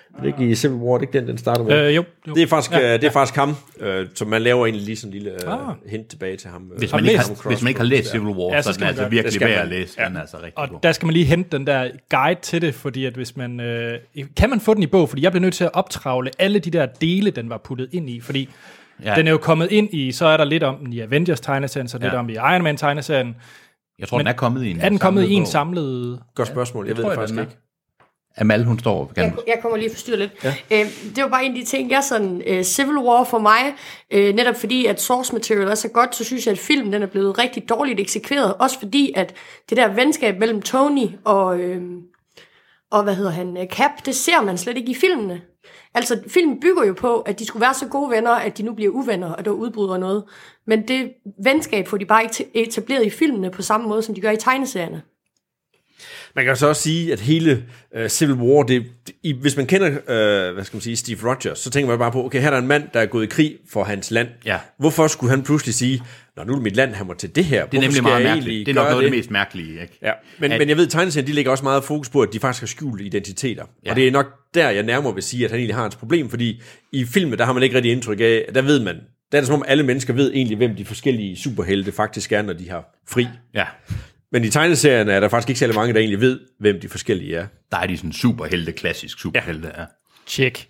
Er det ikke i Civil War, det er ikke den, den starter med? Øh, jo, jo. Det er faktisk, ja, ja, det er ja. faktisk ham, øh, som man laver egentlig lige sådan en lille øh, ah. hint tilbage til ham. Øh, hvis, man ikke har, hvis man ikke har læst Civil War, ja, så, så er den altså virkelig værd at læse. Ja. Den er altså rigtig og god. der skal man lige hente den der guide til det, fordi at hvis man... Øh, kan man få den i bog? Fordi jeg bliver nødt til at optravle alle de der dele, den var puttet ind i, fordi ja. den er jo kommet ind i, så er der lidt om den i Avengers-tegneserien, så ja. lidt om i Iron Man-tegneserien. Jeg tror, men den er kommet i en Er den kommet i en bog. samlet... Godt spørgsmål, jeg ja, ved det faktisk ikke. Amal, hun står... Jeg, jeg kommer lige at forstyrre lidt. Ja. Øh, det var bare en af de ting, jeg sådan... Øh, Civil War for mig, øh, netop fordi, at source material er så godt, så synes jeg, at filmen den er blevet rigtig dårligt eksekveret. Også fordi, at det der venskab mellem Tony og... Øh, og hvad hedder han? Cap, det ser man slet ikke i filmene. Altså, filmen bygger jo på, at de skulle være så gode venner, at de nu bliver uvenner, og der udbryder noget. Men det venskab får de bare ikke etableret i filmene på samme måde, som de gør i tegneserierne. Man kan så også sige, at hele uh, Civil War, det, det, hvis man kender uh, hvad skal man sige, Steve Rogers, så tænker man bare på, okay, her er der en mand, der er gået i krig for hans land. Ja. Hvorfor skulle han pludselig sige, nå, nu er mit land, han må til det her. Det er nemlig meget mærkeligt. Det er nok noget af det mest mærkelige. Ikke? Ja. Men, at, men jeg ved, at tegneserien, de lægger også meget fokus på, at de faktisk har skjult identiteter. Ja. Og det er nok der, jeg nærmere vil sige, at han egentlig har et problem, fordi i filmen, der har man ikke rigtig indtryk af, der ved man, der er det som om alle mennesker ved egentlig, hvem de forskellige superhelte faktisk er, når de har fri. Ja. Men i tegneserierne er der faktisk ikke særlig mange, der egentlig ved, hvem de forskellige er. Der er de sådan superhelte, klassisk superhelte. Ja. Check.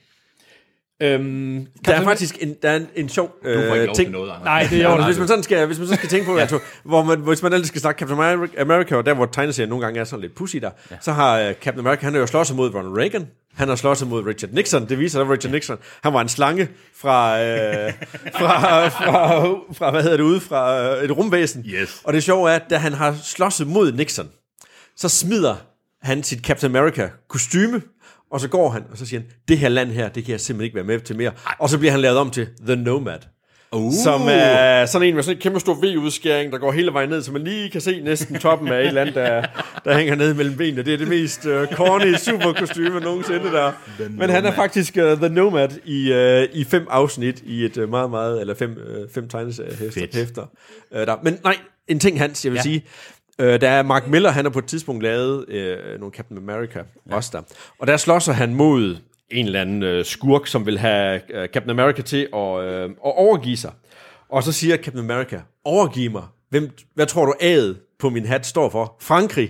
Øhm, der er faktisk en, der er en, en sjov øh, du får ikke lov ting. til noget, Anders. Nej, det er jo hvis man sådan skal, hvis man så skal tænke på, ja. altså, hvor man, hvis man ellers skal snakke Captain America, og der hvor tegneserien nogle gange er sådan lidt pussy der, ja. så har uh, Captain America, han har jo slået sig mod Ronald Reagan, han har slået sig mod Richard Nixon. Det viser, at Richard Nixon, han var en slange fra, øh, fra, fra, fra, hvad hedder det, ude fra øh, et rumvæsen. Yes. Og det sjove er, at da han har slået sig mod Nixon, så smider han sit Captain America kostyme, og så går han, og så siger han, det her land her, det kan jeg simpelthen ikke være med til mere. Og så bliver han lavet om til The Nomad. Uh. Som er sådan en med sådan en kæmpe stor V-udskæring, der går hele vejen ned, så man lige kan se næsten toppen af et eller andet, der, der hænger ned mellem benene. Det er det mest uh, corny superkostyme nogensinde der. Men han er faktisk uh, The Nomad i, uh, i fem afsnit i et uh, meget, meget, eller fem, uh, fem tegneseriehæfter. Uh, der. Men nej, en ting Hans, jeg vil ja. sige, uh, der er Mark Miller, han har på et tidspunkt lavet uh, nogle Captain America ja. også der. Og der slår sig han mod en eller anden øh, skurk, som vil have øh, Captain America til at, øh, at overgive sig. Og så siger Captain America, overgiv mig. Hvem, hvad tror du A'et på min hat står for? Frankrig.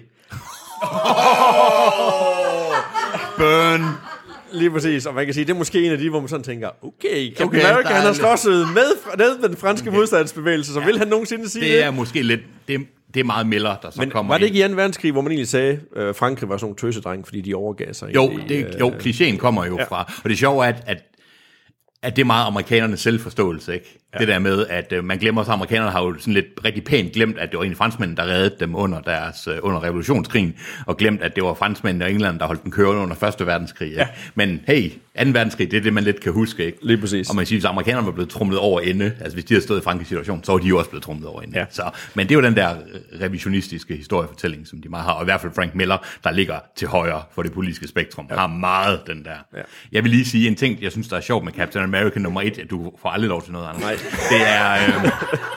Burn. Lige præcis, og man kan sige, det er måske en af de, hvor man sådan tænker, okay, Captain okay, America, han har slåsset med, med den franske okay. modstandsbevægelse, så ja. vil han nogensinde sige det? Det er måske lidt, det, det er meget Miller, der så men kommer var det ikke ind. i anden verdenskrig, hvor man egentlig sagde, øh, Frankrig var sådan nogle tøsedrenge, fordi de overgav sig? Jo, egentlig, det, øh, jo klichéen kommer jo ja. fra, og det sjove er, at, at at det er meget amerikanernes selvforståelse, ikke? Ja. Det der med, at øh, man glemmer, at amerikanerne har jo sådan lidt rigtig pænt glemt, at det var egentlig franskmændene, der reddede dem under deres øh, under revolutionskrigen, og glemt, at det var franskmændene og England, der holdt dem kørende under første verdenskrig. Ikke? Ja. Men hey, anden verdenskrig, det er det, man lidt kan huske, ikke? Lige præcis. Og man siger, hvis amerikanerne var blevet trumlet over ende, altså hvis de havde stået i Frankrigs situation, så var de jo også blevet trumlet over ende. Ja. Så, men det er jo den der revisionistiske historiefortælling, som de meget har, og i hvert fald Frank Miller, der ligger til højre for det politiske spektrum, ja. har meget den der. Ja. Jeg vil lige sige en ting, jeg synes, der er sjovt med Captain America nummer et, at du får aldrig lov til noget andet. Nej. Det er, øh,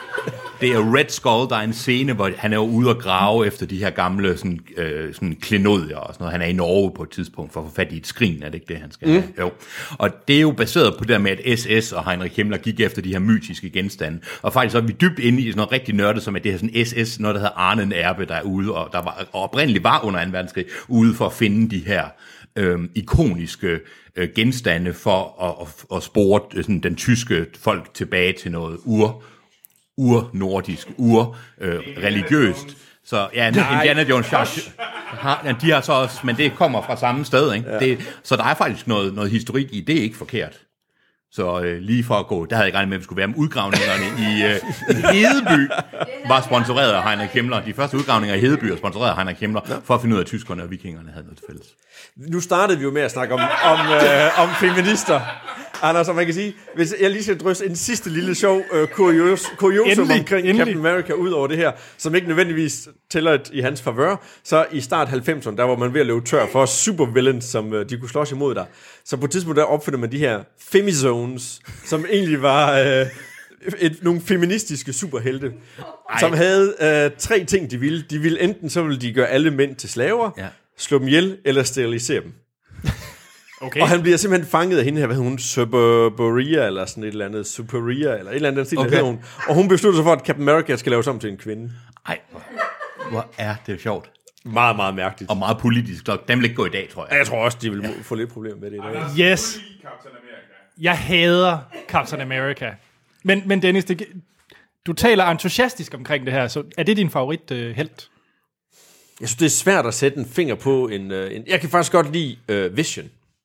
det er Red Skull, der er en scene, hvor han er jo ude at grave efter de her gamle sådan, øh, sådan klenodier og sådan noget. Han er i Norge på et tidspunkt for at få fat i et skrin, er det ikke det, han skal mm. have? Jo. Og det er jo baseret på det der med, at S S og Heinrich Himmler gik efter de her mytiske genstande. Og faktisk så er vi dybt inde i sådan noget rigtig nørdet, som er det her sådan S S, noget der hedder Arne Nerbe, der er ude, og der var, og oprindeligt var under anden verdenskrig, ude for at finde de her Øhm, ikoniske øh, genstande for at, at, at spore øh, sådan, den tyske folk tilbage til noget ur, ur-nordisk, ur-religiøst. Øh, så ja, Indiana Jones, har, de har så også, men det kommer fra samme sted, ikke? Ja. Det, så der er faktisk noget, noget historik i, det er ikke forkert. Så øh, lige for at gå, der havde jeg regnet med, at vi skulle være med udgravningerne i, øh, i Hedeby, var sponsoreret af Heinrich Himmler. De første udgravninger i Hedeby var sponsoreret af Heinrich Himmler, ja. for at finde ud af, at tyskerne og vikingerne havde noget til fælles. Nu startede vi jo med at snakke om, om, øh, om feminister. Anders, som man kan sige, hvis jeg lige skal drysse en sidste lille sjov øh, kurios, kuriosum omkring endelig. Captain America ud over det her, som ikke nødvendigvis tæller et, i hans favør, så i start halvfemserne, der var man ved at løbe tør for supervillains, som øh, de kunne slås imod der. Så på et tidspunkt der opfinder man de her femizones, som egentlig var øh, et, nogle feministiske superhelte, Ej. som havde øh, tre ting, de ville. De ville enten, så ville de gøre alle mænd til slaver, ja. slå dem ihjel, eller sterilisere dem. Okay. Og han bliver simpelthen fanget af hende her, hvad hedder hun, Superboria, eller sådan et eller andet, Superia, eller et eller andet stil, okay. hedder hun. Og hun beslutter sig for, at Captain America skal laves om til en kvinde. Ej, hvor, hvor er det sjovt. Meget, meget mærkeligt. Og meget politisk. Den vil ikke gå i dag, tror jeg. Ja, jeg tror også, de vil få lidt problemer med det i dag. Yes. Jeg hader Captain America. Men, men Dennis, det, du taler entusiastisk omkring det her, så er det din favorit uh, helt? Jeg synes, det er svært at sætte en finger på en... Uh, en jeg kan faktisk godt lide uh, Vision.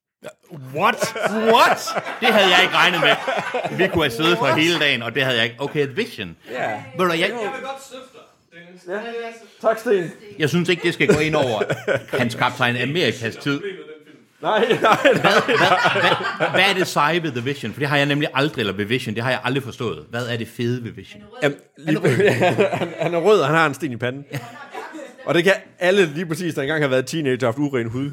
What? What? Det havde jeg ikke regnet med. Vi kunne have siddet for hele dagen, og det havde jeg ikke. Okay, Vision. Ja. Yeah. Ved du, jeg... Jeg vil godt støtte dig, Dennis. Ja. Tak, Sten. Jeg synes ikke, det skal gå ind over hans Kaptajn Amerikas tid. Nej, nej, nej. Hvad, hvad, hvad, hvad er det seje ved The Vision? For det har jeg nemlig aldrig, eller ved Vision, det har jeg aldrig forstået. Hvad er det fede ved Vision? Jamen, lige, han, er rød. han, han er rød, og han har en sten i panden. Og det kan alle lige præcis, der engang har været teenager og haft uren hud,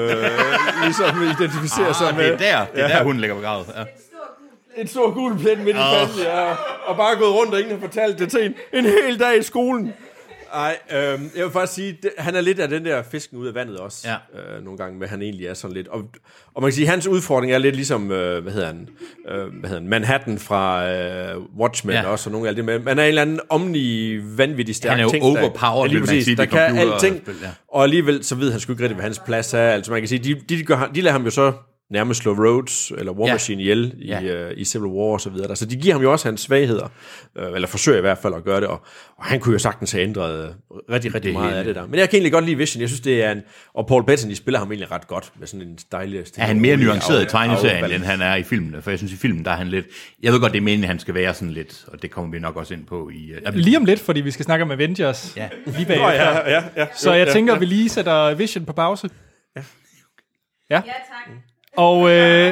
øh, ligesom identificere ah, sig med. Det er der, det er ja. der hun ligger begravet. Ja. En stor gul plet midt i oh. panden, ja. Og bare gået rundt, og ingen har fortalt det til en, en hel dag i skolen. Ej, øh, jeg vil faktisk sige, det, han er lidt af den der fisken ud af vandet også, ja. øh, nogle gange, men han egentlig er sådan lidt, og, og man kan sige, hans udfordring er lidt ligesom, øh, hvad hedder han, øh, hvad hedder han, Manhattan fra øh, Watchmen ja. også, og nogle af det, men man er en eller anden omni vanvittig stærk ting. Han er jo ting, overpowered, der, lige præcis, der kan alting, og, ja. og alligevel så ved han sgu ikke rigtig, hvad hans plads er, altså man kan sige, de, de, gør, de lader ham jo så nærmest slå Rhodes eller War Machine ja. ihjel i, ja. uh, i Civil War og så videre. Så de giver ham jo også hans svagheder, uh, eller forsøger i hvert fald at gøre det, og, og han kunne jo sagtens have ændret rigtig, rigtig det meget hele. af det der. Men jeg kan egentlig godt lide Vision. Jeg synes, det er en... Og Paul Bettany spiller ham egentlig ret godt med sådan en dejlig... Er han mere nuanceret i tegneserien, end han er i filmene? For jeg synes, i filmen, der er han lidt... Jeg ved godt, det er meningen, han skal være sådan lidt, og det kommer vi nok også ind på i... Uh, lige om lidt, fordi vi skal snakke om Avengers. Ja. Lige bagefter. ja, ja, ja. Så jeg jo, tænker, ja. vi lige sætter Vision på pause. Ja. Ja, ja tak. Og øh,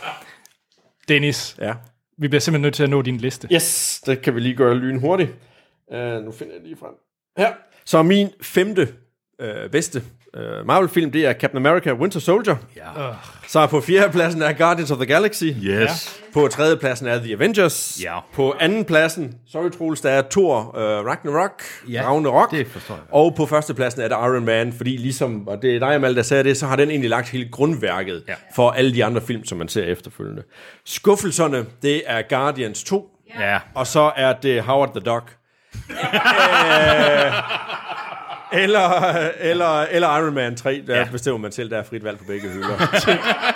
Dennis, ja. vi bliver simpelthen nødt til at nå din liste. Yes, det kan vi lige gøre lynhurtigt. Uh, nu finder jeg lige frem. Her. Så min femte øh, bedste øh, Marvel-film, det er Captain America Winter Soldier. Ja. Uh. Så på fjerdepladsen er Guardians of the Galaxy. Yes. På tredjepladsen er The Avengers. Ja. På andenpladsen, sorry Troels, der er Thor øh, Ragnarok. Ja, Ragnarok. det forstår jeg. Og på førstepladsen er der Iron Man, fordi ligesom, og det er dig, Amal, der sagde det, så har den egentlig lagt hele grundværket ja. for alle de andre film, som man ser efterfølgende. Skuffelserne, det er Guardians to. Ja. Og så er det Howard the Duck. Æh, eller, eller, eller Iron Man tre, der ja. bestemmer man selv, der er frit valg på begge hylder.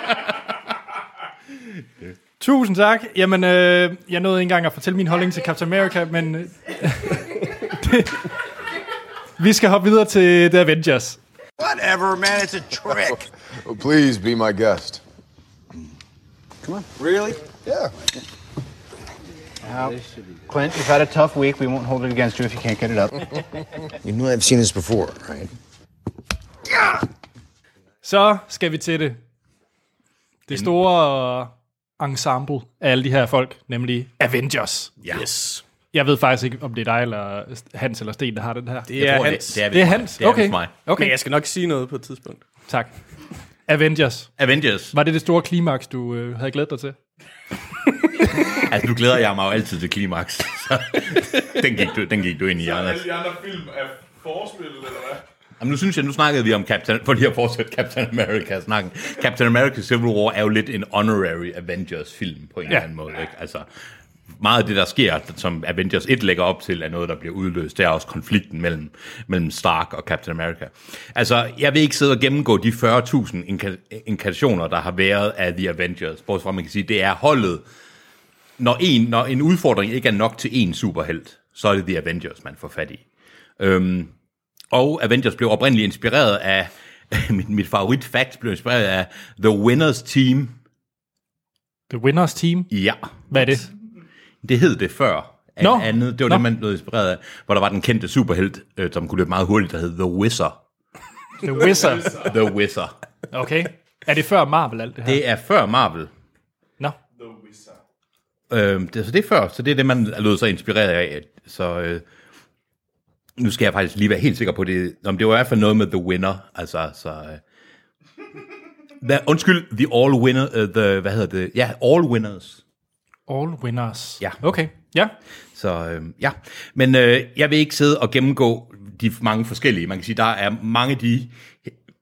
Tusind tak. Jamen, øh, jeg nåede ikke engang at fortælle min holdning til Captain America, men øh, det, vi skal hoppe videre til The Avengers. Whatever, man, it's a trick. Oh, please be my guest. Come on. Really? Yeah. Now, Clint, you've had a tough week. We won't hold it against you if you can't get it up. You know I've seen this before, right? Så skal vi til det. Det store ensemble af alle de her folk, nemlig Avengers. Yes. Jeg ved faktisk ikke, om det er dig, eller Hans eller Sten, der har den her. Det er Hans. Det, det er, det er Hans? Det er okay. mig. Okay. Men jeg skal nok sige noget på et tidspunkt. Tak. Avengers. Avengers. Var det det store klimaks, du øh, havde glædet dig til? Altså, nu glæder jeg mig jo altid til klimaks. den, gik du, den gik du ind i, Anders. Så alle de andre film er forspillet, eller hvad? Jamen, nu synes jeg, nu snakkede vi om Captain, for lige at fortsætte Captain America-snakken. Captain America Civil War er jo lidt en honorary Avengers-film, på en ja. eller anden måde, ikke? Altså, meget af det, der sker, som Avengers et lægger op til, er noget, der bliver udløst. Det er også konflikten mellem, mellem Stark og Captain America. Altså, jeg vil ikke sidde og gennemgå de fyrre tusind inkarnationer, der har været af The Avengers. Bortset fra, man kan sige, det er holdet. Når en, når en udfordring ikke er nok til én superhelt, så er det The Avengers, man får fat i. Øhm, og Avengers blev oprindeligt inspireret af, mit, mit favorit fact blev inspireret af The Winners Team. The Winners Team? Ja. Hvad er det? Det hed det før. No. Andet, det var no. det, man blev inspireret af, hvor der var den kendte superhelt, øh, som kunne løbe meget hurtigt, der hed The Wizard. The Wizard? The Wizard. Okay. Er det før Marvel, alt det her? Det er før Marvel. Nå. The Wizard. Øh, det, så det er før, så det er det, man lød sig inspireret af. Så øh, nu skal jeg faktisk lige være helt sikker på det. Om det var i hvert fald noget med The Winner. Altså, så... Øh, the, undskyld, The All Winner... Uh, the, hvad hedder det? Ja, All Winners. All Winners. Ja. Okay, ja. Så øh, ja, men øh, jeg vil ikke sidde og gennemgå de mange forskellige. Man kan sige, der er mange af de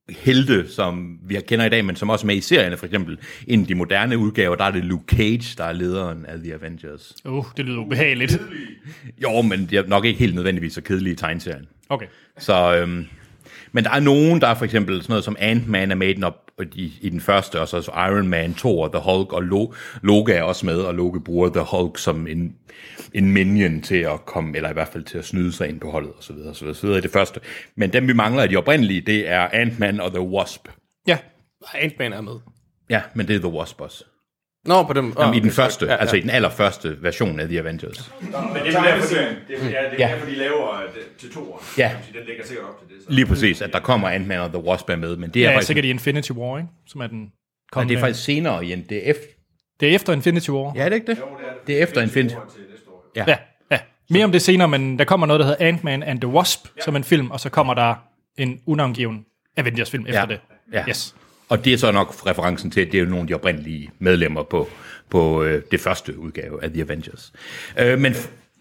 helte, som vi kender i dag, men som også er med i serierne, for eksempel. Inden de moderne udgaver, der er det Luke Cage, der er lederen af The Avengers. Uh, det lyder ubehageligt. Jo, men det er nok ikke helt nødvendigvis så kedelige i tegneserien. Okay. Så, øhm, men der er nogen, der er for eksempel sådan noget som Ant-Man er med i den, op, i, i den første, og så Iron Man, Thor, The Hulk, og Lo, Loki er også med, og Loki bruger The Hulk som en, en minion til at komme, eller i hvert fald til at snyde sig ind på holdet, og så videre, og så videre, så videre i det første. Men dem, vi mangler af de oprindelige, det er Ant-Man og The Wasp. Ja, Ant-Man er med. Ja, men det er The Wasp også. Nå, på dem. Oh, Jamen, i den okay, første, ja, ja. altså i den allerførste version af The Avengers. Men det er derfor, de, det er, ja, det er derfor, de laver det til to år. Ja. Den ligger sikkert op til det. Så. Lige præcis, at der kommer Ant-Man og The Wasp med, men det er ja, faktisk... sikkert i Infinity War, ikke? Som er den kommende. Det er faktisk senere igen, det er efter... Det er efter Infinity War. Ja, er det ikke det? Jo, det er det. Det er efter Infinity War. Ja. ja, ja. Mere om det senere, men der kommer noget, der hedder Ant-Man and the Wasp, ja. som en film, og så kommer der en unavngiven Avengers-film efter ja. det. Ja. Yes. Og det er så nok referencen til, at det er jo nogle af de oprindelige medlemmer på, på øh, det første udgave af The Avengers. Øh, men...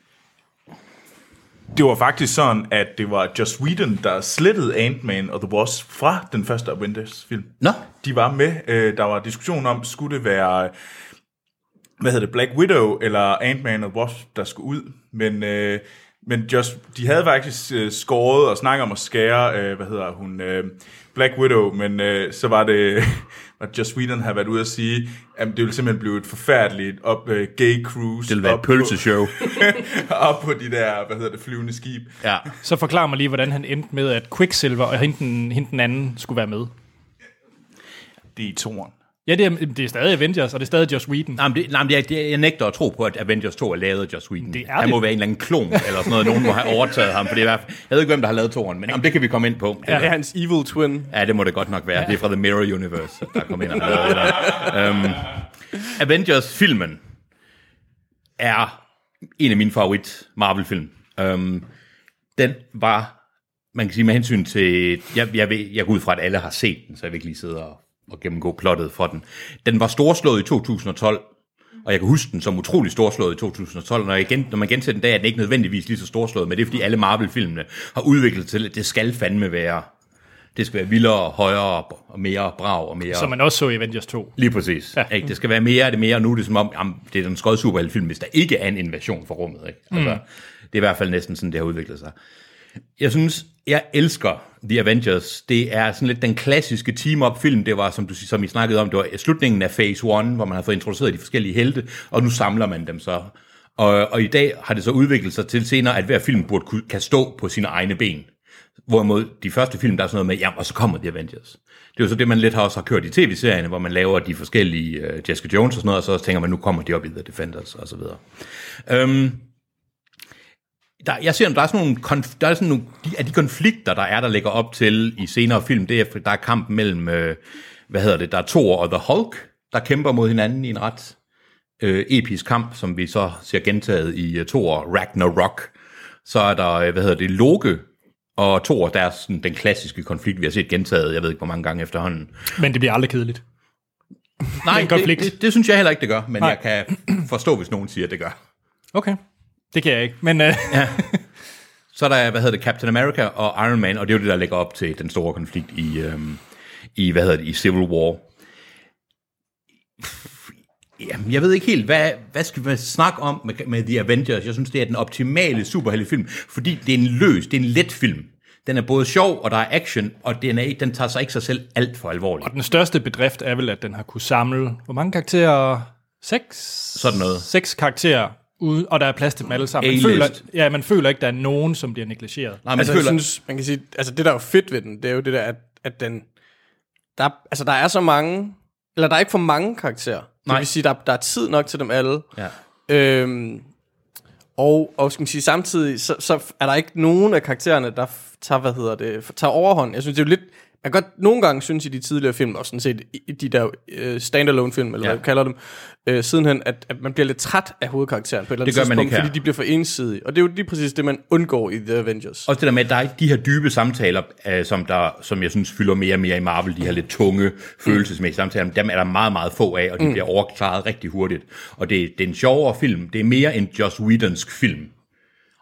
Det var faktisk sådan, at det var Joss Whedon, der slettede Ant-Man og The Wasp fra den første Avengers-film. Nå? De var med. Øh, der var diskussion om, skulle det være... hvad hedder det, Black Widow eller Ant-Man og Wasp, der skulle ud, men, øh, men just, de havde faktisk øh, skåret og snakket om at skære, øh, hvad hedder hun, øh, Black Widow, men øh, så var det, at Joss Whedon havde været ude at sige, at det ville simpelthen blive et forfærdeligt op, øh, gay cruise. Det ville være et pølseshow. Op på de der, hvad hedder det, flyvende skib. Ja. Så forklar mig lige, hvordan han endte med, at Quicksilver og hende den, hende den anden skulle være med. Det er i toren. Ja, det er, det er stadig Avengers, og det er stadig Joss Whedon. Nej, men det, nej, men jeg, jeg nægter at tro på, at Avengers to er lavet af Joss Whedon. Det er han det. må være en eller anden klon, eller sådan noget. Nogen må have overtaget ham, for det er i hvert fald... Jeg ved ikke, hvem der har lavet toren, men jamen, det kan vi komme ind på. Ja, det er hans evil twin. Ja, det må det godt nok være. Ja. Det er fra The Mirror Universe, der kommer ind og lavet det der. Um, Avengers-filmen er en af mine favorit Marvel-film. Um, den var, man kan sige med hensyn til... Jeg, jeg, ved, jeg går ud fra, at alle har set den, så jeg vil ikke lige sidde og... og gennemgå plottet for den. Den var storslået i to tusind og tolv, og jeg kan huske den som utrolig storslået i to tusind og tolv. Når, jeg gen, når man genser den dag, er den ikke nødvendigvis lige så storslået, men det er fordi alle Marvel-filmene har udviklet til, at det skal fandme være, det skal være vildere, højere og mere brag og mere... Som man også så i Avengers to. Lige præcis. Ja. Ikke? Det skal være mere af det mere, og nu er det som om, jamen, det er den skøde superheltefilm, hvis der ikke er en invasion for rummet. Ikke? Altså, mm. Det er i hvert fald næsten sådan, det har udviklet sig. Jeg synes, jeg elsker The Avengers. Det er sådan lidt den klassiske team-up-film. Det var, som du som I snakkede om, det var slutningen af Phase one, hvor man har fået introduceret de forskellige helte, og nu samler man dem så. Og, og i dag har det så udviklet sig til senere, at hver film burde kunne, kan stå på sine egne ben. Hvorimod de første film, der er sådan noget med, jamen, og så kommer The Avengers. Det er jo så det, man lidt har også har kørt i tv-serierne, hvor man laver de forskellige uh, Jessica Jones og sådan noget, og så tænker man, nu kommer de op i The Defenders og så videre. Um, Der, jeg ser, der er sådan nogle, konf- der er sådan nogle de, af de konflikter, der er, der ligger op til i senere film, det er, der er kampen mellem, øh, hvad hedder det, der er Thor og The Hulk, der kæmper mod hinanden i en ret øh, episk kamp, som vi så ser gentaget i uh, Thor Ragnarok. Så er der, øh, hvad hedder det, Loki og Thor, der er sådan den klassiske konflikt, vi har set gentaget, jeg ved ikke, hvor mange gange efterhånden. Men det bliver aldrig kedeligt. Nej, det, det, det synes jeg heller ikke, det gør, men Nej. jeg kan forstå, hvis nogen siger, at det gør. Okay. Det kan jeg ikke, men... Uh... ja. Så er der, hvad hedder det, Captain America og Iron Man, og det er jo det, der lægger op til den store konflikt i, øhm, i hvad hedder det, i Civil War. Jamen, jeg ved ikke helt, hvad, hvad skal vi snakke om med, med The Avengers? Jeg synes, det er den optimale superheltefilm, fordi det er en løs, det er en let film. Den er både sjov, og der er action, og den, er, den tager sig ikke sig selv alt for alvorligt. Og den største bedrift er vel, at den har kunne samle, hvor mange karakterer? Seks? Sådan noget. Seks karakterer. Ude, og der er plads til dem alle sammen. Man føler, ja, man føler ikke, der er nogen, som bliver negligeret. Nej, man altså, føler... jeg synes, man kan sige, altså det der er jo fedt ved den, det er jo det der, at, at den, der, altså der er så mange, eller der er ikke for mange karakterer. Det Nej. vil sige, der, der er tid nok til dem alle. Ja. Øhm, og, og skal man sige, samtidig, så, så er der ikke nogen af karaktererne, der tager, hvad hedder det, tager overhånd. Jeg synes, det er jo lidt, jeg kan godt nogle gange synes i de tidligere film, og sådan set i de der uh, standalone film, eller ja. hvad jeg kalder dem, uh, sidenhen, at, at man bliver lidt træt af hovedkarakteren på et eller andet tidspunkt, fordi de bliver for ensidige. Og det er jo lige præcis det, man undgår i The Avengers. Også det der med, at der er de her dybe samtaler, uh, som, der, som jeg synes fylder mere og mere i Marvel, de her lidt tunge, følelsesmæssige samtaler, dem er der meget, meget få af, og de mm. bliver overklaret rigtig hurtigt. Og det, det er en sjovere film. Det er mere en Joss Whedonsk film.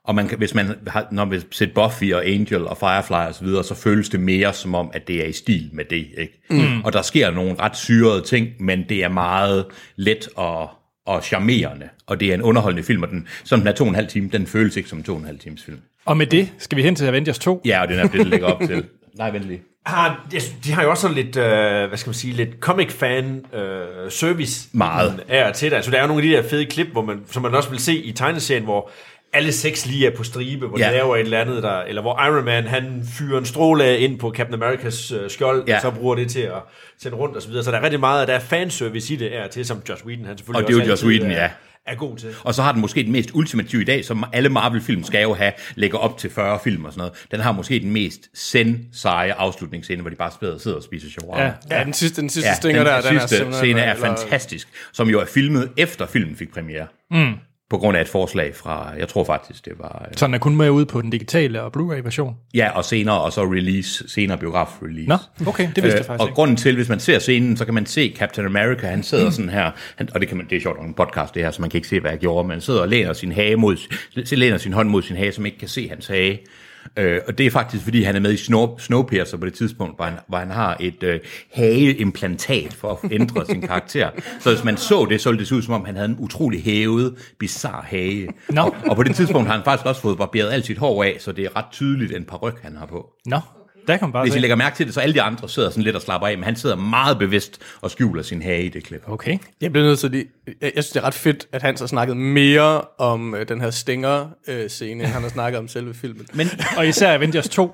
Og man kan, hvis man har, når vi ser Buffy og Angel og Firefly og så videre, så føles det mere som om, at det er i stil med det, ikke? Mm. Og der sker nogle ret syrede ting, men det er meget let og, og charmerende, og det er en underholdende film, og den, som den er to og en halv time, den føles ikke som en to og en halv times film. Og med det skal vi hen til Avengers to. Ja, og det er det, det ligger op til. Nej, vent lige. Har, de har jo også sådan lidt, øh, hvad skal man sige, lidt comic-fan øh, service. Meget. Er til det. Altså, der er jo nogle af de der fede klip, hvor man, som man også vil se i tegneserien, hvor alle seks lige er på stribe, hvor ja. de laver et eller andet, der, eller hvor Iron Man, han fyrer en stråle af ind på Captain Americas øh, skjold, ja. og så bruger det til at sende rundt og så videre. Så der er rigtig meget af der er fanservice i det er til, som Joss Whedon, han selvfølgelig og det er jo Joss Whedon, er, ja. er god til. Og så har den måske den mest ultimative i dag, som alle Marvel-film skal jo have, lægger op til fyrre film og sådan noget. Den har måske den mest send-seje afslutningsscene, hvor de bare sidder, sidder og spiser shawarma. Ja, ja, den sidste, den sidste ja, stinger der. Den, den sidste er scene er eller... fantastisk, som jo er filmet efter filmen fik premiere. Mm. På grund af et forslag fra, jeg tror faktisk, det var... Så den er kun med ude på den digitale og Blu-ray-version? Ja, og senere, og så release, senere biograf-release. Nå, okay, det vidste jeg faktisk og ikke. grunden til, hvis man ser scenen, så kan man se Captain America, han sidder sådan her, han, og det, kan man, det er sjovt, en podcast det her, så man kan ikke se, hvad jeg gjorde, men han sidder og læner sin, hage mod, læner sin hånd mod sin hage, som ikke kan se hans hage. Øh, og det er faktisk, fordi han er med i Snow, Snowpiercer på det tidspunkt, hvor han, hvor han har et øh, hageimplantat for at ændre sin karakter. Så hvis man så det, så ville det se ud, som om han havde en utrolig hævet, bizarre hage. No. Og, og på det tidspunkt har han faktisk også fået barberet alt sit hår af, så det er ret tydeligt en paryk, han har på. Nå, der kan man bare Hvis se. I lægger mærke til det, så alle de andre sidder sådan lidt og slapper af, men han sidder meget bevidst og skjuler sin hage i det klip. Okay. Jeg bliver nødt til lige... Jeg, jeg synes, det er ret fedt, at han så snakket mere om øh, den her Stinger-scene, end han har snakket om selve filmen. Men, og især Avengers to.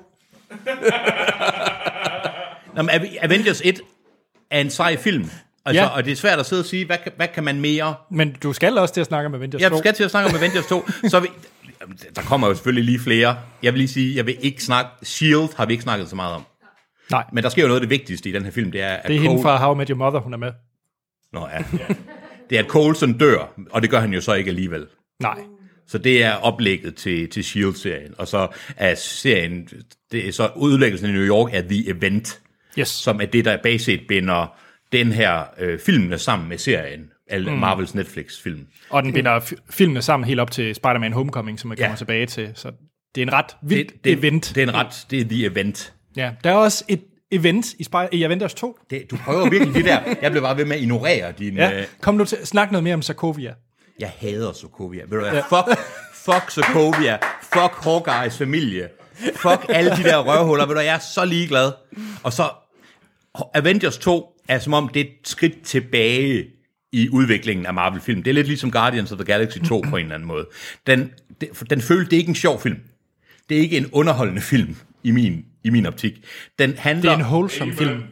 Nå, men Avengers et er en sej film. Altså, ja. Og det er svært at sidde og sige, hvad, hvad kan man mere... Men du skal også til at snakke om Avengers to. to. Jeg skal til at snakke om Avengers to. Så vi, der kommer jo selvfølgelig lige flere. Jeg vil lige sige, jeg vil ikke snakke... S H I E L D har vi ikke snakket så meget om. Nej. Men der sker jo noget af det vigtigste i den her film. Det er, det er hende fra How I Met Your Mother, hun er med. Nå ja. Det er, at Coulson dør, og det gør han jo så ikke alligevel. Nej. Så det er oplægget til, til S H I E L D-serien. Og så er serien... Det er så udlæggelsen i New York er The Event. Yes. Som er det, der basic binder den her øh, filmene sammen med serien. Alle mm. Marvels Netflix-film. Og den binder f- filmene sammen helt op til Spider-Man Homecoming, som jeg kommer ja. tilbage til. Så det er en ret vild det, det, event. Det er en ret... Det er The Event. Ja, der er også et event i, Spy- i Avengers to. Det, du prøver virkelig det der. Jeg blev bare ved med at ignorere din... Ja. Øh... Kom nu til at snakke noget mere om Sokovia. Jeg hader Sokovia. Ved du hvad? Ja. Fuck, fuck Sokovia. Fuck Hawkeyes familie. Fuck alle de der røvhuller. Ved du, jeg er så ligeglad. Og så... Avengers to er som om det er et skridt tilbage i udviklingen af Marvel-film. Det er lidt ligesom Guardians of the Galaxy to på en eller anden måde. Den, den, den følte, det er ikke en sjov film. Det er ikke en underholdende film i min, i min optik. Den handler, det er en wholesome film.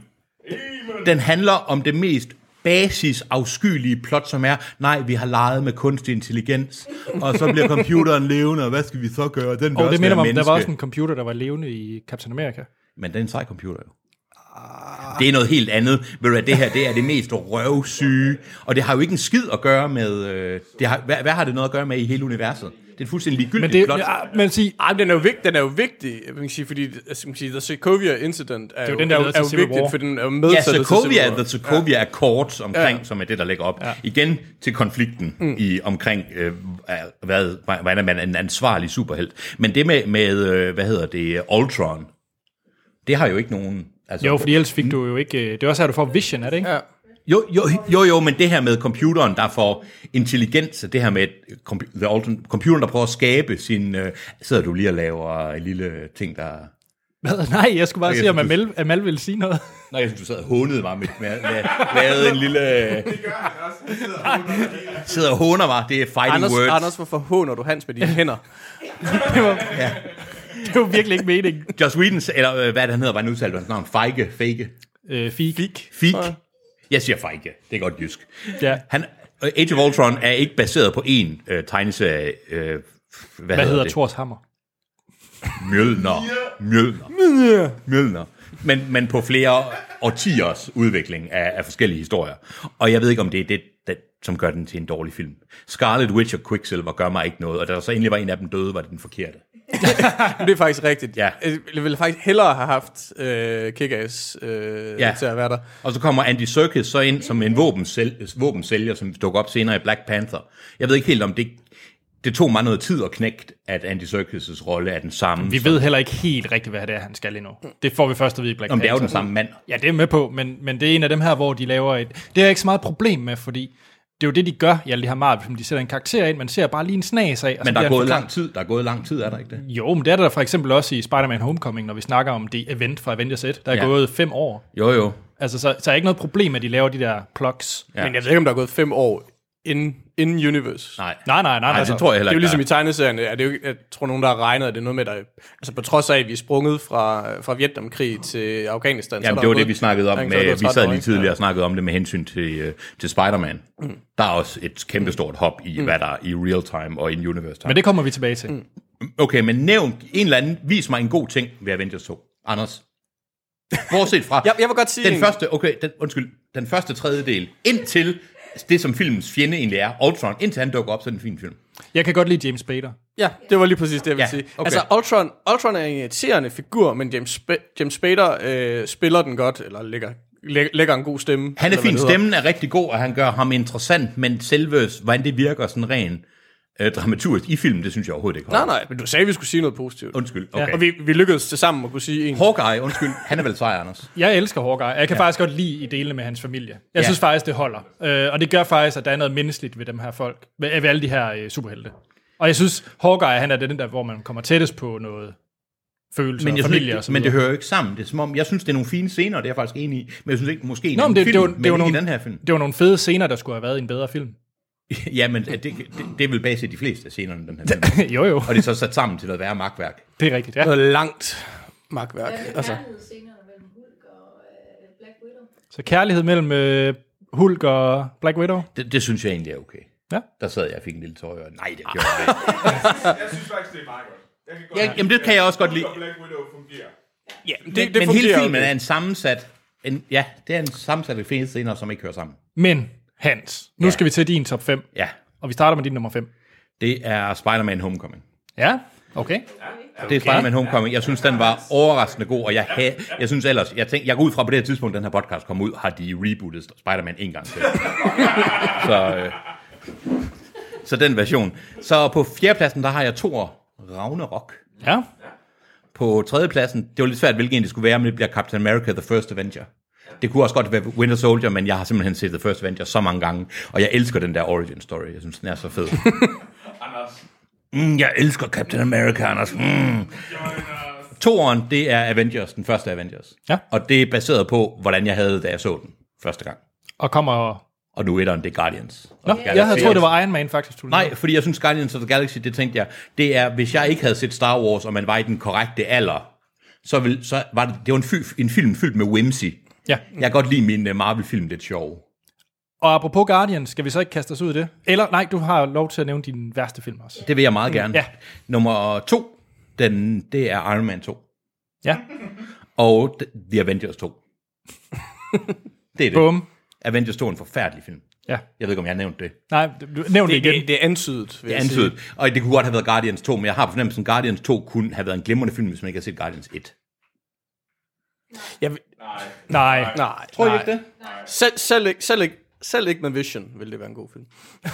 Den handler om det mest basis afskyelige plot, som er, nej, vi har leget med kunstig intelligens, og så bliver computeren levende, og hvad skal vi så gøre? Den og det minder mig om, der var også en computer, der var levende i Captain America. Men det er en sej computer jo. Det er noget helt andet. Ved du hvad, det her det er det mest røvsyge, og det har jo ikke en skid at gøre med... Øh, det har, hvad, hvad har det noget at gøre med i hele universet? Det er et fuldstændig ligegyldigt men det, plot. Ja, men sige, ej, den er jo vigtig, den er jo vigtig, man kan sige, fordi altså, man kan sige, The Sokovia Incident er, det er jo, den, der er, er jo vigtigt, for den er jo medsat ja, Sokovia, The Sokovia ja. Accords omkring, ja. som er det, der ligger op. Ja. Igen til konflikten mm. i omkring, øh, hvad, hvordan er man en ansvarlig superhelt. Men det med, med hvad hedder det, Ultron, det har jo ikke nogen... Altså, jo, fordi ellers fik du jo ikke... Det er også her, du får Vision, er det ikke? Ja. Jo, jo, jo, jo, men det her med computeren, der får intelligens, det her med computeren, der prøver at skabe sin... Uh, sidder du lige og laver en lille ting, der... Hvad? Nej, jeg skulle bare se, om Amal, Amal ville sige noget. Nej, jeg synes, du sad og hånede mig med, med, med lavede en lille... Det gør han også. Sidder og håner mig, det er fighting Anders, words. Anders, hvorfor håner du Hans med dine hænder? det, var, ja. det var virkelig ikke meningen. Joss Whedon, eller hvad det han hedder, var en udtalt, hans navn, Feige, Feige. Øh, Fik. Fik. Fik. Jeg siger Feige, det er godt jysk. Ja. Han, Age of Ultron er ikke baseret på én øh, tegneserie. Øh, hvad, hvad hedder, hedder Thors hammer? Mjølner. Mjølner. Mjølner. Men, men på flere årtiers udvikling af, af forskellige historier. Og jeg ved ikke, om det er det, det, som gør den til en dårlig film. Scarlet Witch og Quicksilver gør mig ikke noget, og da der så endelig var en af dem døde, var det den forkerte. Det er faktisk rigtigt. Ja. Jeg ville faktisk hellere have haft øh, Kick-Ass øh, ja. til at være der. Og så kommer Andy Serkis så ind som en våbensæl- våbensælger, som dukker op senere i Black Panther. Jeg ved ikke helt, om det det tog mig noget tid at knække, at Andy Serkis' rolle er den samme. Vi som... ved heller ikke helt rigtigt, hvad det er, han skal endnu. Det får vi først at vide i Black Panther. Det er jo Panther. den samme mand. Ja, det er med på, men, men det er en af dem her, hvor de laver et... Det er jeg ikke så meget problem med, fordi det er jo det, de gør i alle de her Marvel-film. De sætter en karakter ind, man ser bare lige en snas af. Og men der er gået lang tid, der er gået lang tid, er der ikke det? Jo, men det er der for eksempel også i Spider-Man Homecoming, når vi snakker om det event fra Avengers et. Der er ja. gået fem år. Jo, jo. Altså, så, så er ikke noget problem, at de laver de der plugs. Ja. Men jeg ved ikke, om der er gået fem år inden, inden Universe. Nej. Nej, nej, nej. nej altså, det tror jeg heller ikke. Det er jo ligesom der. i tegneserien. Er det jo, jeg tror, nogen, der har regnet, at det er noget med, der... Altså, på trods af, at vi er sprunget fra, fra Vietnamkrig til Afghanistan. Jamen, så det var gået, det, vi snakkede om. Med, vi sad lige tidligere ja. og snakkede om det med hensyn til, uh, til Spider-Man. Mm. Der er også et kæmpestort hop i, mm. hvad der er i real time og in universe time. Men det kommer vi tilbage til. Mm. Okay, men nævn en eller anden, vis mig en god ting ved Avengers to. Anders? Bortset fra... jeg, jeg vil godt sige... Den en... første, okay, den, undskyld, den første tredjedel, indtil det, som filmens fjende egentlig er, Ultron, indtil han dukker op, så er det en fin film. Jeg kan godt lide James Spader. Ja, det var lige præcis det, jeg ville ja, sige. Okay. Altså, Ultron, Ultron er en irriterende figur, men James, Sp- James Spader øh, spiller den godt, eller lægger, læ- lægger en god stemme. Han er fin, stemmen er rigtig god, og han gør ham interessant, men selve, hvordan det virker sådan ren øh, dramaturgisk i filmen, det synes jeg overhovedet ikke. Nej, nej, men du sagde, at vi skulle sige noget positivt. Undskyld, okay. Ja. Og vi, vi lykkedes til sammen at kunne sige en. Hawkeye, undskyld, han er vel sej, Anders? Jeg elsker Hawkeye. Jeg kan ja. faktisk godt lide i delene med hans familie. Jeg ja. synes faktisk, det holder. Øh, og det gør faktisk, at der er noget menneskeligt ved dem her folk. Ved, ved alle de her øh, superhelte. Og jeg synes, Hawkeye, han er den der, hvor man kommer tættest på noget følelse men og familie det, og så Men det hører jo ikke sammen. Det er som om, jeg synes, det er nogle fine scener, det er jeg faktisk enig i. Men jeg synes ikke, måske Nå, en det, film, det var, men det var ikke nogle, i den her film. Det var nogle fede scener, der skulle have været i en bedre film. Ja, men det, det, det er vel basisk de fleste af scenerne, den her film. jo, jo. Og det er så sat sammen til at være magtværk. Det er rigtigt, ja. Noget langt magtværk. Ja, altså. Så kærlighed mellem øh, Hulk og Black Widow? Det, det synes jeg egentlig er okay. Ja. Der sad jeg og fik en lille tår i øret. Nej, det gjorde jeg ikke. Jeg synes faktisk, det er meget godt. Jeg kan godt ja, jamen, det kan jeg også godt lide. Black Widow fungerer. Ja, det, men, det men hele filmen okay. er en sammensat... En, ja, det er en sammensat af fede scener, som ikke hører sammen. Men, Hans, nu ja. skal vi til din top fem. Ja. Og vi starter med din nummer fem. Det er Spider-Man Homecoming. Ja, okay. Det er Spider-Man Homecoming. Jeg synes, den var overraskende god, og jeg, ha- jeg synes ellers, jeg, tænk, jeg går ud fra på det her tidspunkt, den her podcast kom ud, har de rebootet Spider-Man en gang til. så, øh, så den version. Så på fjerdepladsen, der har jeg Thor Ragnarok. Ja. På tredjepladsen, det var lidt svært, hvilken en det skulle være, men det bliver Captain America The First Avenger. Det kunne også godt være Winter Soldier, men jeg har simpelthen set The First Avenger så mange gange, og jeg elsker den der origin story. Jeg synes, den er så fed. Anders. Mm, jeg elsker Captain America, Anders. Mm. Toren, det er Avengers, den første Avengers. Ja. Og det er baseret på, hvordan jeg havde, da jeg så den første gang. Og kommer... Og nu er den, det er Guardians. Nå, jeg, jeg havde troet, det var Iron Man faktisk. Nej, fordi jeg synes Guardians of the Galaxy, det tænkte jeg, det er, hvis jeg ikke havde set Star Wars, og man var i den korrekte alder, så, vil, så var det, det var en, fy, en film fyldt med whimsy. Ja. Jeg kan godt lide min Marvel-film lidt sjov. Og apropos Guardians, skal vi så ikke kaste os ud i det? Eller nej, du har lov til at nævne din værste film også. Det vil jeg meget gerne. Ja. Nummer to, den, det er Iron Man to. Ja. Og The Avengers to. Det er det. Bum. Avengers to er en forfærdelig film. Ja. Jeg ved ikke, om jeg har nævnt det. Nej, du nævnte det, det igen. Det, det er antydet, vil Det er jeg antydet. sige. Og det kunne godt have været Guardians to, men jeg har på fornemmelsen, at Guardians to kunne have været en glimrende film, hvis man ikke har set Guardians et. Jeg vil... Nej. Nej. Nej. Tror I ikke det? Selv, selv, ikke, selv, ikke, selv ikke med Vision vil det være en god film.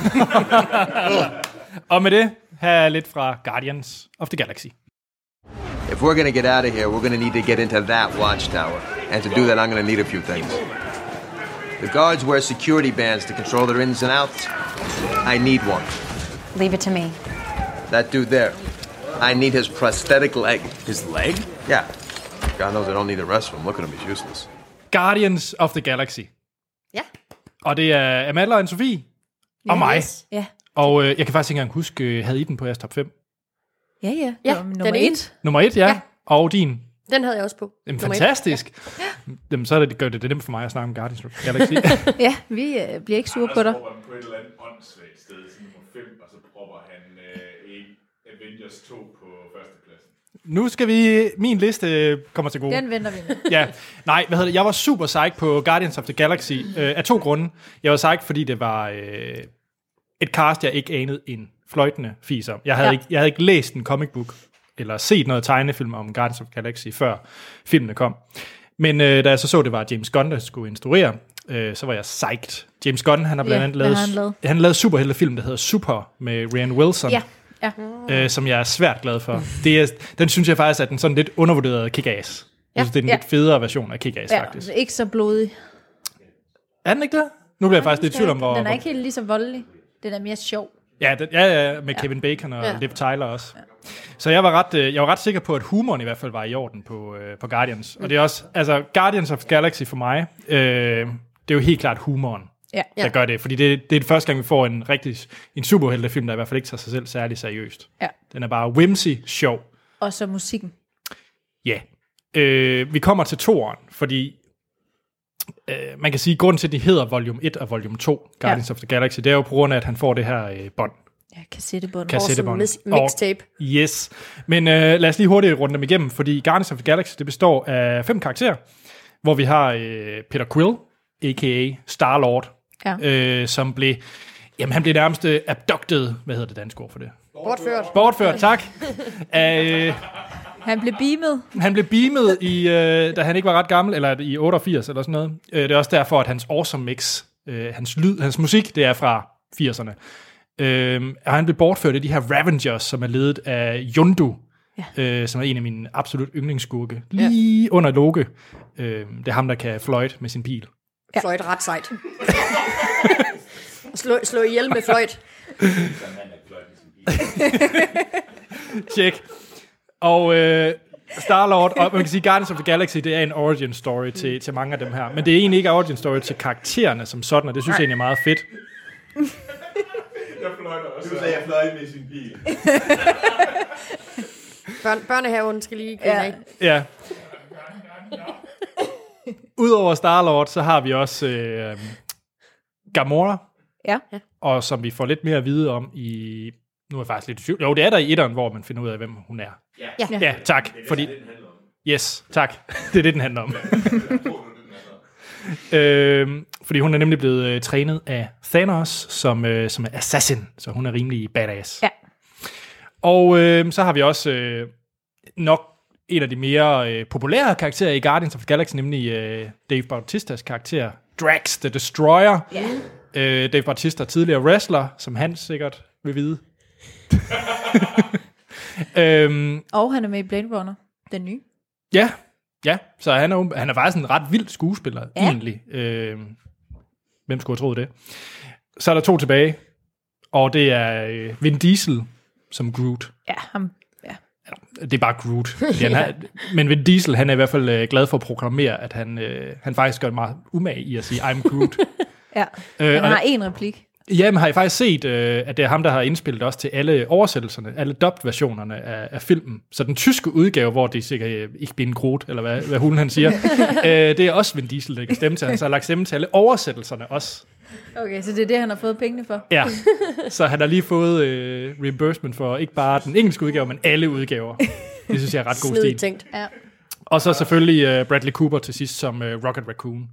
Og med det, her er lidt fra Guardians of the Galaxy. If we're gonna get out of here, we're gonna need to get into that watchtower. And to do that, I'm gonna need a few things. The guards wear security bands to control their ins and outs. I need one. Leave it to me. That dude there. I need his prosthetic leg. His leg? Yeah. God knows I don't need the rest of him. Look at him, he's useless. Guardians of the Galaxy. Ja. Og det er Amanda og Anne-Sophie. Og mig. Yes. Ja. Og øh, jeg kan faktisk ikke engang huske, øh, havde I den på jeres top fem? Ja, ja. Ja, Nummer den ene. et. Nummer et, ja. Ja. Og din. Den havde jeg også på. Jamen, Nummer et. fantastisk. Ja. Jamen, så er det, gør det, det nemt for mig at snakke om Guardians of the Galaxy. Ja, vi øh, bliver ikke sure på dig. Anders propper den på et eller andet åndssvagt sted, til nummer fem, og så propper han øh, en Avengers to på førstepladsen. Nu skal vi... Min liste kommer til gode. Den venter vi med. Ja, nej, hvad hedder det? Jeg var super psyched på Guardians of the Galaxy øh, af to grunde. Jeg var psyched, fordi det var øh, et cast, jeg ikke anede en fløjtende fis om. Jeg havde, Ja. ikke, jeg havde ikke læst en comic book, eller set noget tegnefilm om Guardians of the Galaxy, før filmene kom. Men øh, da jeg så så, det var James Gunn, der skulle instruere, øh, så var jeg psyched. James Gunn, han har blandt Ja, andet hvad lavet, har han lavet? han lavet superheltefilm, der hedder Super, med Rainn Wilson, Ja, ja. øh, som jeg er svært glad for. Det er, den synes jeg faktisk er den sådan lidt undervurderede Kick-Ass. Jeg synes, Ja, det er den ja. lidt federe version af Kick-Ass, Ja, faktisk. ikke så blodig. Er den ikke det? Nu bliver jeg faktisk lidt i tvivl om, hvor... Den er hvor- ikke helt lige så voldelig. Den er mere sjov. Ja, den, ja, ja, med ja. Kevin Bacon og Ja. ja. Liv Tyler også. Ja. Så jeg var, ret, øh, jeg var ret sikker på, at humoren i hvert fald var i orden på, øh, på Guardians. Mm. Og det er også, altså Guardians of the Galaxy for mig, øh, det er jo helt klart humoren, Ja. der Ja. gør det. Fordi det, det er det første gang, vi får en rigtig en superheltefilm, der i hvert fald ikke tager sig selv særlig seriøst. Ja. Den er bare whimsy, sjov. Og så musikken. Ja. Øh, vi kommer til toeren, fordi øh, man kan sige, at grunden til, at de hedder Volume et og Volume to, Guardians ja. of the Galaxy, det er jo på grund af, at han får det her øh, bånd. Ja, kassettebånd. Kassettebånd. Awesome mixtape. Og, yes. Men øh, lad os lige hurtigt runde dem igennem, fordi Guardians of the Galaxy, det består af fem karakterer, hvor vi har øh, Peter Quill, a k a. Star-Lord, Ja. øh, som blev, jamen han blev nærmest øh, abducted, hvad hedder det danske ord for det? Bortført. Bortført, tak. Af, øh, Han blev beamet. han blev beamet, i, øh, da han ikke var ret gammel, eller i otteogfirs eller sådan noget. Øh, det er også derfor, at hans awesome mix, øh, hans lyd, hans musik, det er fra firserne. Øh, og han blev bortført af de her Ravengers, som er ledet af Yondu, ja. øh, som er en af mine absolut yndlingsskurke. Lige ja. under Loke. Øh, det er ham, der kan fløjte med sin pil. Ja. Fløjt ret sejt. slå, slå ihjel med fløjt. Tjek. Og øh, Star-Lord, og man kan sige, Guardians of the Galaxy, det er en origin story til, til mange af dem her. Men det er egentlig ikke origin story til karaktererne som sådan, og det synes jeg egentlig er meget fedt. Jeg fløjter også. Du sagde, jeg fløjte med sin bil. Børn, børnehaven skal lige kende Ja. af. Ja. Udover Star-Lord, så har vi også øh, Gamora, Ja. og som vi får lidt mere at vide om i... Nu er jeg faktisk lidt i tvivl. Jo, det er der i etteren, hvor man finder ud af, hvem hun er. Ja. Ja, tak. Fordi... Yes, tak. Det er det, den handler om. øhm, fordi hun er nemlig blevet øh, trænet af Thanos som, øh, som er assassin, så hun er rimelig badass. Ja. Og øh, så har vi også øh, nok en af de mere øh, populære karakterer i Guardians of the Galaxy, nemlig øh, Dave Bautistas karakter, Drax the Destroyer. Ja. Øh, Dave Bautista er tidligere wrestler, som han sikkert vil vide. øhm, Og han er med i Blade Runner, den nye. Ja, ja. Så han er, jo- han er faktisk en ret vild skuespiller, ja. Ja. egentlig. Øh, hvem skulle have troet det? Så er der to tilbage, og det er øh, Vin Diesel som Groot. Ja, ham. Ja. Det er bare Groot. Fordi han har, men Vin Diesel, han er i hvert fald øh, glad for at proklamere, at han, øh, han faktisk gør meget umage i at sige, I'm Groot. Ja. Øh, Han og- har en replik. Jamen, har I faktisk set, øh, at det er ham, der har indspillet også til alle oversættelserne, alle dubbed-versionerne af, af filmen. Så den tyske udgave, hvor det sikkert øh, ikke bliver en Groot, eller hvad, hvad hulen han siger, øh, det er også Vin Diesel, der kan stemme til. Han så har lagt stemme til alle oversættelserne også. Okay, så det er det, han har fået pengene for. Ja, så han har lige fået øh, reimbursement for ikke bare den engelske udgave, men alle udgaver. Det synes jeg er ret god Snedigt stil. tænkt. Ja. Og så selvfølgelig øh, Bradley Cooper til sidst som øh, Rocket Raccoon.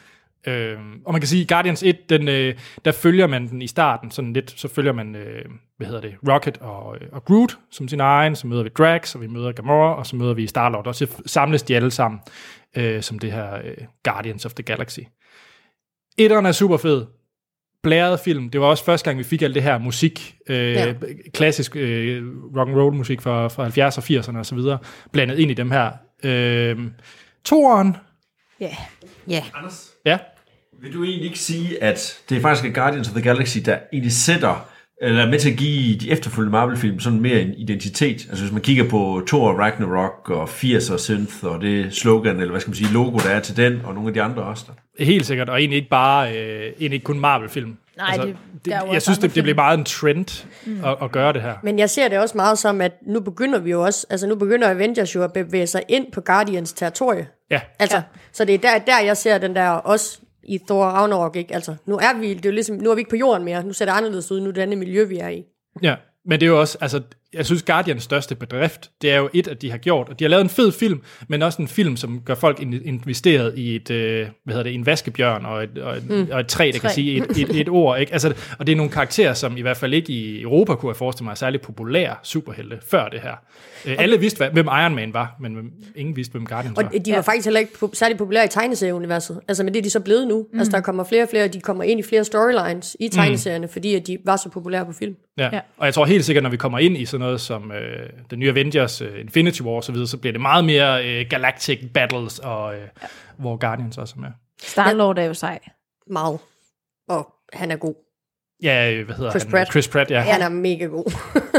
Øhm, og man kan sige, Guardians et, den, øh, der følger man den i starten sådan lidt, så følger man, øh, hvad hedder det, Rocket og, øh, og Groot som sin egen, så møder vi Drax, og vi møder Gamora, og så møder vi Star-Lord, og så samles de alle sammen øh, som det her øh, Guardians of the Galaxy. Etteren er super fed. Blæret film. Det var også første gang, vi fik alt det her musik, øh, ja. klassisk øh, rock'n'roll musik fra, fra halvfjerdserne og firserne og så videre, blandet ind i dem her. Øh, Toren. Ja. Ja. Anders? Ja. Vil du egentlig ikke sige, at det er faktisk er Guardians of the Galaxy, der egentlig sætter, eller er med til at give de efterfølgende Marvel-film sådan mere en identitet? Altså hvis man kigger på Thor, Ragnarok og firser Synth og det slogan, eller hvad skal man sige, logo, der er til den, og nogle af de andre også der. Helt sikkert, og egentlig ikke bare, øh, egentlig ikke kun Marvel-film. Nej, altså, det- det, der er jo jeg også synes, andre det, det bliver film. meget en trend mm. at, at gøre det her. Men jeg ser det også meget som, at nu begynder vi jo også, altså nu begynder Avengers jo at bevæge sig ind på Guardians territorie. Ja. Altså, ja. Så det er der, der, jeg ser den der også i Thor Ragnarok, ikke? Altså, nu er vi, det er jo ligesom, nu er vi ikke på jorden mere, nu ser det anderledes ud, nu er det andet miljø, vi er i. Ja, men det er jo også, altså, jeg synes, Guardians største bedrift, det er jo et, at de har gjort, og de har lavet en fed film, men også en film, som gør folk investeret i et, øh, hvad hedder det, en vaskebjørn og et, og et, mm. og et træ, der træ. kan sige et, et, et ord, ikke? Altså, og det er nogle karakterer, som i hvert fald ikke i Europa kunne have forestillet mig er særlig populære superhelte før det her. Øh, alle vidste, hvad, hvem Iron Man var, men ingen vidste, hvem Guardians var. Og de var ja. faktisk heller ikke særlig populære i tegneserieuniverset. Altså, men det er de så blevet nu. Mm. Altså, der kommer flere og flere, de kommer ind i flere storylines i tegneserierne, mm. fordi at de var så populære på film. Ja. ja, og jeg tror helt sikkert, når vi kommer ind i sådan noget som øh, den nye Avengers, øh, Infinity War og så videre, så bliver det meget mere øh, galactic battles, og øh, ja. hvor Guardians også er med. Star-Lord er jo sej. Meget. Og han er god. Ja, hvad hedder Chris han? Pratt. Chris Pratt, ja. Han er mega god.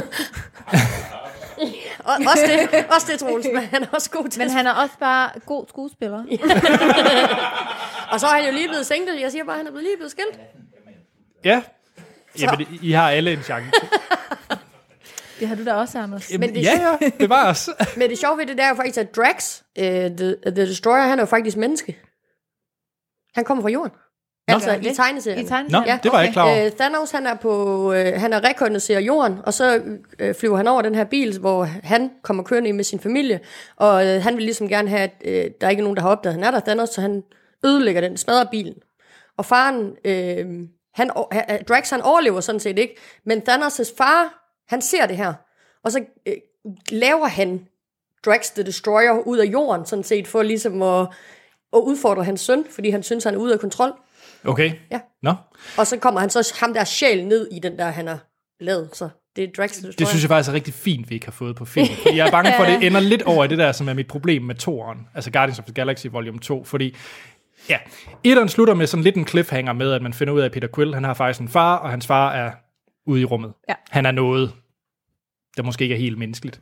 og, også det, også det Troels, men han er også god til. Men han er også bare god skuespiller. Og så er han jo lige blevet sænket. Jeg siger bare, han er blevet lige blevet skilt. Ja. Jamen, I har alle en chance. Det har du da også, Anders. Jamen, det, ja, ja, det var også. Men det sjove ved det, der er jo faktisk, at Drax, uh, the, the Destroyer, han er jo faktisk menneske. Han kommer fra jorden. Nå. Altså i tegneserien. I tegneserien? Nå, ja, det var okay. jeg ikke klar over. Uh, Thanos, han er på, uh, han er rekognoscerer jorden, og så uh, flyver han over den her bil, hvor han kommer kørende med sin familie, og uh, han vil ligesom gerne have, at uh, der er ikke nogen, der har opdaget, at han er der, Thanos, så han ødelægger den, smadrer bilen. Og faren, uh, han, uh, Drax, han overlever sådan set ikke, men Thanos' far, han ser det her, og så uh, laver han Drax the Destroyer ud af jorden, sådan set, for ligesom at, at udfordre hans søn, fordi han synes, han er ude af kontrol. Okay. Ja. Nå. Og så kommer han så ham der sjæl ned i den der, han har lavet. Så det er Drax the Destroyer. Det synes jeg faktisk er rigtig fint, vi ikke har fået på film. Fordi jeg er bange for, at det ender lidt over i det der, som er mit problem med toeren. Altså Guardians of the Galaxy Volume to. Fordi, ja, etteren slutter med sådan lidt en cliffhanger med, at man finder ud af, at Peter Quill, han har faktisk en far, og hans far er ude i rummet. Ja. Han er noget, der måske ikke er helt menneskeligt.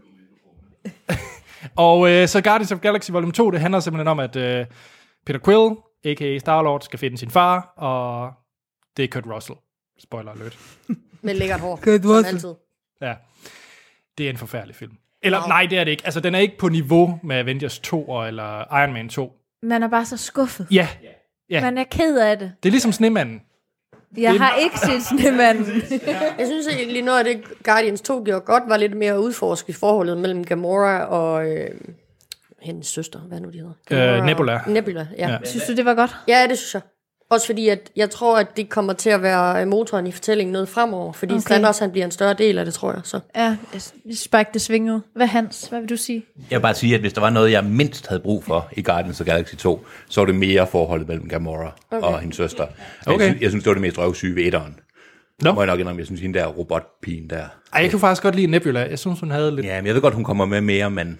og øh, så Guardians of the Galaxy Volume to, det handler simpelthen om, at øh, Peter Quill, a k a. Star-Lord, skal finde sin far, og det er Kurt Russell. Spoiler alert. Med lækkert hår. Kurt Russell. Ja. Det er en forfærdelig film. Eller wow. nej, det er det ikke. Altså, den er ikke på niveau med Avengers to eller Iron Man to. Man er bare så skuffet. Ja. ja. Man er ked af det. Det er ligesom Snemanden. Jeg det... har ikke set Snemanden. Jeg synes egentlig, noget af det Guardians to gjorde godt, var lidt mere udforsket forholdet mellem Gamora og... Øh... hendes søster, hvad nu de hedder? Øh, Nebula. Nebula, ja. ja. Synes du, det var godt? Ja, det synes jeg. Også fordi, at jeg tror, at det kommer til at være motoren i fortællingen noget fremover, fordi okay. Thanos, han bliver en større del af det, tror jeg. Så. Ja, Spike det svingede. Hvad Hans? Hvad vil du sige? Jeg vil bare sige, at hvis der var noget, jeg mindst havde brug for i Guardians of Galaxy to, så var det mere forholdet mellem Gamora okay. og hendes søster. Okay. Jeg, synes, jeg synes, det var det mest røvsyge ved etteren. No. Må jeg nok indrømme, jeg synes, hende der robotpigen der. Ej, jeg kunne faktisk godt lide Nebula. Jeg synes, hun havde lidt... Ja, men jeg ved godt, hun kommer med mere, men...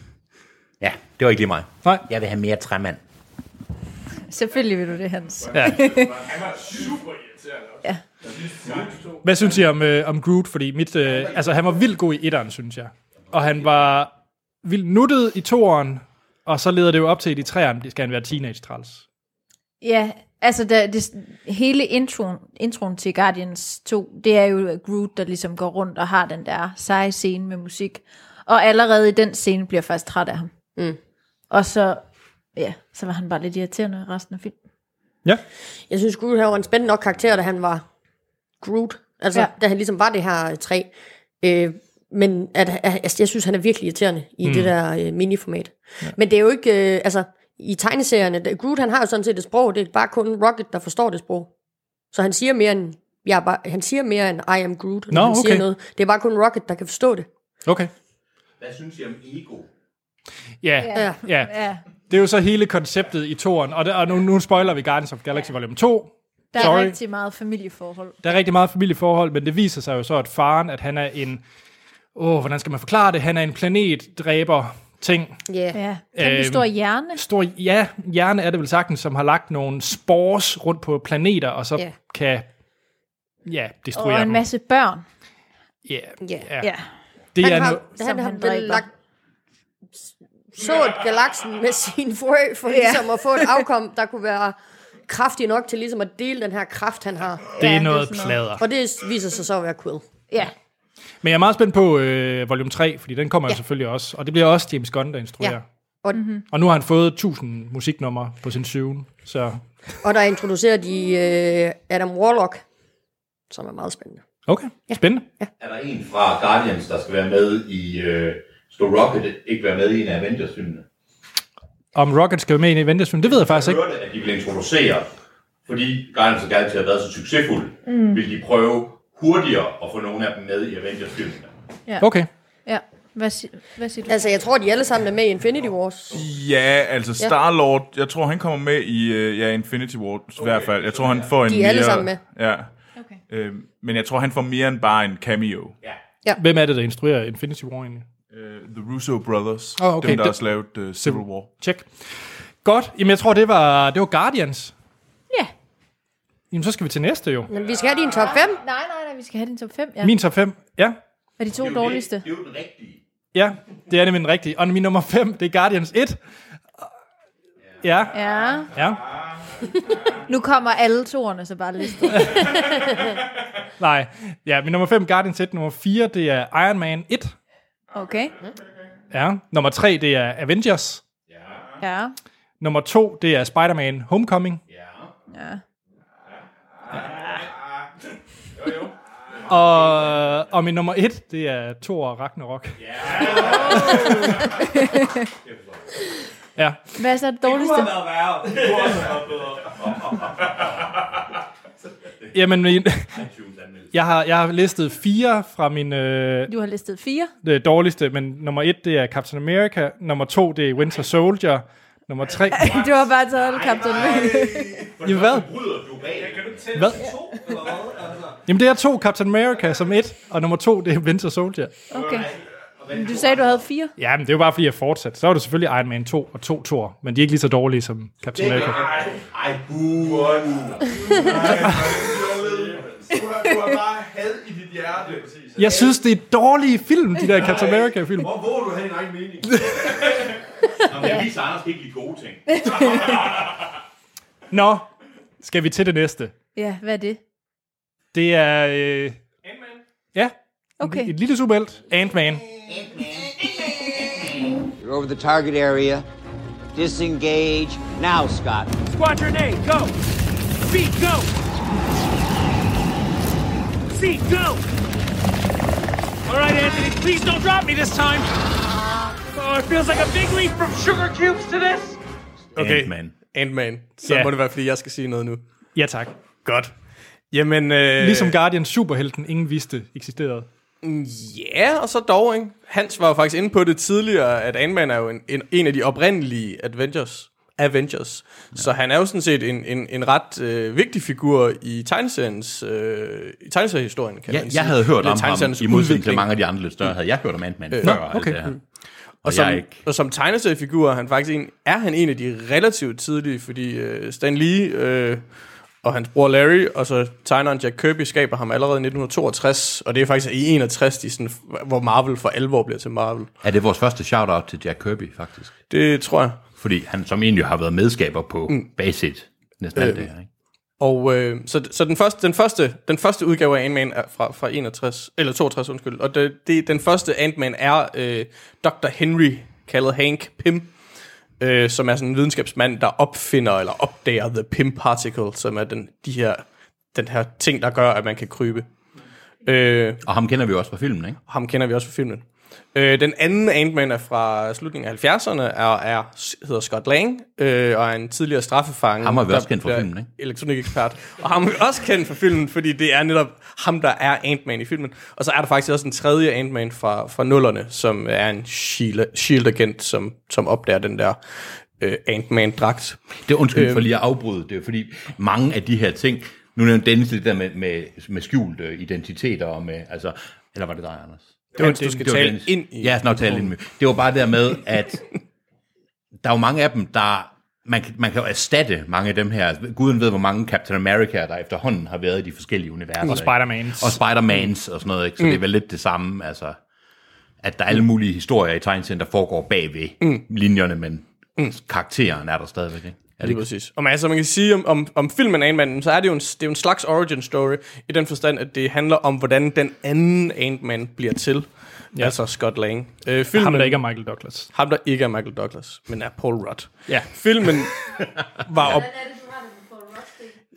Ja, det var ikke lige mig. Nej. Jeg vil have mere træmand. Selvfølgelig vil du det, Hans. Ja. Han var super irriterende. Ja. Hvad synes I om, øh, om Groot? Fordi mit, øh, altså, han var vildt god i etteren, synes jeg. Og han var vildt nuttet i toeren, og så leder det jo op til, at i treeren skal han være teenage-træls. Ja, altså det, det, hele introen, introen til Guardians to, det er jo Groot, der ligesom går rundt og har den der seje scene med musik. Og allerede i den scene bliver jeg faktisk træt af ham. Mm. Og så, ja, så var han bare lidt irriterende resten af filmen. Ja. Jeg synes, Groot var en spændende nok karakter, da han var Groot. Altså, ja. Da han ligesom var det her træ. Øh, men at, at, jeg synes, han er virkelig irriterende i mm. det der øh, mini-format. Ja. Men det er jo ikke, øh, altså, i tegneserierne, der, Groot, han har jo sådan set et sprog, det er bare kun Rocket, der forstår det sprog. Så han siger mere end, ja, bare, han siger mere end I am Groot, når no, han okay. siger noget. Det er bare kun Rocket, der kan forstå det. Okay. Hvad synes I om ego? Ja, ja, ja. ja. Det er jo så hele konceptet i toeren, og, det, og nu, nu spoiler vi Guardians of Galaxy Volume to. Der er Sorry. rigtig meget familieforhold. Der er rigtig meget familieforhold, men det viser sig jo så, at faren, at han er en, åh, hvordan skal man forklare det? Han er en planetdræber ting. Yeah. Ja. Kan øhm, stor hjerne? Stor, ja, hjerne er det vel sagtens, som har lagt nogle spores rundt på planeter, og så yeah. kan, ja, destruere og en dem. masse børn. Ja, yeah. ja. ja. Det han er har, no- han, han har vel lagt sået galaksen med sin frø, for ja. ligesom at få et afkom, der kunne være kraftig nok til ligesom at dele den her kraft, han har. Det er ja, noget det er plader. noget. Og det viser sig så at være Quill. Ja. Men jeg er meget spændt på øh, Volume tre, fordi den kommer ja. jo selvfølgelig også, og det bliver også James Gunn, der instruerer. Ja. Og, mm-hmm. og nu har han fået tusind musiknumre på sin syvende, så... Og der introducerer de øh, Adam Warlock, som er meget spændende. Okay, spændende. Ja. Er der en fra Guardians, der skal være med i... Øh, skal Rocket ikke være med i en af Avengers-filmene? Om Rocket skal være med i en Avengers-film, det ved jeg faktisk ikke. Jeg hørte, at de vil introducere, fordi Guardians of the Galaxy har været så succesfuld, mm. vil de prøve hurtigere at få nogle af dem med i Avengers-filmene. Ja. Okay. Ja. Hvad, si- hvad siger du? Altså, jeg tror, de alle sammen er med i Infinity Wars. Ja, altså Star-Lord, jeg tror, han kommer med i uh, ja, Infinity Wars okay. i hvert fald. Jeg tror, han får en de er mere... alle sammen med. Ja. Okay. Øh, men jeg tror, han får mere end bare en cameo. Ja. Ja. Hvem er det, der instruerer Infinity War egentlig? Uh, The Russo Brothers. Oh, okay. Dem, der det... også lavet uh, Civil War. Check. Godt. Jamen, jeg tror, det var, det var Guardians. Ja. Jamen, så skal vi til næste, jo. Men vi skal have din top fem. Nej, nej, nej, vi skal have din top fem, ja. Min top fem, ja. Er de to det dårligste? Det er jo den rigtige. Ja, det er nemlig den rigtige. Og min nummer fem, det er Guardians et. Ja. Ja. Ja. Nu kommer alle toerne så bare listet. Nej. Ja, min nummer fem, Guardians et. Nummer fire, det er Iron Man et. Okay. Ja. Nummer tre, det er Avengers. Ja. Nummer to, det er Spider-Man Homecoming. Ja. Og, og min nummer et, det er Thor Ragnarok. Ja. Hvad er så det dårligste? Det kunne have været værre. Det kunne også have været bedre. Jamen, min, jeg, har, jeg har listet fire fra min øh, Du har listet fire? det dårligste, men nummer et, det er Captain America. Nummer to, det er Winter Soldier. Nummer tre... Du har bare taget alle Captain America. Jamen hvad? Hvad? Jamen det er to Captain America som et, og nummer to, det er Winter Soldier. Okay. Men du sagde, du havde fire? Ja, men det er jo bare fordi, jeg fortsat. Så var det selvfølgelig Iron Man to og to Thor, men de er ikke lige så dårlige som Captain America. Ej, buh. Du har bare had i dit hjerte. Jeg synes, det er dårlige film, de der Captain America-film. Hvor våger du have din egen mening? Nå, men jeg viser Anders ikke de gode ting. Nå, skal vi til det næste? Ja, hvad er det? Det er... Øh, Ant-Man. Ja, okay. Et, et lille superhelt. Ant-Man. You're over the target area. Disengage now, Scott. Squadron A, go! B, go! C, go! All right, Anthony, please don't drop me this time. Oh, it feels like a big leap from sugar cubes to this. Okay, Ant-Man. Ant-Man. Så Ja. må det være, fordi jeg skal sige noget nu. Ja, tak. Godt. Jamen... Øh, Ligesom Guardians superhelten, ingen vidste eksisterede. Ja, og så dog, ikke? Hans var jo faktisk inde på det tidligere, at Ant-Man er jo en, en, en af de oprindelige Avengers. Avengers. Ja. Så han er jo sådan set en, en, en ret øh, vigtig figur i tegneseriens øh, i tegneseriehistorien, kan Ja, man sige. jeg havde hørt Eller om ham, tegneseriens i modsætning til udvikling. mange af de andre lidt større, havde jeg hørt om Ant-Man Øh, før. nå, alt okay. det her. Og, Og, og, som, jeg er ikke... og som tegneseriefigur er han faktisk en, er han en af de relativt tidlige, fordi øh, Stan Lee øh, og hans bror Larry, og så tegneren Jack Kirby skaber ham allerede i nitten toogtres, og det er faktisk i enogtres, de sådan, hvor Marvel for alvor bliver til Marvel. Er det vores første shout-out til Jack Kirby, faktisk? Det tror jeg. Fordi han som egentlig har været medskaber på mm. Basic, næsten alt Øh, det her, ikke? Og øh, så, så den første den første den første udgave af Ant-Man er fra fra enogtres eller toogtres, undskyld. Og det, det den første Ant-Man er øh, doktor Henry, kaldet Hank Pym, øh, som er sådan en videnskabsmand, der opfinder eller opdager the Pym particle, som er den de her den her ting, der gør at man kan krybe. Øh, og ham kender vi også fra filmen, ikke? Ham kender vi også fra filmen. Øh, den anden Ant-Man er fra slutningen af halvfjerdserne, er, er, hedder Scott Lang, øh, og er en tidligere straffefange. Ham har vi også kendt fra der, filmen, ikke? Elektronikekspert. Og ham har vi også kendt fra filmen, fordi det er netop ham, der er Ant-Man i filmen. Og så er der faktisk også en tredje Ant-Man fra, fra nullerne, som er en SHIELD-agent, som, som opdager den der øh, Ant-Man-dragt. Det er undskyld Øh, for lige at afbryde. Det er fordi mange af de her ting, nu nævnte Dennis lidt der med, med, med skjulte identiteter, og med, altså, eller var det dig, Anders? Det var, du skal det var tale Dennis. ind i... Ja, nok tale ind i. Det var bare der med, at der er jo mange af dem, der man, man kan jo erstatte mange af dem her. Guden ved, hvor mange Captain America, der efterhånden har været i de forskellige universer. Og Spider-Mans. Og Spider-Mans og sådan noget, ikke? Så mm. det er vel lidt det samme, altså, at der er alle mulige historier i tegneserien, der foregår bagved mm. linjerne, men mm. karakteren er der stadigvæk, ikke? Ja, det er præcis. Og man, altså, man kan sige om, om, om filmen Ant-Man, så er det, jo en, det er jo en slags origin story, i den forstand, at det handler om, hvordan den anden Ant-Man bliver til. Ja. Altså Scott Lang. Øh, filmen, ham, der ikke er Michael Douglas. Ham, der ikke er Michael Douglas, men er Paul Rudd. Ja. Filmen var op...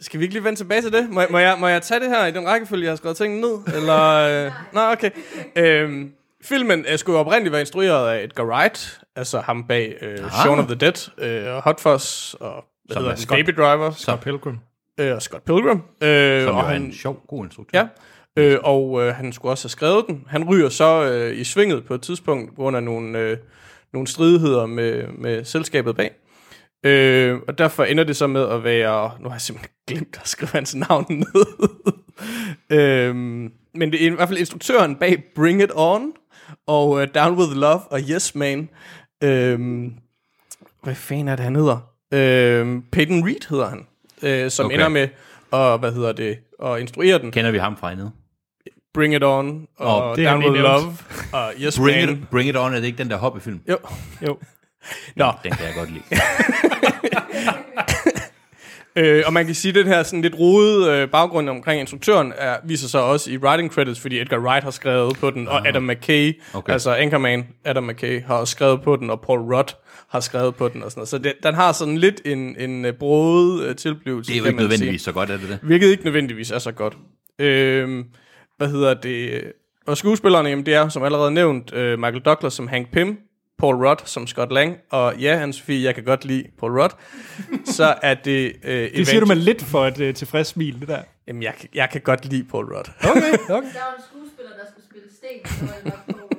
Skal vi ikke lige vende tilbage til det? Må, må, jeg, må jeg tage det her i den rækkefølge, jeg har skrevet tingene ned? Eller, øh, nå, okay. Øhm, filmen øh, skulle oprindeligt være instrueret af Edgar Wright, altså ham bag øh, Shaun of the Dead, øh, Hot Fuzz, og hvad hedder den, Baby Driver. Scott Pilgrim. Øh, og Scott Pilgrim. Øh, Som og jo han, er en sjov, god instruktør. Ja. Øh, og øh, han skulle også have skrevet den. Han ryger så øh, i svinget på et tidspunkt, på grund af nogle, øh, nogle stridigheder med, med selskabet bag. Øh, og derfor ender det så med at være... Nu har jeg simpelthen glemt at skrive hans navn ned. øh, men det er i hvert fald instruktøren bag Bring It On, og uh, Down With Love, og Yes Man. Øh, hvad fanden er det, han hedder? Øh, Peyton Reed hedder han, øh, som okay. ender med at, hvad hedder det, at instruere den. Kender vi ham fra endnu? Bring It On, og oh, Down With Love, og Yes Bring Man. It, Bring It On, er det ikke den der hoppefilm? Jo, jo. Nå. Den kan jeg godt lide. øh, og man kan sige, at den her sådan lidt rodede øh, baggrund omkring instruktøren er, viser sig også i writing credits, fordi Edgar Wright har skrevet på den, og Adam McKay, okay. altså Anchorman Adam McKay, har også skrevet på den, og Paul Rudd har skrevet på den og sådan noget. Så det, den har sådan lidt en, en uh, broget uh, tilblivelse. Det er jo ikke nødvendigvis sige. Så godt, er det det? Hvilket ikke nødvendigvis er så godt. Øh, hvad hedder det? Og skuespillerne, jamen, det er som allerede nævnt, uh, Michael Douglas som Hank Pym, Paul Rudd som Scott Lang, og ja, Anne-Sophie, jeg kan godt lide Paul Rudd, så er det... Uh, det event- siger du med lidt for et uh, tilfreds smil, det der. Jamen, jeg, jeg kan godt lide Paul Rudd. Okay, okay. Der var en skuespiller, der skulle spille sten, så var det nok Paul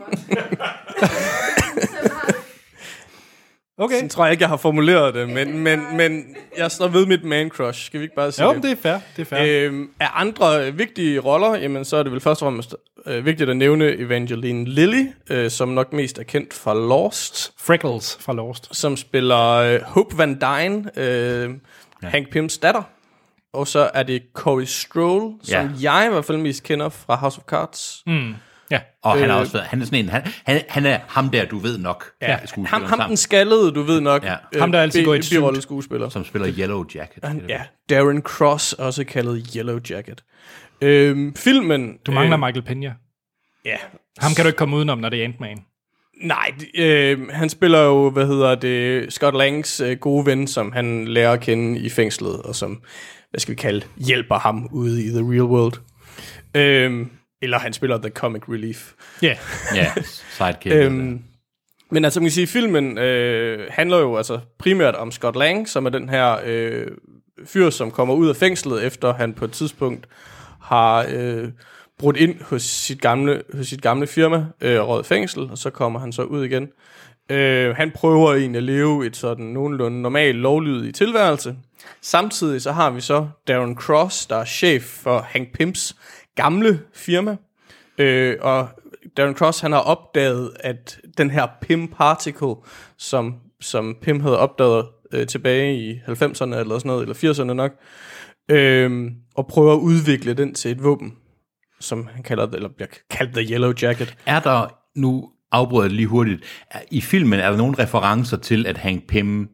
Rudd. Okay. Sådan tror jeg ikke, jeg har formuleret det, men, men, men jeg står ved mit man crush. Skal vi ikke bare sige jo, det? det er fair. Det er fair. Øhm, af andre vigtige roller, jamen, så er det vel først og fremmest øh, vigtigt at nævne Evangeline Lilly, øh, som nok mest er kendt fra Lost. Freckles fra Lost. Som spiller øh, Hope Van Dyne, øh, ja. Hank Pyms datter. Og så er det Corey Stroll, som ja. jeg i hvert fald mest kender fra House of Cards. Mm. Ja. Og øh, han er også han er sådan en han, han, han er ham der du ved nok. Ja. Ham, ham den skaldede du ved nok. Ja. Øh, ham der altid går i birolle skuespiller som spiller Yellow Jacket. Han, ja, Darren Cross også kaldet Yellow Jacket. Øhm, filmen. Du mangler øh, Michael Peña. Ja. Ham kan du ikke komme udenom, når det er Ant-Man. Nej, øh, han spiller jo, hvad hedder det, Scott Langs øh, gode ven, som han lærer at kende i fængslet, og som, hvad skal vi kalde, hjælper ham ude i the real world. Øh, eller han spiller the comic relief. Ja, yeah. yeah, sidekick. øhm, men altså, man kan sige, filmen øh, handler jo altså primært om Scott Lang, som er den her øh, fyr, som kommer ud af fængslet, efter han på et tidspunkt har øh, brudt ind hos sit gamle, hos sit gamle firma, øh, Rød Fængsel, og så kommer han så ud igen. Øh, han prøver egentlig at leve et sådan nogenlunde normalt lovlydig tilværelse. Samtidig så har vi så Darren Cross, der er chef for Hank Pyms gamle firma, øh, og Darren Cross, han har opdaget, at den her Pym Particle, som, som Pym havde opdaget øh, tilbage i halvfemserne eller sådan noget, eller firserne nok, øh, og prøver at udvikle den til et våben, som han kalder det, eller bliver kaldt The Yellow Jacket. Er der, nu afbryder jeg lige hurtigt, i filmen er der nogle referencer til, at Hank Pym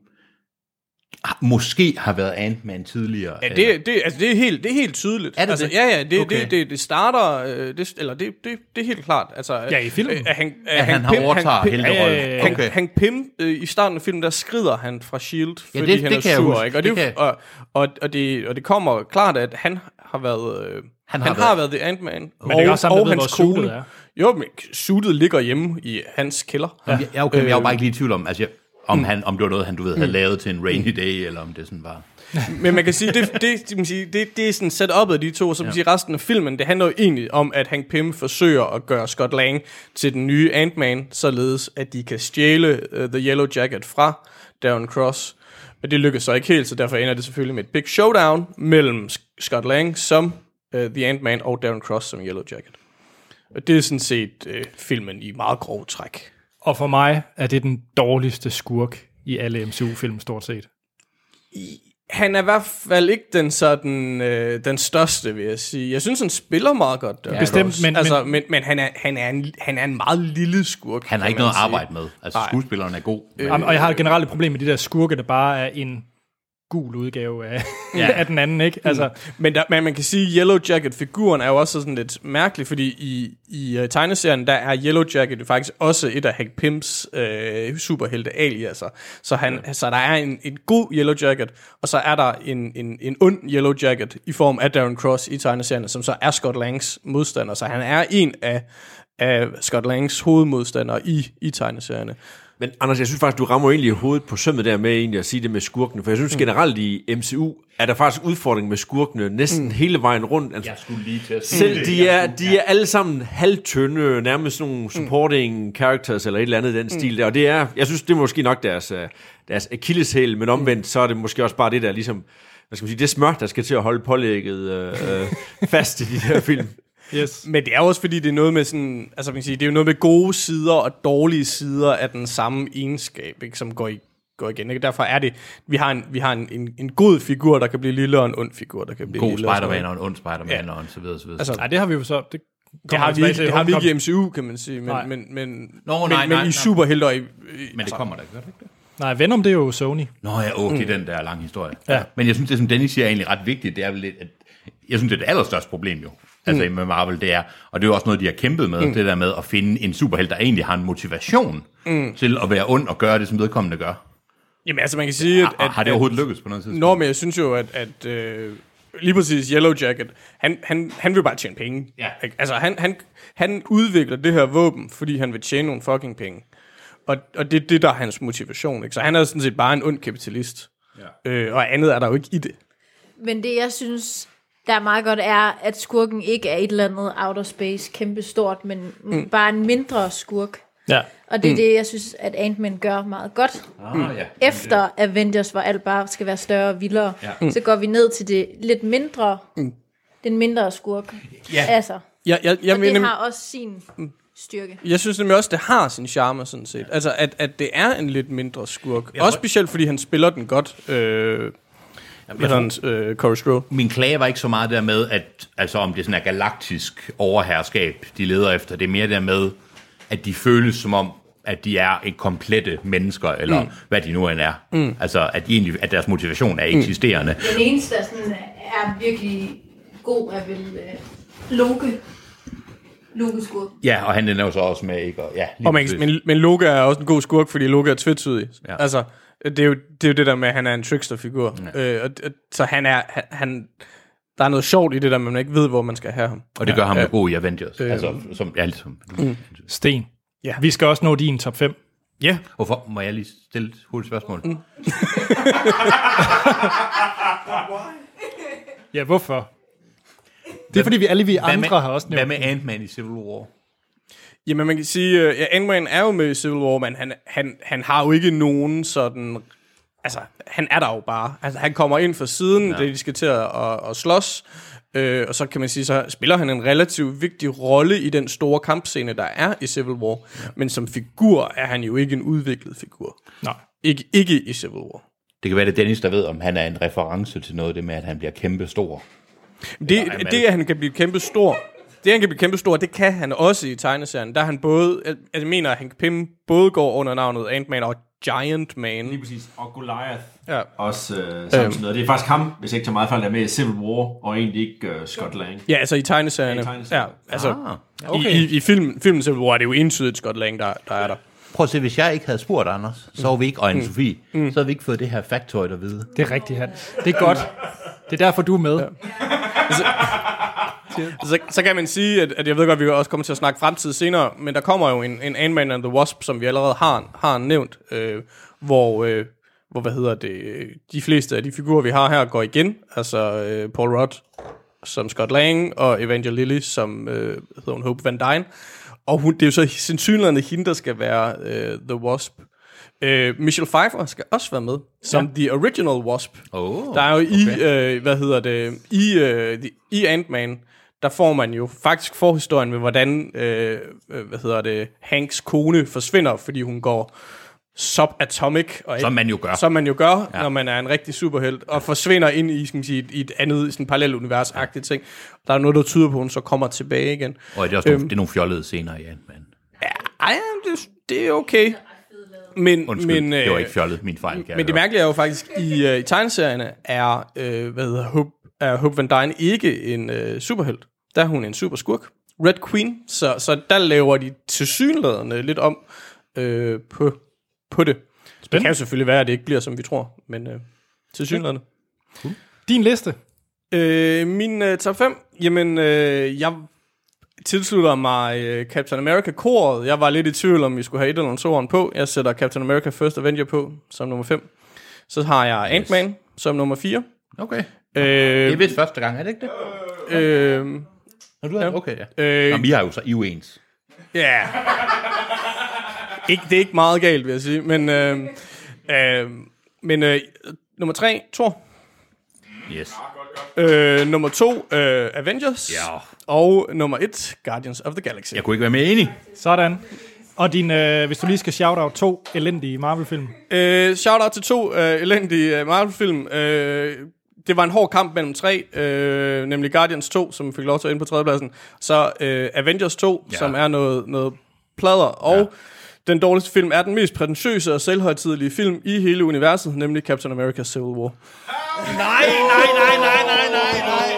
måske har været Ant-Man tidligere? Ja, det, det, altså det, er, helt, det er helt tydeligt. Er det altså, det? Ja, ja, det, okay. det, det, det starter, øh, det, eller det, det, det er helt klart. Altså, ja, i filmen. Øh, han, at han har overtager helterollen. Hank, okay. Hank Pym, øh, i starten af filmen, der skrider han fra S H I E L D, ja, fordi det, han det er sur. Ikke? Og, det, det og, og, og, det, og det kommer klart, at han har været, øh, han har, han været, har været The Ant-Man. Men det er også sammen, og ved, hans kone. Er. Jo, men suitet ligger hjemme i hans kælder. Ja, ja okay, men jeg er jo bare ikke lige i tvivl om, altså, om, mm. han, om det var noget, han du ved, havde mm. lavet til en rainy day, eller om det sådan var... Men man kan sige, det, det, det, man sige, det, det er sådan set op af de to, så man ja. sige, resten af filmen, det handler jo egentlig om, at Hank Pym forsøger at gøre Scott Lang til den nye Ant-Man, således at de kan stjæle uh, The Yellow Jacket fra Darren Cross. Men det lykkes så ikke helt, så derfor ender det selvfølgelig med et big showdown mellem Scott Lang som uh, The Ant-Man og Darren Cross som Yellow Jacket. Og det er sådan set uh, filmen i meget grov træk. Og for mig er det den dårligste skurk i alle M C U-film, stort set. I Han er i hvert fald ikke den sådan øh, den største, vil jeg sige. Jeg synes han spiller meget godt. Der. Ja, bestemt, men, altså, men men han er han er en han er en meget lille skurk. Han har ikke noget at arbejde med. Altså skuespilleren er god. Øh, og jeg har et generelt problem med de der skurke, der bare er en gul udgave af, Ja. af den anden, ikke? Altså, mm. Men der, man, man kan sige, Yellow Jacket-figuren er jo også sådan lidt mærkelig, fordi i, i uh, tegneserien, der er Yellow Jacket faktisk også et af Hank Pyms uh, superhelte aliaser. Så, han, ja. så der er en, en god Yellow Jacket, og så er der en, en, en ond Yellow Jacket i form af Darren Cross i tegneserien, som så er Scott Langs modstander. Så han er en af, af Scott Langs hovedmodstandere i, i tegneserierne. Men Anders, jeg synes faktisk, du rammer egentlig hovedet på sømmet der med egentlig at sige det med skurkene, for jeg synes mm. generelt i M C U, er der faktisk udfordring med skurkene næsten mm. hele vejen rundt. Altså, jeg skulle lige til at selv det. De er, de er alle sammen halvtynde, nærmest nogle supporting mm. characters eller et eller andet i den mm. stil der, og det er, jeg synes, det er måske nok deres, deres akilleshæl, men omvendt, mm. så er det måske også bare det der ligesom, hvad skal man sige, det smør, der skal til at holde pålægget øh, fast i de her film. Yes. Men det er også fordi, det er noget med sådan, altså man kan sige, det er jo noget med gode sider og dårlige sider af den samme egenskab, ikke, som går, i, går igen. Ikke? Derfor er det, vi har, en, vi har en, en, en god figur, der kan blive lille, og en ond figur, der kan blive god lille. God Spider-Man og en ond Spider-Man ja. og så videre, så videre. Altså, nej, det har vi jo så... Det, det har vi, det har vi ikke i M C U, kan man sige, men, nej. men, men, Nå, men, nej, men nej, i superhelte og i... Men det altså, kommer der ikke, gør det ikke det? Nej, Venom, det er jo Sony. Nå ja, åh, det er mm. den der lange historie. Ja. Men jeg synes, det som Dennis siger er egentlig ret vigtigt, det er vel lidt, at jeg synes, det er det allerstørste problem jo. Altså mm. med Marvel, det er, og det er jo også noget, de har kæmpet med, mm. det der med at finde en superhelt, der egentlig har en motivation mm. til at være ond og gøre det, som vedkommende gør. Jamen altså, man kan sige, at... Har, at har det overhovedet lykkes på noget tidspunkt? Nå, men jeg synes jo, at, at øh, lige præcis Yellow Jacket, han, han, han vil bare tjene penge. Ja. Altså, han, han, han udvikler det her våben, fordi han vil tjene nogle fucking penge. Og, og det er det, der er hans motivation. Ikke? Så han er sådan set bare en ond kapitalist. Ja. Øh, og andet er der jo ikke i det. Men det, jeg synes, der er meget godt, er, at skurken ikke er et eller andet outer space kæmpestort, men mm. bare en mindre skurk. Ja. Og det er mm. det, jeg synes, at Ant-Man gør meget godt. Ah, ja. Efter Avengers, hvor alt bare skal være større og vildere, ja. mm. så går vi ned til det lidt mindre, mm. den mindre skurk. Ja. Altså. Ja, jeg, jeg og mener, det har også sin styrke. Jeg synes nemlig også, det har sin charme, sådan set. Altså, at, at det er en lidt mindre skurk. Jeg også tror... specielt, fordi han spiller den godt. Øh, Jamen, øh, Corey Stro. Min klage var ikke så meget der med, at altså, om det sådan er galaktisk overherskab, de leder efter. Det er mere der med, at de føles som om, at de er et komplette mennesker, eller mm. hvad de nu end er. Mm. Altså, at, de egentlig, at deres motivation er eksisterende. Mm. Den eneste, der sådan er virkelig god, er vel uh, Loke. Loke skurk. Ja, og han er jo så også med, ikke? Og, ja, og man, men, men Loke er også en god skurk, fordi Loke er tvetydig. Ja. Altså, det er, jo, det er jo det der med, at han er en trickster-figur. Ja. Øh, og, og, så han er... Han, han, der er noget sjovt i det der, man ikke ved, hvor man skal have ham. Og det gør ja. ham ja. jo god i Avengers. Øh, altså, som, ja, ligesom. Mm. Sten. Ja. Vi skal også nå din top fem. Ja. Yeah. Hvorfor? Må jeg lige stille et hurtigt spørgsmål? Mm. ja, hvorfor? Det er fordi, vi alle vi andre med, har også nævnt. Hvad med Ant-Man i Civil War? Jamen, man kan sige, ja, Ant-Man er jo med i Civil War, men han, han, han har jo ikke nogen sådan... Altså, han er der jo bare. Altså, han kommer ind fra siden, ja. da de skal til at, at, at slås, øh, og så kan man sige, så spiller han en relativt vigtig rolle i den store kampscene, der er i Civil War. Ja. Men som figur er han jo ikke en udviklet figur. Nej. Ikke, ikke i Civil War. Det kan være, det Dennis, der ved, om han er en reference til noget, det med, at han bliver kæmpe stor. Det, det at han kan blive kæmpe stor, det han kan blive kæmpe stor, det kan han også i tegneserien. Der han både, jeg mener, at Hank Pym både går under navnet Ant-Man og Giant Man. Lige præcis. Og Goliath. Ja. Også øh, samtidig. Øhm. Det er faktisk ham, hvis ikke tager meget fejl, der er med i Civil War, og egentlig ikke uh, Scott Lang. Ja, altså i tegneserien. Ja, i tegneserien. Ja, altså ah, okay. i, i, i film, filmen Civil War er det jo entydigt Scott Lang, der, der er der. Prøv at se, hvis jeg ikke havde spurgt Anders, så havde vi ikke, og Anne-Sophie, mm. så havde vi ikke fået det her factoid at vide. Det er rigtigt, han. Det er godt. Det er derfor, du er med. Ja. altså, så, så kan man sige, at, at jeg ved godt, at vi også kommer til at snakke fremtid senere, men der kommer jo en, en Ant-Man and the Wasp, som vi allerede har, har nævnt, øh, hvor, øh, hvor, hvad hedder det, de fleste af de figurer, vi har her, går igen. Altså øh, Paul Rudd som Scott Lang, og Evangeline Lilly som øh, hedder hun, Hope Van Dyne. Og hun, det er jo så sandsynligvis hende, der skal være øh, The Wasp. Øh, Michelle Pfeiffer skal også være med som ja. The Original Wasp. Oh, der er jo okay. i, øh, hvad hedder det, i, øh, the, i Ant-Man, der får man jo faktisk forhistorien med, hvordan, øh, hvad hedder det, Hanks kone forsvinder, fordi hun går subatomic. Og som man jo gør. Som man jo gør, ja. Når man er en rigtig superhelt, og forsvinder ind i, skal man sige, i et andet, sådan parallelt univers-agtigt ting. Der er noget, der tyder på, at hun så kommer tilbage igen. Og det er også øhm, nogle, det er nogle fjollede scener i Ant-Man. Ja, ej, det, det er okay. Men, Undskyld, men, det var øh, ikke fjollet, min fejl. Men det mærkelige er jo faktisk, i, uh, i tegneserierne er, øh, hvad hedder Hope, er Hope Van Dyne ikke en øh, superhelt. Der er hun en superskurk. Red Queen, så, så der laver de tilsyneladende lidt om øh, på, på det. Spændende. Det kan jo selvfølgelig være, at det ikke bliver, som vi tror, men øh, tilsyneladende. Cool. Din liste? Øh, min øh, top fem, jamen, øh, jeg tilslutter mig øh, Captain America-koret. Jeg var lidt i tvivl, om vi skulle have et eller andet toeren på. Jeg sætter Captain America First Avenger på som nummer fem. Så har jeg Ant-Man yes. som nummer fire. Okay. Øh, det er vist første gang, er det ikke det? Øh, Har du ja. Okay, ja. Øh, Jamen, vi har jo så I jo ens. Ja. Yeah. Ikke, det er ikke meget galt, vil jeg sige. Men, øh, øh, men øh, nummer tre, Thor. Yes. Øh, nummer to, øh, Avengers. Ja. Og nummer et, Guardians of the Galaxy. Jeg kunne ikke være mere enig. Sådan. Og din, øh, hvis du lige skal shout-out to elendige Marvel-film. Øh, shout-out til to øh, elendige Marvel-film. Øh, det var en hård kamp mellem tre, øh, nemlig Guardians to, som fik lov til at ind på tredjepladsen. Så øh, Avengers to, ja. som er noget, noget pladder. Og ja. den dårligste film er den mest prætentiøse og selvhøjtidelige film i hele universet, nemlig Captain America Civil War. Nej, nej, nej, nej, nej, nej, nej.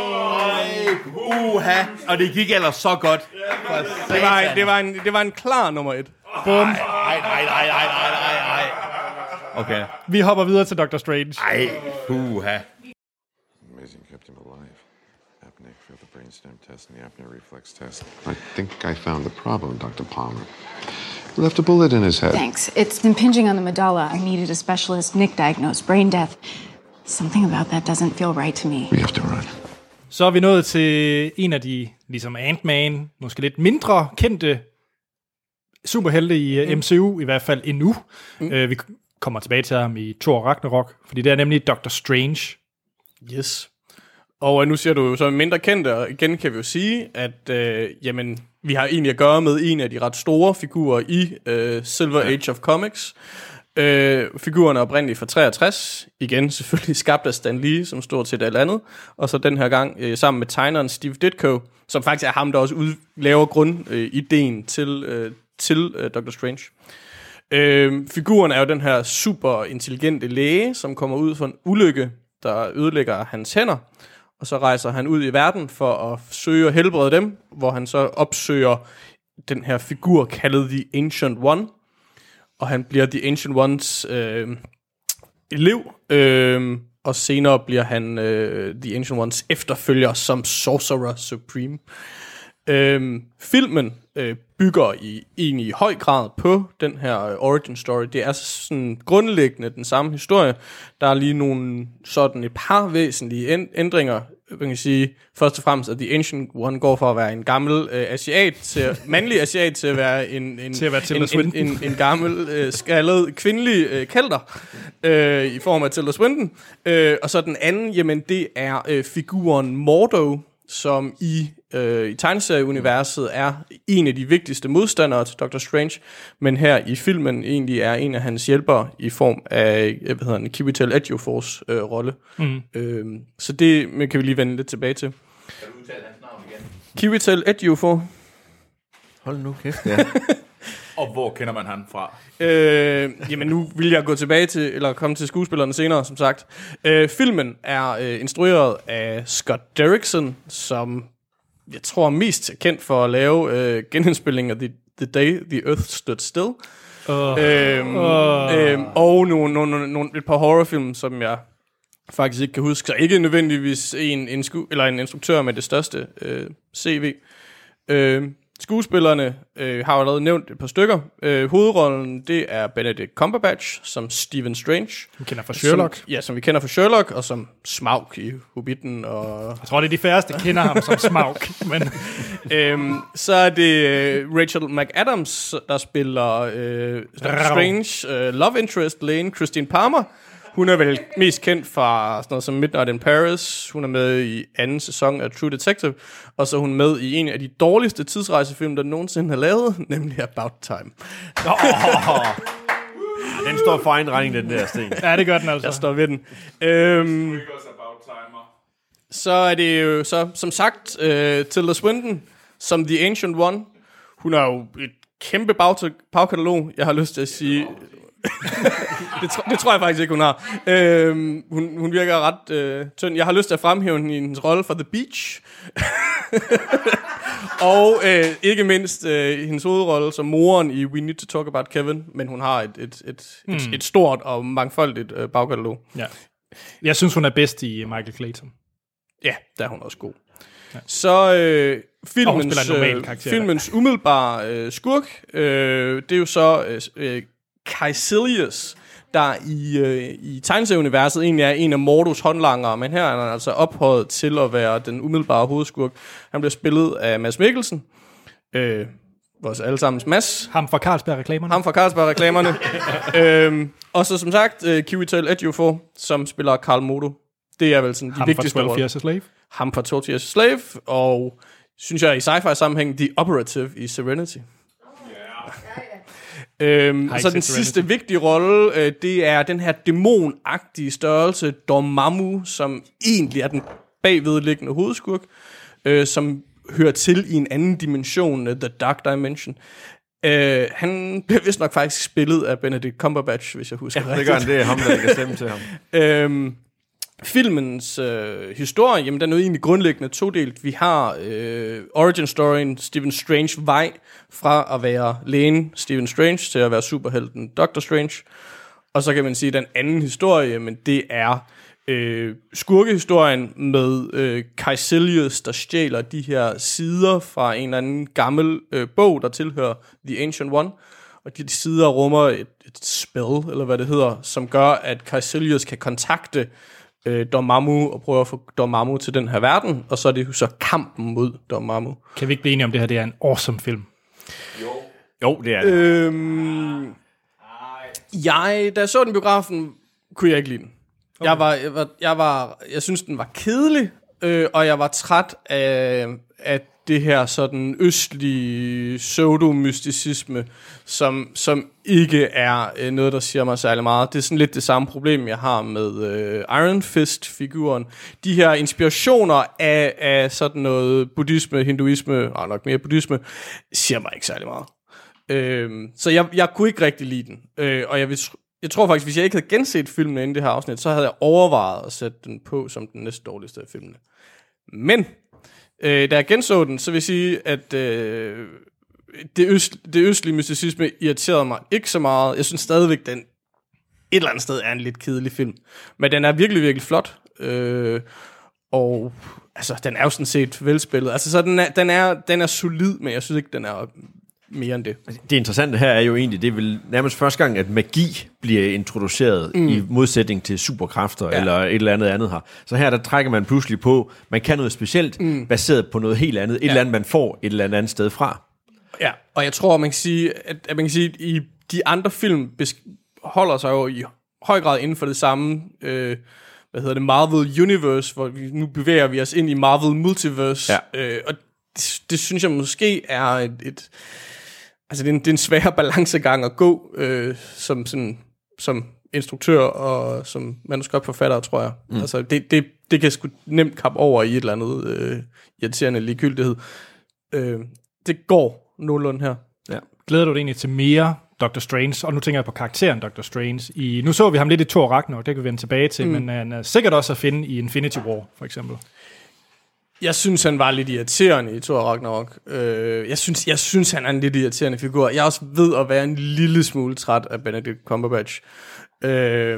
Uha, og det gik ellers så godt. Det var, en, det, var en, det var en klar nummer et. Bum. Nej, nej, nej, nej, nej, nej, nej. Okay. Vi hopper videre til Doctor Strange. Ej, uha. Amazing, kept him alive. Apnea failed the brainstem test and the apnea reflex test. I think I found the problem, Doctor Palmer. He left a bullet in his head. Thanks. It's impinging on the medulla. I needed a specialist. Nick diagnosed brain death. Something about that doesn't feel right to me. We have to run. Så er vi nået til en af de, ligesom Ant-Man, måske lidt mindre kendte superhelte i mm. M C U, i hvert fald endnu. Mm. Uh, vi kommer tilbage til ham i Thor Ragnarok, fordi det er nemlig Doctor Strange. Yes. Og nu siger du jo så mindre kendte, og igen kan vi jo sige, at øh, jamen, vi har egentlig at gøre med en af de ret store figurer i øh, Silver Age of Comics. Øh, figuren er oprindeligt fra treogtres, igen selvfølgelig skabt af Stan Lee, som stort set alt andet, og så den her gang øh, sammen med tegneren Steve Ditko, som faktisk er ham, der også ud, laver grundideen øh, til, øh, til øh, Doctor Strange. Øh, figuren er jo den her super intelligente læge, som kommer ud for en ulykke, der ødelægger hans hænder, og så rejser han ud i verden for at søge at helbrede dem, hvor han så opsøger den her figur kaldet The Ancient One, og han bliver The Ancient Ones øh, elev, øh, og senere bliver han øh, The Ancient Ones efterfølger som Sorcerer Supreme. Øh, filmen øh, bygger i egentlig i høj grad på den her øh, origin story. Det er sådan grundlæggende den samme historie. Der er lige nogle sådan et par væsentlige ændringer. Man kan sige først og fremmest, at The Ancient One går for at være en gammel øh, asiat til, mandlig asiat til at være en en til at være en, en, en, en gammel øh, skaldet kvindelig øh, kælder øh, i form af Tilda Swinton. Øh, og så den anden, jamen det er øh, figuren Mordo, som i, øh, i tegneserieuniverset er en af de vigtigste modstandere til Doctor Strange, men her i filmen egentlig er en af hans hjælpere i form af, hvad hedder han, Chiwetel Ejiophors øh, rolle. Mm. Øh, så det men kan vi lige vende lidt tilbage til. Kan du udtale hans navn igen? Chiwetel Ejiophor. Hold nu kæft, ja. Og hvor kender man han fra? Øh, jamen nu vil jeg gå tilbage til, eller komme til skuespillerne senere, som sagt. Øh, filmen er øh, instrueret af Scott Derrickson, som jeg tror er mest kendt for at lave øh, genindspilling af The, The Day The Earth Stood Still. Uh. Øhm, uh. øhm, og nogle, nogle, nogle, et par horrorfilm, som jeg faktisk ikke kan huske. Så ikke nødvendigvis en, en, sku, eller en instruktør med det største øh, C V. Øh, Skuespillerne øh, har jo allerede nævnt et par stykker. Øh, hovedrollen, det er Benedict Cumberbatch som Stephen Strange. Vi kender fra Sherlock. Som, ja, som vi kender fra Sherlock, og som Smaug i Hobbiten. Og jeg tror, det er de færreste, der kender ham som Smaug. Men øhm, så er det øh, Rachel McAdams, der spiller øh, Strange, øh, Love Interest, Lane, Christine Palmer. Hun er vel mest kendt fra sådan noget som Midnight in Paris. Hun er med i anden sæson af True Detective. Og så er hun med i en af de dårligste tidsrejsefilm, der nogensinde har lavet, nemlig About Time. Oh, den står for egen regning, den der Sten. Ja, det gør den altså. Jeg står ved den. Øhm, så er det jo så, som sagt, uh, Tilda Swinton som The Ancient One. Hun har jo et kæmpe bag- bagkatalog. Jeg har lyst til at sige det, tr- det tror jeg faktisk ikke, hun har. Øhm, hun, hun virker ret øh, tynd. Jeg har lyst til at fremhæve hende i hendes rolle for The Beach. Og øh, ikke mindst øh, hendes hovedrolle som moren i We Need to Talk About Kevin. Men hun har et, et, et, mm. et, et stort og mangfoldigt øh, bagkatalog. Ja. Jeg synes, hun er bedst i Michael Clayton. Ja, der er hun også god. Ja. Så øh, filmens, øh, filmens umiddelbare øh, skurk, øh, det er jo så øh, Kaecilius, der i, øh, i tegneserieuniverset egentlig er en af Mordos håndlangere, men her er han altså ophøjet til at være den umiddelbare hovedskurk. Han bliver spillet af Mads Mikkelsen, øh, vores allesammens Mads. Ham fra Carlsberg-reklamerne. Ham fra Carlsberg-reklamerne. øhm, og så som sagt, uh, Chiwetel Ejiofor, som spiller Karl Modo. Det er vel sådan de Ham vigtigste fra twelve Years a Slave. Ham fra twelve Years a Slave, og synes jeg i sci-fi sammenhæng, The Operative i Serenity. Yeah. øhm, og så den Serenity. Sidste vigtige rolle, øh, det er den her dæmonagtige størrelse, Dormammu, som egentlig er den bagvedliggende hovedskurk, øh, som hører til i en anden dimension, The Dark Dimension. Uh, han bliver vist nok faktisk spillet af Benedict Cumberbatch, hvis jeg husker ja, rigtigt. Det gør han, det er ham, der kan stemme til ham. uh, filmens uh, historie, jamen den er jo egentlig grundlæggende todelt. Vi har uh, origin-storyen, Stephen Strange vej fra at være lægen Stephen Strange til at være superhelten Doctor Strange. Og så kan man sige, at den anden historie, men det er Øh, skurkehistorien med øh, Kaecilius, der stjæler de her sider fra en eller anden gammel øh, bog, der tilhører The Ancient One. Og de, de sider rummer et, et spell, eller hvad det hedder, som gør, at Kaecilius kan kontakte øh, Dormammu og prøve at få Dormammu til den her verden. Og så er det så kampen mod Dormammu. Kan vi ikke blive enige om det her, det er en awesome film? Jo, jo det er det. Øhm, jeg, da jeg så den biografen, kunne jeg ikke lide den. Okay. Jeg var, jeg var, jeg var, jeg synes den var kedelig, øh, og jeg var træt af, af det her sådan østlige pseudomysticisme, som som ikke er øh, noget der siger mig særlig meget. Det er sådan lidt det samme problem jeg har med øh, Iron Fist-figuren. De her inspirationer af af sådan noget buddhisme, hinduisme, og nok mere buddhisme, siger mig ikke særlig meget. Øh, så jeg jeg kunne ikke rigtig lide den, øh, og jeg vil Jeg tror faktisk, hvis jeg ikke havde genset filmen inden det her afsnit, så havde jeg overvejet at sætte den på som den næste dårligste af filmene. Men, øh, da jeg genså den, så vil jeg sige, at øh, det, øst, det østlige mysticisme irriterede mig ikke så meget. Jeg synes stadigvæk, den et eller andet sted er en lidt kedelig film. Men den er virkelig, virkelig flot. Øh, og altså, den er jo sådan set velspillet. Altså, så den er, den er, den er solid, men jeg synes ikke, den er mere end det. Det interessante her er jo egentlig, det er vel nærmest første gang, at magi bliver introduceret mm. i modsætning til superkræfter ja. eller et eller andet andet her. Så her der trækker man pludselig på, man kan noget specielt, mm. baseret på noget helt andet, et ja. eller andet, man får et eller andet sted fra. Ja, og jeg tror, man kan sige, at, at man kan sige, at i de andre film holder sig jo i høj grad inden for det samme, øh, hvad hedder det, Marvel Universe, hvor vi nu bevæger vi os ind i Marvel Multiverse, ja. øh, og det, det synes jeg måske er et, et altså det er en, det er en svær balancegang at gå øh, som sådan som instruktør og som manuskriptforfatter, tror jeg. Mm. Altså det det det kan sgu nemt kappe over i et eller andet øh, irriterende ligegyldighed. Øh, det går nogenlunde her. Ja. Glæder du dig egentlig til mere Doctor Strange? Og nu tænker jeg på karakteren Doctor Strange. I nu så vi ham lidt i Thor Ragnarok, det kan vi vende tilbage til, mm. men han er sikkert også at finde i Infinity War for eksempel. Jeg synes, han var lidt irriterende i Thor Ragnarok. Øh, jeg, synes, jeg synes, han er en lidt irriterende figur. Jeg er også ved at være en lille smule træt af Benedict Cumberbatch. Øh,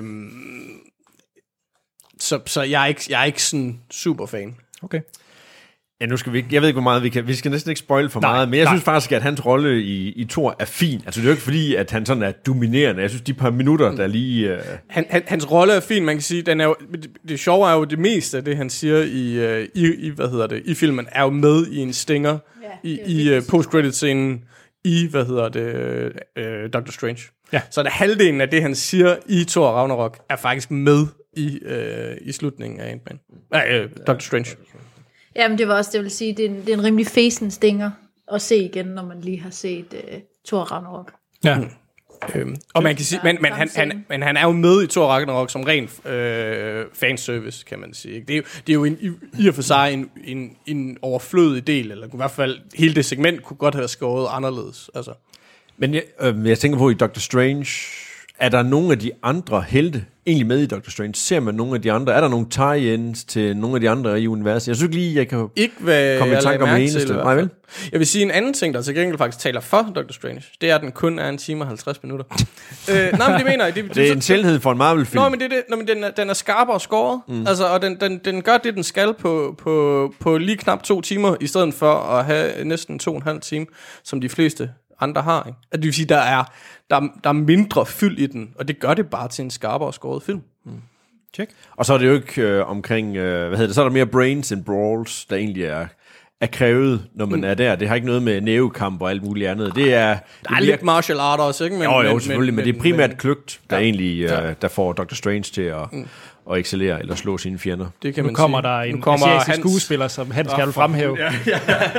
så så jeg, er ikke, jeg er ikke sådan super fan. Okay. Ja, nu skal vi ikke, jeg ved ikke, hvor meget vi kan, vi skal næsten ikke spoil for nej, meget, men jeg nej. synes faktisk, at hans rolle i, i Thor er fin. Altså det er jo ikke fordi, at han sådan er dominerende. Jeg synes, de par minutter, der lige... Uh... Han, han, hans rolle er fin, man kan sige. Den er jo, det, det sjove er jo, det meste af det, han siger i, uh, i, i, hvad hedder det, i filmen, er jo med i en stinger ja, i, i uh, post-credit-scenen i, hvad hedder det, uh, Doctor Strange. Ja. Så der halvdelen af det, han siger i Thor Ragnarok, er faktisk med i, uh, i slutningen af Ant-Man. Nej, uh, Doctor Strange. Jamen, det var også, det vil sige, det er en, det er en rimelig fesen stinger at se igen, når man lige har set uh, Thor Ragnarok. Ja. Mm. Øhm, og man kan sige, men, men, han, han, men han er jo med i Thor Ragnarok som ren øh, fanservice, kan man sige. Det er jo, det er jo en, i, i og for sig en, en, en overflødig del, eller i hvert fald hele det segment kunne godt have skåret anderledes. Altså. Men jeg, øh, jeg tænker på i Doctor Strange, er der nogle af de andre helte egentlig med i Doctor Strange? Ser man nogle af de andre? Er der nogle tie-ins til nogle af de andre i universet? Jeg synes ikke lige, jeg kan ikke hvad komme i tanke om det eneste. Til, Nej, vel? Jeg vil sige en anden ting, der til gengæld faktisk taler for Doctor Strange. Det er, at den kun er en time og halvtreds minutter. øh, nej, men det mener jeg. Det, det, det er en sjældenhed for en Marvel-film. Nå, men, det, det, nå, men den, er, den er skarpere skåret. Mm. Altså, og den, den, den gør det, den skal på, på, på lige knap to timer, i stedet for at have næsten to og en halv time, som de fleste andre har. Ikke? At det vil sige, der er, der, der er mindre fyld i den, og det gør det bare til en skarpere skåret film. Mm. Check. Og så er det jo ikke øh, omkring, øh, hvad hedder det, så er der mere brains and brawls, der egentlig er, er krævet, når man mm. er der. Det har ikke noget med nævekamp og alt muligt andet. Det er, der det er lidt martial art også, ikke? Men, jo, jo, men, selvfølgelig, men, men det er primært men, kløgt, der ja. egentlig øh, der får Doctor Strange til at, mm. at excellere eller slå sine fjender. Det kan man nu kommer sige. Der en kommer asiatisk Hans... skuespiller, som Hans skal fremhæve. Ja, ja.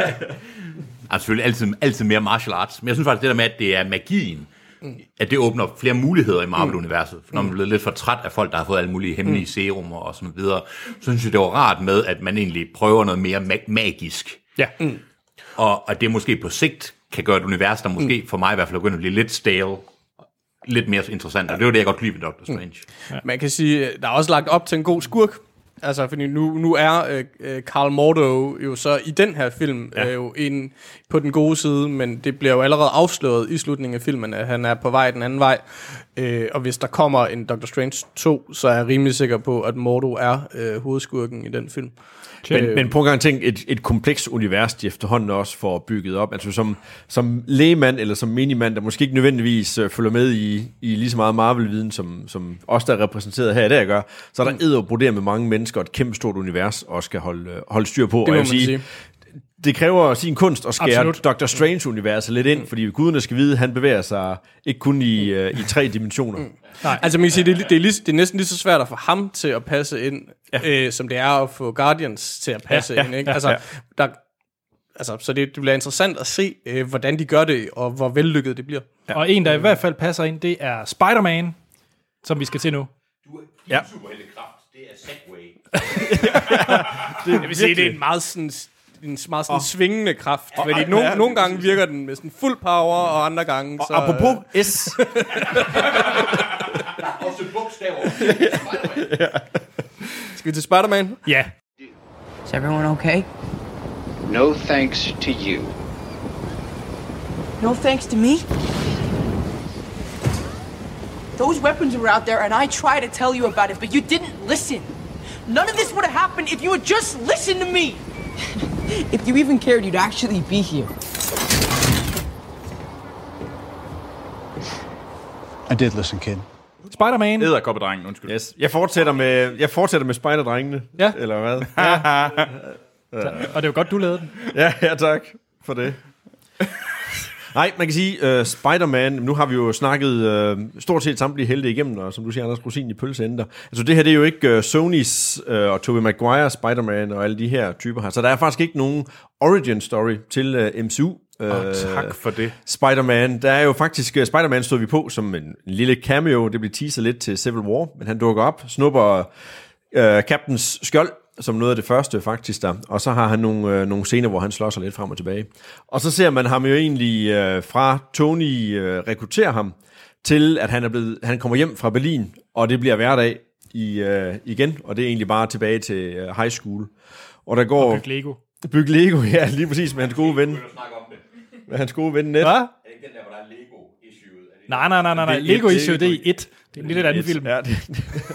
Altså selvfølgelig altid, altid mere martial arts, men jeg synes faktisk, det der med, at det er magien, mm. at det åbner flere muligheder i Marvel-universet. For når man er blevet lidt for træt af folk, der har fået alle mulige hemmelige mm. serumer og sådan videre, så synes jeg, det var rart med, at man egentlig prøver noget mere mag- magisk. Ja. Mm. Og at det måske på sigt kan gøre et univers, der måske mm. for mig i hvert fald begynder at blive lidt stale, lidt mere interessant. Og det var det, jeg godt lide ved Doctor Strange. Mm. Ja. Man kan sige, der er også lagt op til en god skurk. Altså, fordi nu, nu er øh, Karl Mordo jo så i den her film ja. øh, jo en på den gode side, men det bliver jo allerede afsløret i slutningen af filmen, at han er på vej den anden vej. Øh, og hvis der kommer en Doctor Strange to, så er jeg rimelig sikker på, at Mordo er øh, hovedskurken i den film. Men, øh, men på en gang tænk, et, et komplekst univers, de efterhånden også får bygget op. Altså som, som lægemand eller som minimand, der måske ikke nødvendigvis øh, følger med i, i lige så meget Marvel-viden, som, som os, der er repræsenteret her i dag, gør, så er der mm. edderbroderet med mange mennesker, og et kæmpe stort univers, og skal holde, holde styr på. Det og jeg vil sige, sige, det kræver sin kunst at skære Absolut. Doctor Strange-universet lidt ind, fordi guderne skal vide, at han bevæger sig ikke kun i, uh, i tre dimensioner. Mm. Nej, altså man kan sige, det, er, det, er lige, det er næsten lige så svært at få ham til at passe ind, ja. øh, som det er at få Guardians til at passe ja, ja, ind. Ikke? Altså, ja, ja. Der, altså, så det, det bliver interessant at se, øh, hvordan de gør det, og hvor vellykket det bliver. Ja. Og en, der i hvert fald passer ind, det er Spider-Man, som vi skal til nu. Du er ja. superheltekraft, det er Segway. det, jeg vil sige, det er en meget sådan... en meget sådan oh. svingende kraft, oh, fordi no, ja, nogle gange virker den med sådan fuld power, og andre gange og så... apropos øh, S. Der er også bogstaver. Spider-Man. Ja. Skal vi til Spider-Man? Ja. Yeah. Is everyone okay? No thanks to you. No thanks to me? Those weapons were out there, and I tried to tell you about it, but you didn't listen. None of this would have happened if you would just listen to me. If you even cared, you'd actually be here. I did listen, kid. Spider-Man. Edderkoppedrengen, undskyld. Yes. Jeg fortsætter med, jeg fortsætter med Spider-drengene. Ja. Eller hvad? Ja. Og det er jo godt, du lavede den. Ja, ja, tak for det. Nej, man kan sige, uh, Spider-Man, nu har vi jo snakket uh, stort set samtlige helte igennem, og som du siger, Anders, rosin i pølseender. Altså det her, det er jo ikke uh, Sonys uh, og Tobey Maguire Spider-Man og alle de her typer her, så der er faktisk ikke nogen origin story til uh, M C U. Uh, oh, tak for det. Spider-Man, der er jo faktisk, uh, Spider-Man stod vi på som en, en lille cameo, det blev teaset lidt til Civil War, men han dukker op, snupper uh, Captains skjold, som noget af det første faktisk der. Og så har han nogle, øh, nogle scener, hvor han slår sig lidt frem og tilbage. Og så ser man ham jo egentlig øh, fra Tony øh, rekrutterer ham til, at han, er blevet, han kommer hjem fra Berlin, og det bliver hverdag i, øh, igen, og det er egentlig bare tilbage til øh, high school. Og der går... Og bygge Lego. Bygge Lego, ja, lige præcis med hans gode ven. Med hans gode ven Ned. Hvad? Er det ikke den der, hvor der er Lego-issue? Nej, nej, nej, nej, nej. Lego-issue, det er i et. Det er en lidt anden film. Ja, det...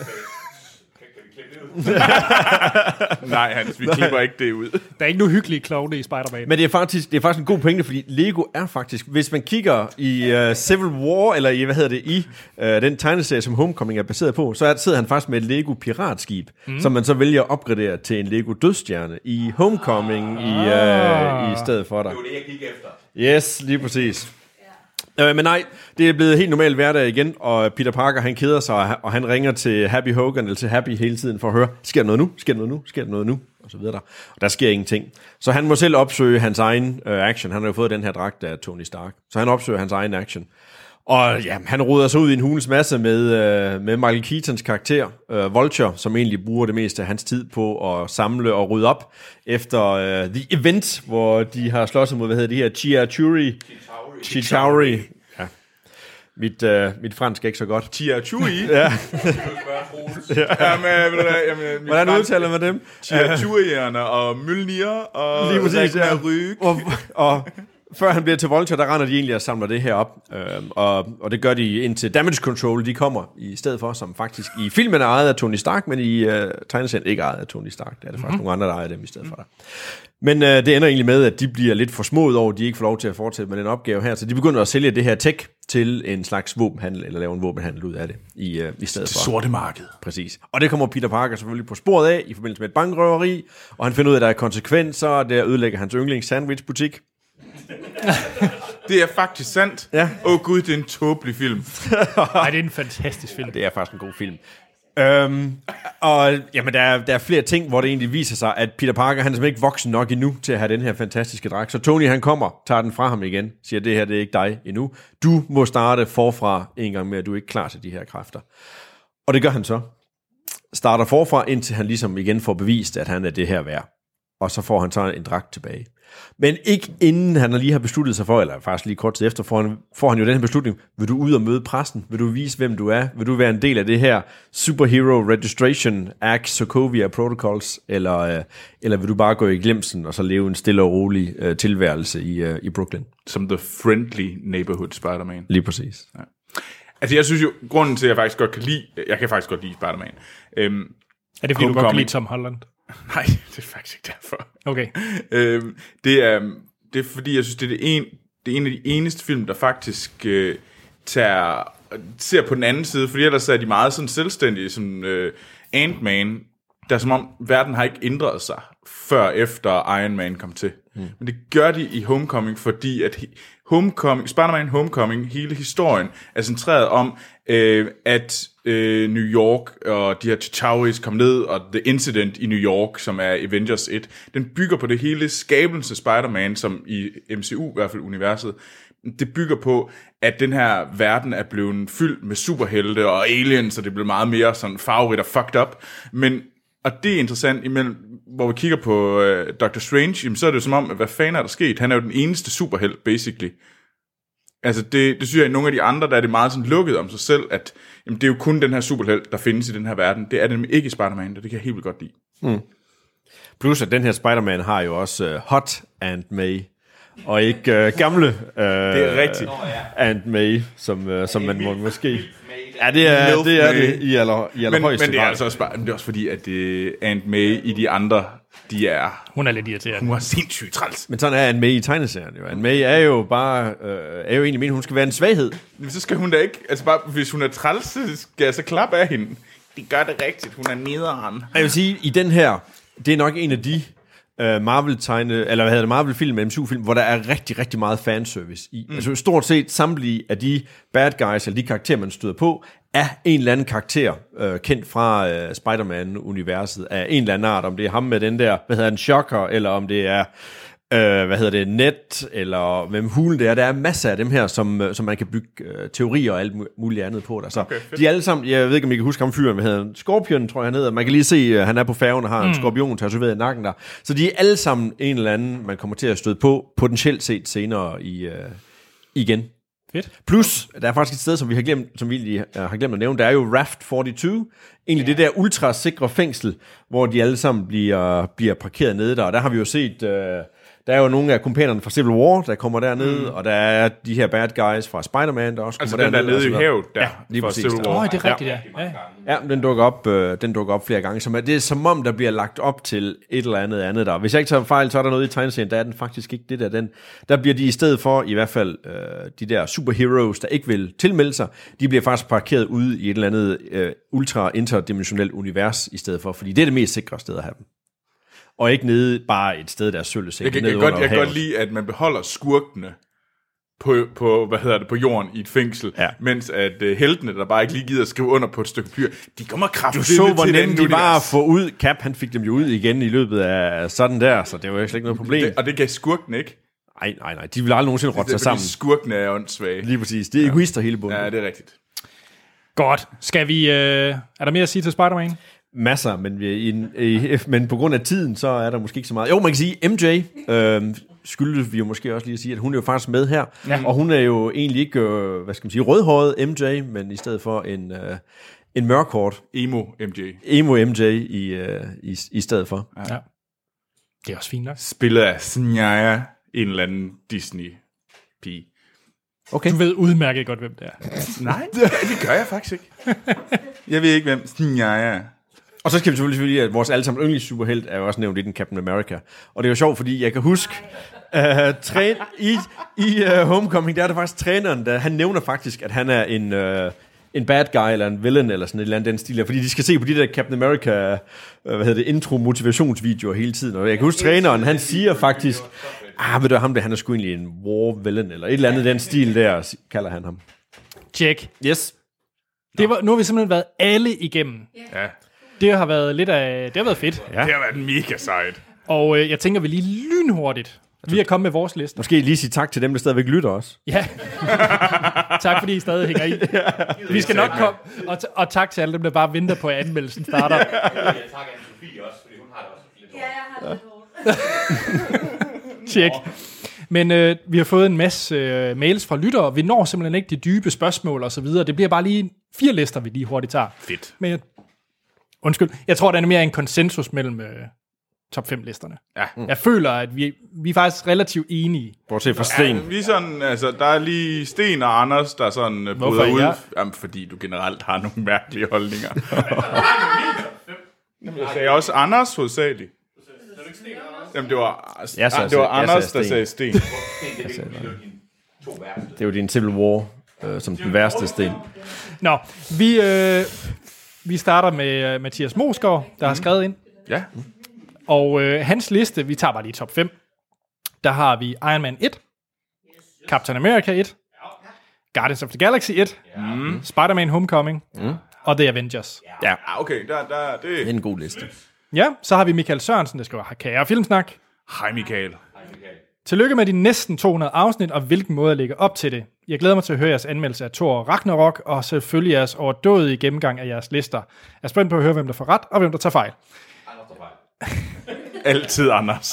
Nej, Hans, vi klipper ikke det ud. Der er ikke nogen hyggelige klovne i Spider-Man. Men det er faktisk, det er faktisk en god pointe, fordi Lego er faktisk, hvis man kigger i uh, Civil War, eller i, hvad hedder det, i uh, den tegneserie, som Homecoming er baseret på, så er, sidder han faktisk med et Lego piratskib, mm. som man så vælger at opgradere til en Lego dødsstjerne i Homecoming ah. i, uh, i stedet for dig. Det var det, jeg gik efter. Yes, lige præcis. Øh, men nej, det er blevet helt normal hverdag igen, og Peter Parker, han keder sig, og han ringer til Happy Hogan, eller til Happy hele tiden for at høre, sker der noget nu, sker der noget nu, sker der noget nu, og så videre der. Og der sker ingenting. Så han må selv opsøge hans egen øh, action. Han har jo fået den her dragt af Tony Stark. Så han opsøger hans egen action. Og ja, han roder sig ud i en hulens masse med, øh, med Michael Keatons karakter, øh, Vulture, som egentlig bruger det meste af hans tid på at samle og rydde op efter øh, The Event, hvor de har slået sig mod, hvad hedder det her, Chitauri. Chitauri. Ja. Mit, øh, mit fransk er ikke så godt. Tia Chui. Ja. Jamen, jamen, hvordan udtaler man dem? Tia Chui'erne og Mjølnir og lige præcis, ja. Ryg. Og, og før han bliver til Vulture, der render de egentlig og samler det her op. Øhm, og, og det gør de indtil Damage Control, de kommer i stedet for, som faktisk i filmen er ejet af Tony Stark, men i øh, tegneserien ikke ejet af Tony Stark. Det er det faktisk mm-hmm. nogle andre, der ejer dem i stedet for der. Men øh, det ender egentlig med, at de bliver lidt forsmået over, at de ikke får lov til at fortsætte med den opgave her. Så de begynder at sælge det her tech til en slags våbenhandel, eller lave en våbenhandel ud af det i, øh, i stedet for. Det sorte marked. Præcis. Og det kommer Peter Parker selvfølgelig på sporet af, i forbindelse med et bankrøveri, og han finder ud af, at der er konsekvenser, og det ødelægger hans yndlings sandwichbutik. Det er faktisk sandt. Ja. Åh oh, gud, det er en tåbelig film. Nej, det er en fantastisk film. Det er faktisk en god film. Øhm, og jamen, der, er, der er flere ting, hvor det egentlig viser sig, at Peter Parker, han er simpelthen ikke voksen nok endnu til at have den her fantastiske dragt. Så Tony, han kommer, tager den fra ham igen, siger, det her, det er ikke dig endnu. Du må starte forfra en gang med, at du er ikke klar til de her kræfter. Og det gør han så. Starter forfra, indtil han ligesom igen får bevist, at han er det her værd. Og så får han så en dragt tilbage. Men ikke inden han lige har besluttet sig for, eller faktisk lige kort tid efter, får han, får han jo den her beslutning, vil du ud og møde pressen? Vil du vise, hvem du er? Vil du være en del af det her Superhero Registration Act Sokovia Protocols? Eller, øh, eller vil du bare gå i glemsen og så leve en stille og rolig øh, tilværelse i, øh, i Brooklyn? Som the friendly neighborhood Spider-Man. Lige præcis. Ja. Altså jeg synes jo, grunden til at jeg faktisk godt kan lide, jeg kan faktisk godt lide Spider-Man. Øhm, er det fordi du godt kan lide Tom Holland? Nej, det er faktisk ikke derfor. Okay. øhm, det, er, det er fordi, jeg synes, det er, det en, det er en af de eneste film, der faktisk øh, tager, ser på den anden side, fordi ellers er de meget sådan selvstændige, som øh, Ant-Man, der er som om, verden har ikke ændret sig, før efter Iron Man kom til. Mm. Men det gør de i Homecoming, fordi at Homecoming, Spider-Man Homecoming, hele historien er centreret om, øh, at øh, New York og de her T'Chauris kom ned, og The Incident i New York, som er Avengers et, den bygger på det hele skabelse Spider-Man, som i M C U, i hvert fald universet, det bygger på, at den her verden er blevet fyldt med superhelte og aliens, og det bliver meget mere sådan farverigt og fucked up. Men, og det er interessant, imellem, hvor vi kigger på uh, Doctor Strange, jamen, så er det jo som om, at hvad fanden er der sket? Han er jo den eneste superhelt, basically. Altså, det, det synes jeg, i nogle af de andre, der er det meget sådan lukket om sig selv, at jamen, det er jo kun den her superhelt, der findes i den her verden. Det er det nemlig ikke i Spider-Man, og det kan jeg helt vildt godt lide. Mm. Plus, at den her Spider-Man har jo også uh, Hot Aunt May, og ikke uh, gamle uh, det er rigtigt. Aunt May, som, uh, som man må måske... Ja, det er det, er det i aller, i aller men, højeste men det er altså også, bare, det er også fordi, at uh, Aunt May i de andre, de er... Hun er lidt irriterende. Hun er sindssygt træls. Men sådan er Aunt May i tegneserien jo. Aunt May er jo bare... Øh, er jo egentlig meningen, hun skal være en svaghed. Men så skal hun da ikke... Altså bare, hvis hun er træls, så skal jeg så klappe af hende. De gør det rigtigt. Hun er nederen. Jeg vil sige, i den her... Det er nok en af de... Marvel-tegne, eller hvad hedder det, Marvel-film, M C U-film, hvor der er rigtig, rigtig meget fanservice i. Mm. Altså stort set samtlige af de bad guys, eller de karakterer, man støder på, er en eller anden karakter, øh, kendt fra øh, Spider-Man-universet, af en eller anden art, om det er ham med den der, hvad hedder en Shocker, eller om det er, øh, hvad hedder det, Net, eller hvem hulen det er. Der er masser af dem her, som, som man kan bygge øh, teorier og alt muligt andet på. Der. Så okay, de er alle sammen, jeg ved ikke, om I kan huske ham fyren, hvad hedder han? Scorpion, tror jeg han hedder. Man kan lige se, at han er på færgen og har mm. en skorpion tatoveret i nakken der. Så de er alle sammen en eller anden, man kommer til at støde på, potentielt set senere i, øh, igen. Fedt. Plus, der er faktisk et sted, som vi har glemt, som vi lige har glemt at nævne, der er jo Raft fireogfyrre, egentlig ja. Det der ultrasikre fængsel, hvor de alle sammen bliver, bliver parkeret nede der, og der har vi jo set, øh, der er jo nogle af kompanerne fra Civil War, der kommer dernede, mm. og der er de her bad guys fra Spider-Man, der også altså kommer dernede. Altså den der nede i havet, der, ja, lige præcis. Civil War. Åh, det er rigtigt, ja. Ja, ja den, dukker op, øh, den dukker op flere gange, så det er som om, der bliver lagt op til et eller andet andet der. Hvis jeg ikke tager fejl, så er der noget i tegneserien, der er den faktisk ikke det der. Den, der bliver de i stedet for, i hvert fald øh, de der superheroes, der ikke vil tilmelde sig, de bliver faktisk parkeret ude i et eller andet øh, ultra-interdimensionelt univers i stedet for, fordi det er det mest sikre sted at have dem. Og ikke nede bare et sted, der er sølvesæk. Jeg kan, jeg, godt, jeg kan godt lide, at man beholder skurkene på, på, hvad hedder det, på jorden i et fængsel, ja. Mens at uh, heltene, der bare ikke lige gider at skrive under på et stykke papir, de kommer kraftigt til. Du så, hvor nemt de var at få ud. Cap, han fik dem jo ud igen i løbet af sådan der, så det var jo slet ikke noget problem. Det, og det gav skurkene ikke. Nej, nej, nej. De vil aldrig nogensinde rotte sig sammen. Skurkene er åndssvage. Lige præcis. Det er ja. Egoister hele bunden. Ja, det er rigtigt. Godt. Skal vi... Øh, er der mere at sige til Spider-Man? Masser, men, vi, i, i, men på grund af tiden, så er der måske ikke så meget. Jo, man kan sige, M J, øh, skyldes vi jo måske også lige at sige, at hun er jo faktisk med her, ja. Og hun er jo egentlig ikke, øh, hvad skal man sige, rødhåret M J, men i stedet for en, øh, en mørkhåret. Emo M J. Emo M J i, øh, i, i stedet for. Ja. Det er også fint nok. Spillet af Snaya, en eller anden Disney-pige. Okay. Du ved udmærket godt, hvem det er. Nej, det, det gør jeg faktisk ikke. Jeg ved ikke, hvem Snaya er. Og så skal vi selvfølgelig sige, at vores allesammen yndlige superhelt er jo også nævnt i den Captain America. Og det er jo sjovt, fordi jeg kan huske, uh, træn, i, i uh, Homecoming, der er der faktisk træneren, der, han nævner faktisk, at han er en, uh, en bad guy, eller en villain, eller sådan et eller andet den stil. Fordi de skal se på de der Captain America, uh, hvad hedder det, intro-motivationsvideoer hele tiden. Og jeg kan huske, træneren, han siger faktisk, ah, ved du, ham der, han er sgu egentlig en war villain, eller et eller andet den stil der, kalder han ham. Check. Yes. Det var, nu har vi simpelthen været alle igennem. Ja. Det har været lidt af, det har været fedt. Ja. Det har været mega sejt. Og øh, jeg tænker, vi lige lynhurtigt. Vi er kommet med vores liste. Måske lige sige tak til dem, der stadigvæk lytter også. Ja. Tak fordi I stadig hænger i. Vi skal nok komme. Og, t- og tak til alle dem, der bare venter på, at anmeldelsen starter. Jeg takker Anne-Sophie også, fordi hun har det også lidt hårdt. Ja, jeg har det lidt hårdt. Tjek. Men øh, vi har fået en masse øh, mails fra lyttere. Vi når simpelthen ikke de dybe spørgsmål og så videre. Det bliver bare lige fire lister, vi lige hurtigt tager. Fedt. Men undskyld. Jeg tror, der er mere en konsensus mellem øh, top fem listerne. Ja. Mm. Jeg føler, at vi, vi er faktisk relativt enige. Bortset fra Sten. Ja, vi sådan, altså, der er lige Sten og Anders, der sådan uh, bryder ud. Jamen, fordi du generelt har nogle mærkelige holdninger. Jeg sagde også Anders hovedsageligt. Jamen, det var, jeg sagde, det var jeg Anders, sagde der sagde Sten. Det er jo din Civil War, øh, som den værste Sten. Nå, vi... Øh, Vi starter med uh, Mathias Mosgaard, der har skrevet ind. Ja. Og øh, hans liste, vi tager bare lige top fem. Der har vi Iron Man et, Captain America et, Guardians of the Galaxy et, mm. Spider-Man Homecoming mm. og The Avengers. Ja, okay, der, der, det... det er en god liste. Ja, så har vi Michael Sørensen, der skriver Kære Filmsnak. Hej Michael. Tillykke med de næsten to hundrede afsnit, og hvilken måde at lægge op til det. Jeg glæder mig til at høre jeres anmeldelse af Thor Ragnarok, og selvfølgelig jeres overdådige gennemgang af jeres lister. Jeg er spændt på at høre, hvem der får ret, og hvem der tager fejl. Anders tager fejl. Altid Anders.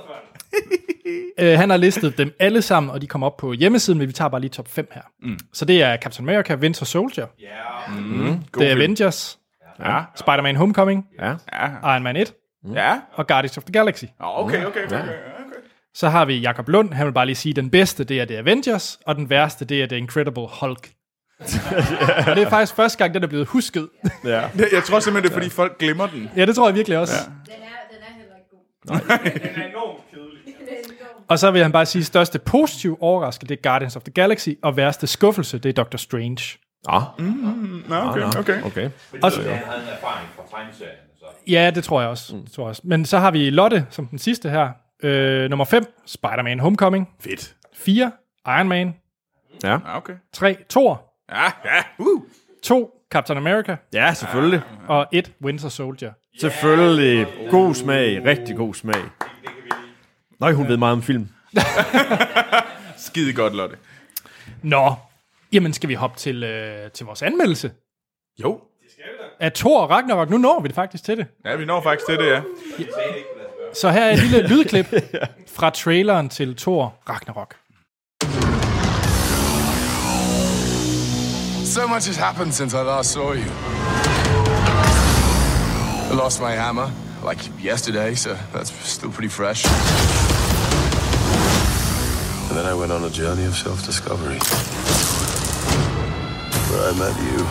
uh, han har listet dem alle sammen, og de kommer op på hjemmesiden, men vi tager bare lige top fem her. Mm. Så det er Captain America, Winter Soldier, yeah. mm. The Avengers, ja. Spider-Man Homecoming, ja. Iron Man et, ja. og Guardians of the Galaxy. Okay, okay, okay. okay. Så har vi Jakob Lund, han vil bare lige sige, at den bedste, det er The Avengers, og den værste, det er The Incredible Hulk. yeah. Og det er faktisk første gang, den er blevet husket. ja. Jeg tror simpelthen, det er, fordi folk glemmer den. Ja, det tror jeg virkelig også. Ja. Den, er, den er heller ikke god. Den er enormt kedelig. Og så vil han bare sige, at største positiv overraskelse, det er Guardians of the Galaxy, og værste skuffelse, det er Doctor Strange. Ah. Mm, no, okay, ah, no. okay. okay. Og så, han havde en erfaring fra tegneserien. Så. Ja, det tror jeg også. Mm. Det tror jeg også. Men så har vi Lotte, som den sidste her. Øh, nummer fem, Spider-Man Homecoming. Fedt. fire, Iron Man. Ja. Okay. tre, Thor. Ja, ja. Uh. to, Captain America. Ja, selvfølgelig. Og et, Winter Soldier. Yeah. Selvfølgelig. God smag. Rigtig god smag. Nøj, hun ved meget om film. Skide godt, Lotte. Nå, jamen skal vi hoppe til, øh, til vores anmeldelse? Jo. Af Thor Ragnarok. Nu når vi det faktisk til det. Ja, vi når faktisk til det, ja. ja. Så her er et lille lydklip fra traileren til Thor Ragnarok. So much has happened since I last saw you. I lost my hammer, like yesterday, so that's still pretty fresh. And then I went on a journey of self-discovery, where I met you.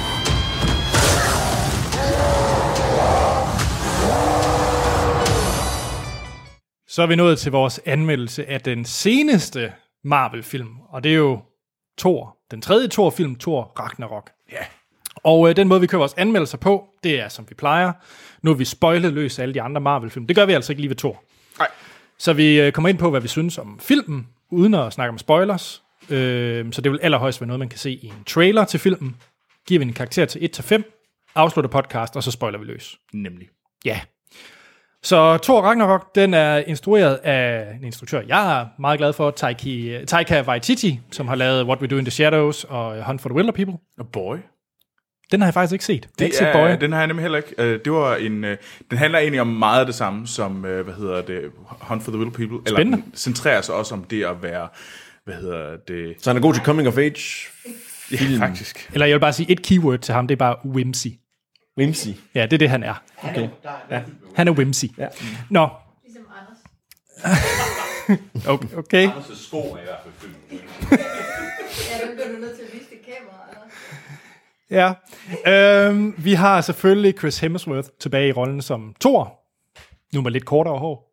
Så er vi nået til vores anmeldelse af den seneste Marvel-film, og det er jo Thor, den tredje Thor-film, Thor Ragnarok. Ja. Yeah. Og øh, den måde, vi kører vores anmeldelser på, det er, som vi plejer. Nu er vi spoilet løs af alle de andre Marvel-film. Det gør vi altså ikke lige ved Thor. Nej. Så vi øh, kommer ind på, hvad vi synes om filmen, uden at snakke om spoilers. Øh, så det vil allerhøjst være noget, man kan se i en trailer til filmen. Giver vi en karakter til et til fem, afslutter podcast, og så spoiler vi løs. Nemlig. Ja. Så Thor Ragnarok, den er instrueret af en instruktør, jeg er meget glad for, Taiki, Taika Waititi, som har lavet What We Do in the Shadows og Hunt for the Wilder People. A boy. Den har jeg faktisk ikke set. Det Exit er, Boy. den har jeg nemlig heller ikke. Uh, det var en, uh, den handler egentlig om meget det samme som, uh, hvad hedder det, Hunt for the Wilder People. Spændende. Eller den centrerer sig også om det at være, hvad hedder det... Så han er god til coming of age? Ja, film. faktisk. Eller jeg vil bare sige, et keyword til ham, det er bare whimsy. Whimsy? Ja, det er det, han er. Okay. Ja. Han er whimsy. Ja. Nå. Ligesom Anders. okay. okay. Anders' sko er i hvert fald fyldt. Ja, nu går du nødt til at vise det kamera, Ja. Øhm, vi har selvfølgelig Chris Hemsworth tilbage i rollen som Thor. Nu med lidt kortere hår.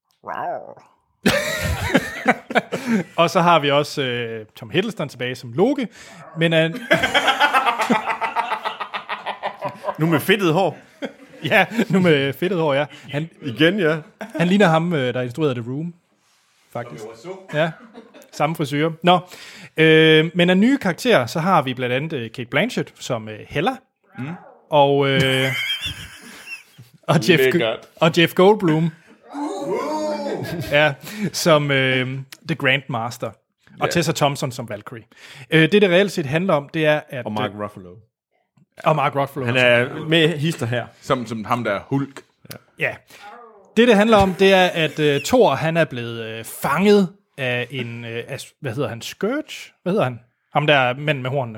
Og så har vi også øh, Tom Hiddleston tilbage som Loke. Men øh, nu med fedtet hår. Ja, nu med fedtet hår, ja. Han, Igen, ja. Han ligner ham, der instruerede The Room. Faktisk. Ja, samme frisyr. Nå, øh, men af nye karakterer, så har vi blandt andet øh, Kate Blanchett som øh, Hela. Mm. Og, øh, og, Jeff, og Jeff Goldblum. Ja, som øh, The Grandmaster. Og yeah. Tessa Thompson som Valkyrie. Øh, det, det reelt set handler om, det er, at... Og Mark Ruffalo. Og Mark Ruffalo. Han er med hister her. Som, som ham, der er Hulk. Ja. ja. Det, det handler om, det er, at uh, Thor, han er blevet uh, fanget af en... Uh, as, hvad hedder han? Scourge? Hvad hedder han? Ham der er mand med hornene.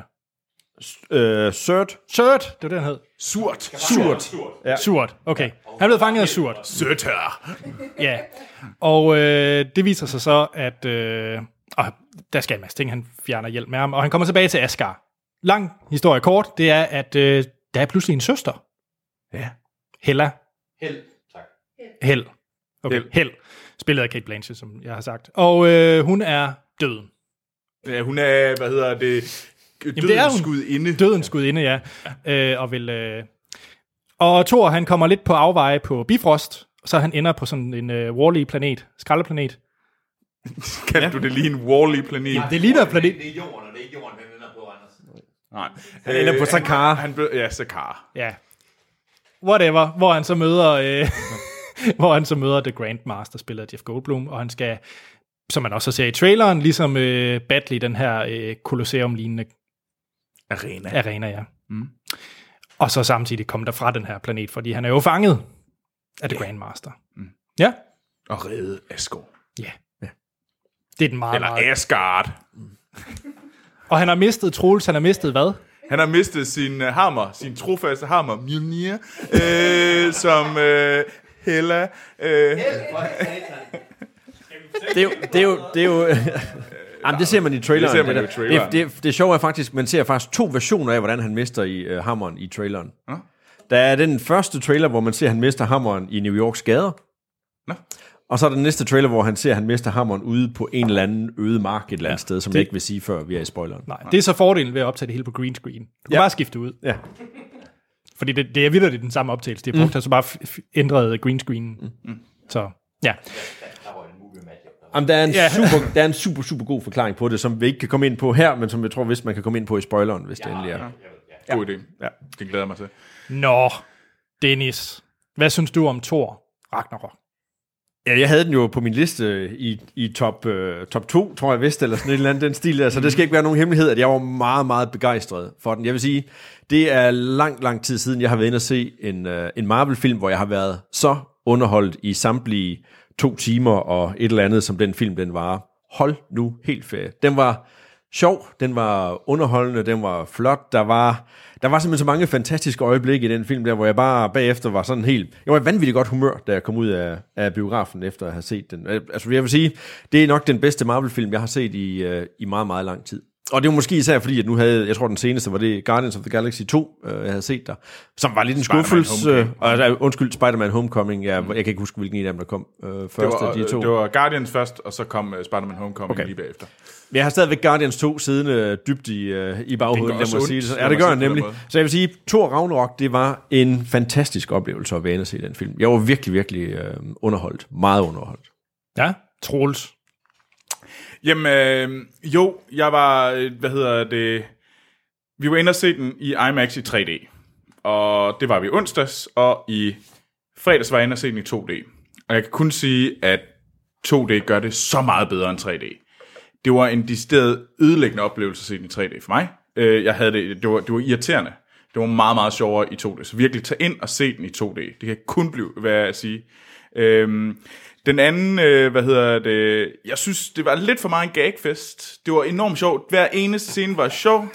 Uh, Surt. Surt, det var det, han hed. Surt. Surt. Surt. Ja. Surt, okay. Han er blevet fanget af Surt. Surt her. Ja. Og øh, det viser sig så, at... Øh, åh, der skal en masse ting, han fjerner hjælp med ham. Og han kommer tilbage til Asgard. Lang historie kort, det er, at øh, der er pludselig en søster. Ja. Hela. Held, tak. Held. Okay, Held. Held. Spillet af Kate Blanchett, som jeg har sagt. Og øh, hun er døden. Ja, hun er, hvad hedder det... Dødens skudinde. Dødens skudinde, ja. Øh, og vil... Øh... Og Thor, han kommer lidt på afveje på Bifrost, så han ender på sådan en øh, Wall-E-planet, skraldeplanet. Kaldte ja. du det lige en Wall-E-planet? Ja, det ligner planet. Det er jorden, og det er ikke jorden, han ender på, Anders. Nej. Han ender på Sakaar. Han blev, ja, Sakaar. Ja. Whatever, hvor han så møder... Øh, hvor han så møder The Grandmaster, spillet af Jeff Goldblum, og han skal, som man også ser i traileren, ligesom øh, battle i den her øh, Colosseum-lignende arena. Arena, ja. Mm. Og så samtidig komme der fra den her planet, fordi han er jo fanget af The yeah. Grandmaster. Mm. Ja. Og redde Asgård. Ja. ja. Det er den meget, Eller meget... Asgard. Mm. Og han har mistet, Troels, han har mistet hvad? Han har mistet sin uh, hammer, sin trofaste hammer, Mjolnir, øh, som øh, Hela... Øh, det er jo... Det er jo, det er jo Jamen, det ser man i traileren. Det ser man det, i traileren. Det, det, det sjove er faktisk, man ser faktisk to versioner af, hvordan han mister i uh, hammeren i traileren. Ja. Der er den første trailer, hvor man ser, at han mister hammeren i New Yorks gader. Ja. Og så er der den næste trailer, hvor han ser, at han mister hammeren ude på en eller anden øde mark et eller andet ja, sted, som det, jeg ikke vil sige, før vi er i spoileren. Nej, det er så fordelen ved at optage det hele på green screen. Du kan ja. bare skifte ud. Ja. Fordi det, det er vitterligt den samme optagelse. Det er brugt, mm. altså bare f- f- ændret green screen. Mm. Så, ja. Jamen, der er, en ja. super, der er en super, super god forklaring på det, som vi ikke kan komme ind på her, men som jeg tror, hvis man kan komme ind på i spoileren, hvis ja, det endelig er. Ja. God idé. Ja. Det glæder mig til. Nå, Dennis. Hvad synes du om Thor Ragnarok? Ja, jeg havde den jo på min liste i, i top, uh, top to, tror jeg vist, eller sådan et eller andet den stil. Altså, mm. det skal ikke være nogen hemmelighed, at jeg var meget, meget begejstret for den. Jeg vil sige, det er lang, lang tid siden, jeg har været inde og se en, uh, en Marvel-film, hvor jeg har været så underholdt i samtlige to timer og et eller andet, som den film, den var. Hold nu helt ferie. Den var sjov, den var underholdende, den var flot, der var... Der var simpelthen så mange fantastiske øjeblikke i den film der, hvor jeg bare bagefter var sådan helt... Jeg var i vanvittigt godt humør, da jeg kom ud af, af biografen, efter at have set den. Altså, jeg vil sige, det er nok den bedste Marvel-film, jeg har set i, uh, i meget, meget lang tid. Og det var måske især fordi, at nu havde... Jeg tror, den seneste var det Guardians of the Galaxy to, uh, jeg havde set der. Som var lidt en skuffelse. Uh, og, undskyld, Spider-Man Homecoming. Jeg, mm. jeg kan ikke huske, hvilken en af dem, der kom uh, først af de to. Det var Guardians først, og så kom uh, Spider-Man Homecoming okay. lige bagefter. Jeg har stadigvæk Guardians to siddende dybt i, uh, i baghovedet, lad mig sige det. Ja, det gør jeg nemlig. Så jeg vil sige, Thor Ragnarok, det var en fantastisk oplevelse at være inde og se den film. Jeg var virkelig, virkelig uh, underholdt. Meget underholdt. Ja, Troels. Jamen, øh, jo, jeg var, hvad hedder det, vi var inde og se den i IMAX i tre D. Og det var vi onsdags, og i fredags var jeg inde og se den i to D. Og jeg kan kun sige, at to D gør det så meget bedre end tre D. Det var en decideret ødelæggende oplevelse at se den i tre D for mig. Jeg havde det, det var, det var irriterende, Det var meget, meget sjovere i to D. Så virkelig tag ind og se den i to D. Det kan kun blive, hvad jeg sige. Øhm, den anden, øh, hvad hedder det, jeg synes, det var lidt for meget en gagfest. Det var enormt sjovt. Hver eneste scene var sjov.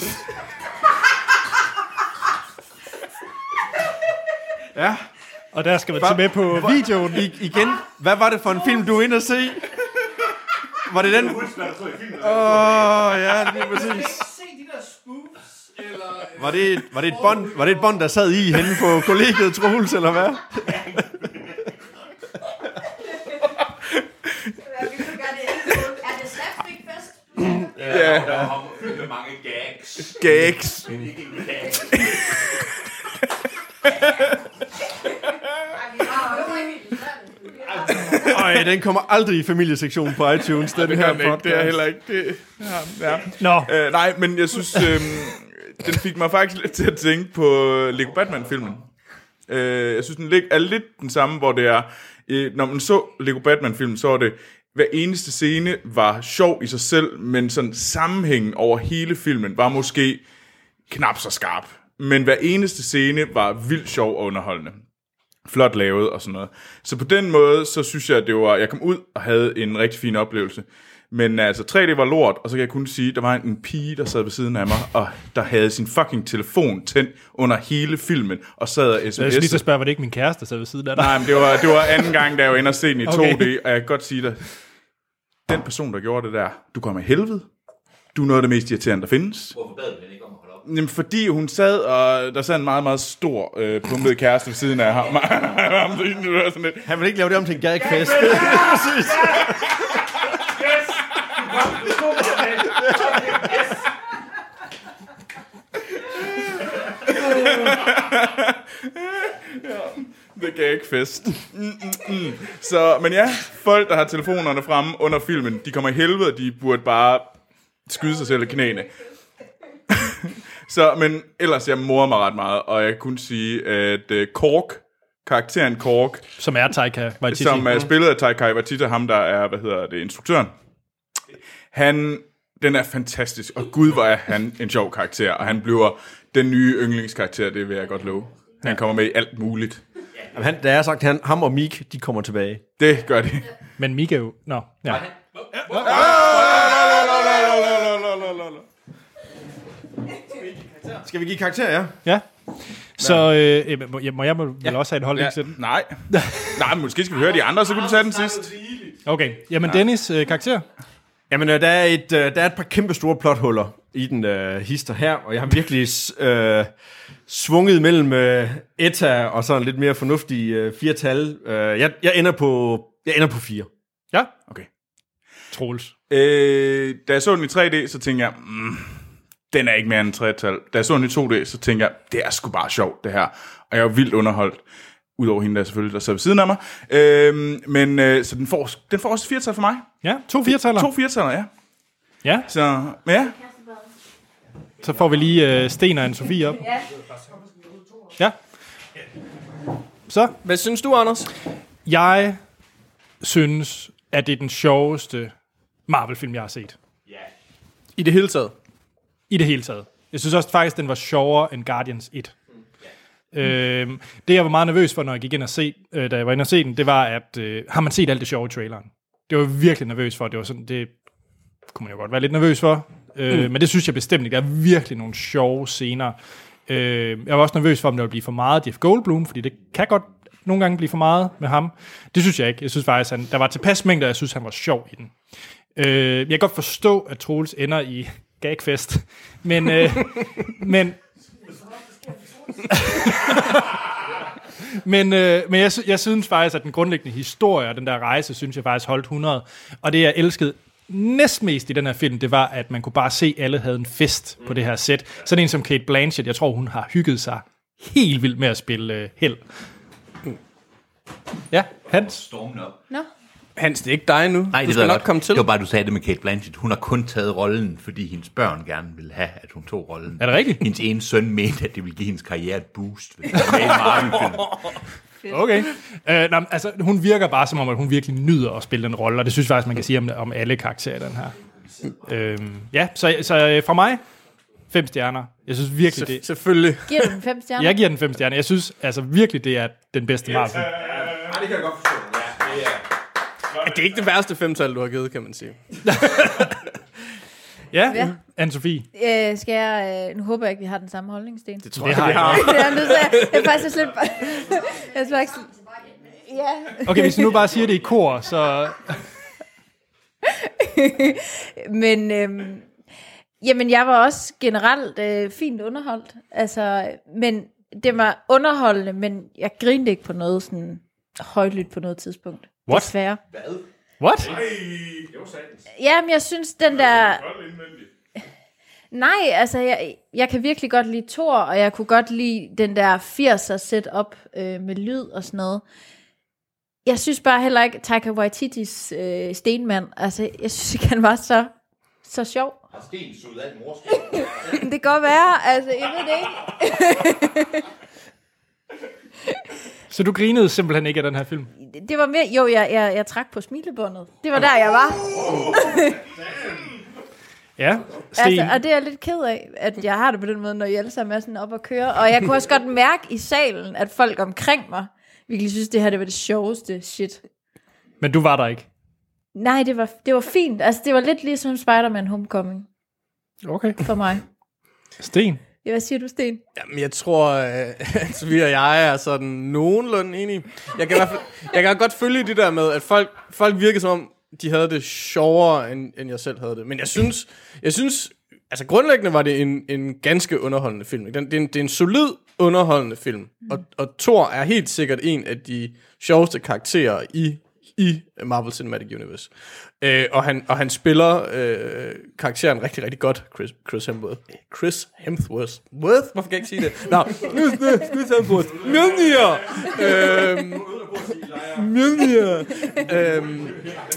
Ja. Og der skal man tage med på Hva, videoen. I, igen, hvad var det for en film, du er inde at se? Var det den? Åh, oh, ja, lige præcis. Var det, var det et bånd, var det et bånd, der sad i henne på kollegiet Troels, eller hvad? Ja, der var fyldt med mange gags. Gags. Øj, den kommer aldrig i familiesektionen på iTunes, den det her podcast. podcast. Det er heller ikke det. Ja, ja. Nå. Øh, nej, men jeg synes, øh, den fik mig faktisk lidt til at tænke på Lego Batman-filmen. Øh, jeg synes, den er lidt den samme, hvor det er, øh, når man så Lego Batman-filmen, så var det, hver eneste scene var sjov i sig selv, men sådan sammenhængen over hele filmen var måske knap så skarp. Men hver eneste scene var vildt sjov og underholdende. Flot lavet og sådan noget. Så på den måde, så synes jeg, at det var, jeg kom ud og havde en rigtig fin oplevelse. Men altså, tre D var lort, og så kan jeg kun sige, at der var en pige, der sad ved siden af mig, og der havde sin fucking telefon tændt under hele filmen, og sad og sms'ede. Jeg skal lige så spørge, var det ikke min kæreste, der sad ved siden af dig? Nej, men det var, det var anden gang, da jeg var inde og se den i Okay. to D, og jeg kan godt sige dig, den person, der gjorde det der, du kommer i helvede. Du er noget af det mest irriterende, der findes. Hvorfor bad den ikke om at holde op? Jamen, fordi hun sad, og der sad en meget, meget stor øh, pumpet kæreste ved siden af ham. Han vil ikke lave det om til en gagfest. Yes! Det gav ikke fest. Mm, mm, mm. Så, men ja, folk, der har telefonerne fremme under filmen, de kommer i helvede, de burde bare skyde sig selv i knæene. Så, men ellers, jeg morer mig ret meget, og jeg kan kun sige, at uh, Kork, karakteren Kork, som er Taika Waititi, som er spillet af Taika Waititi, ham der er, hvad hedder det, instruktøren, han, den er fantastisk, og gud, hvor er han en sjov karakter, og han bliver den nye yndlingskarakter, det vil jeg godt love. Han kommer med i alt muligt. Jamen, han, da jeg har sagt, han, ham og Meek, de kommer tilbage. Det gør de. Men Meek er jo... Nå, ja. Skal vi give karakter, ja? Ja. Så øh, må jeg, må jeg vel ja. også have en holdning ja. til den? Nej. Nej, men måske skal vi høre de andre, så kan du tage den sidst. Okay. Jamen, Dennis, øh, karakter? Jamen, øh, der, er et, øh, der er et par kæmpe store plothuller i den øh, hister her, og jeg har virkelig øh, svunget mellem øh, etta og sådan lidt mere fornuftige øh, fire-tal. Øh, jeg, jeg, ender på, jeg ender på fire. Ja? Okay. Troels. Øh, da jeg så den i tre D, så tænkte jeg, mm, den er ikke mere end en tre-tal. Da jeg så den i to D, så tænkte jeg, det er sgu bare sjovt, det her. Og jeg var vildt underholdt. Udover hende, der selvfølgelig, der sad ved siden af mig. Øh, men øh, så den får, den får også fire-tal for mig. Ja, to fire-taller. To fire-taller, ja. Ja. Så, ja. Så får vi lige øh, Sten og Anne-Sophie op. Ja. Så. Hvad synes du, Anders? Jeg synes, at det er den sjoveste Marvel-film, jeg har set. I det hele taget? I det hele taget. Jeg synes også faktisk, den var sjovere end Guardians et. Mm. Øhm, det, jeg var meget nervøs for, når jeg gik ind og se, øh, da jeg var inde og se den, det var, at øh, har man set alt det sjove i traileren? Det var jeg virkelig nervøs for. Det var sådan, det kunne man jo godt være lidt nervøs for. Øh, mm. Men det synes jeg bestemt ikke. Der er virkelig nogle sjove scener. Øh, jeg var også nervøs for, om der ville blive for meget Jeff Goldblum, fordi det kan godt nogle gange blive for meget med ham. Det synes jeg ikke. Jeg synes faktisk, han, der var tilpas mængder, jeg synes, han var sjov i den. Øh, jeg kan godt forstå, at Troels ender i gagfest. Men, øh, men, men, øh, men jeg, jeg synes faktisk, at den grundlæggende historie og den der rejse, synes jeg faktisk holdt hundrede. Og det, jeg elskede næstmest i den her film, det var, at man kunne bare se, at alle havde en fest på det her sæt. Sådan en som Cate Blanchett, jeg tror, hun har hygget sig helt vildt med at spille øh, held. Ja, Hans. Stormen op. Nå. Hans, det er ikke dig nu. Nej, du det skal nok godt. komme til. Det var bare, du sagde det med Cate Blanchett. Hun har kun taget rollen, fordi hendes børn gerne ville have, at hun tog rollen. Er det rigtigt? Hendes ene søn mente, at det ville give hendes karriere et boost. Hvis det var med i Marvel-film. Okay. Øh, nej, altså, hun virker bare som om, at hun virkelig nyder at spille den rolle, og det synes jeg faktisk, man kan sige om, om alle karakterer i den her. Øh, ja, så, så fra mig, Fem stjerner. Jeg synes virkelig, Se- det... Selvfølgelig. Giver du den fem stjerner? Jeg giver den fem stjerner. Jeg synes altså virkelig, det er den bedste Marvel-film. Nej, det kan jeg godt forstå. Ja, det er... Det er ikke det værste femtal, du har givet, kan man sige. Ja, Ja. Anne-Sophie. Øh, skal jeg, øh, nu håber jeg ikke, vi har den samme holdning, Sten. Det tror Det jeg, har vi har. Det er nødt til at- jeg er faktisk lidt... jeg er faktisk... Ja. Okay, hvis du nu bare siger det i kor, så... Men... Øhm, jamen, jeg var også generelt øh, fint underholdt. Altså, men det var underholdende, men jeg grinede ikke på noget sådan højlydt på noget tidspunkt. What? Desværre. Hvad? What? Nej, det var satans. Jamen, jeg synes, den der... Nej, altså, jeg, jeg kan virkelig godt lide Thor, og jeg kunne godt lide den der firser setup øh, med lyd og sådan noget. Jeg synes bare heller ikke, Taika Waititis øh, stenmand, altså, jeg synes ikke, han var så, så sjov. Har Sten suget af morskab? Det kan godt være, altså, jeg ved det ikke. Så du grinede simpelthen ikke af den her film? Det var mere, jo, jeg, jeg, jeg trak på smilebåndet. Det var der, jeg var. Ja, Sten. Altså, og det er jeg lidt ked af, at jeg har det på den måde, når I alle sammen er sådan op at køre. Og jeg kunne også godt mærke i salen, at folk omkring mig virkelig synes, det her det var det sjoveste shit. Men du var der ikke? Nej, det var, det var fint. Altså, det var lidt ligesom Spider-Man Homecoming. Okay. For mig. Sten? Ja, hvad siger du, Sten? Jamen, jeg tror, at vi og jeg er sådan nogenlunde enige. Jeg kan, i hvert fald, jeg kan godt følge det der med, at folk, folk virker som om, de havde det sjovere, end, end jeg selv havde det. Men jeg synes, jeg synes altså grundlæggende var det en, en ganske underholdende film. Den, det, er en, det er en solid underholdende film. Mm. Og, og Thor er helt sikkert en af de sjoveste karakterer i, i Marvel Cinematic Universe. Øh, og, han, og han spiller øh, karakteren rigtig, rigtig godt, Chris, Chris Hemsworth. Chris Hemsworth. Worth? Hvorfor kan jeg ikke sige det? Nå, Chris Hemsworth. Mjølnir! Øhm, Mjølnir! Øhm,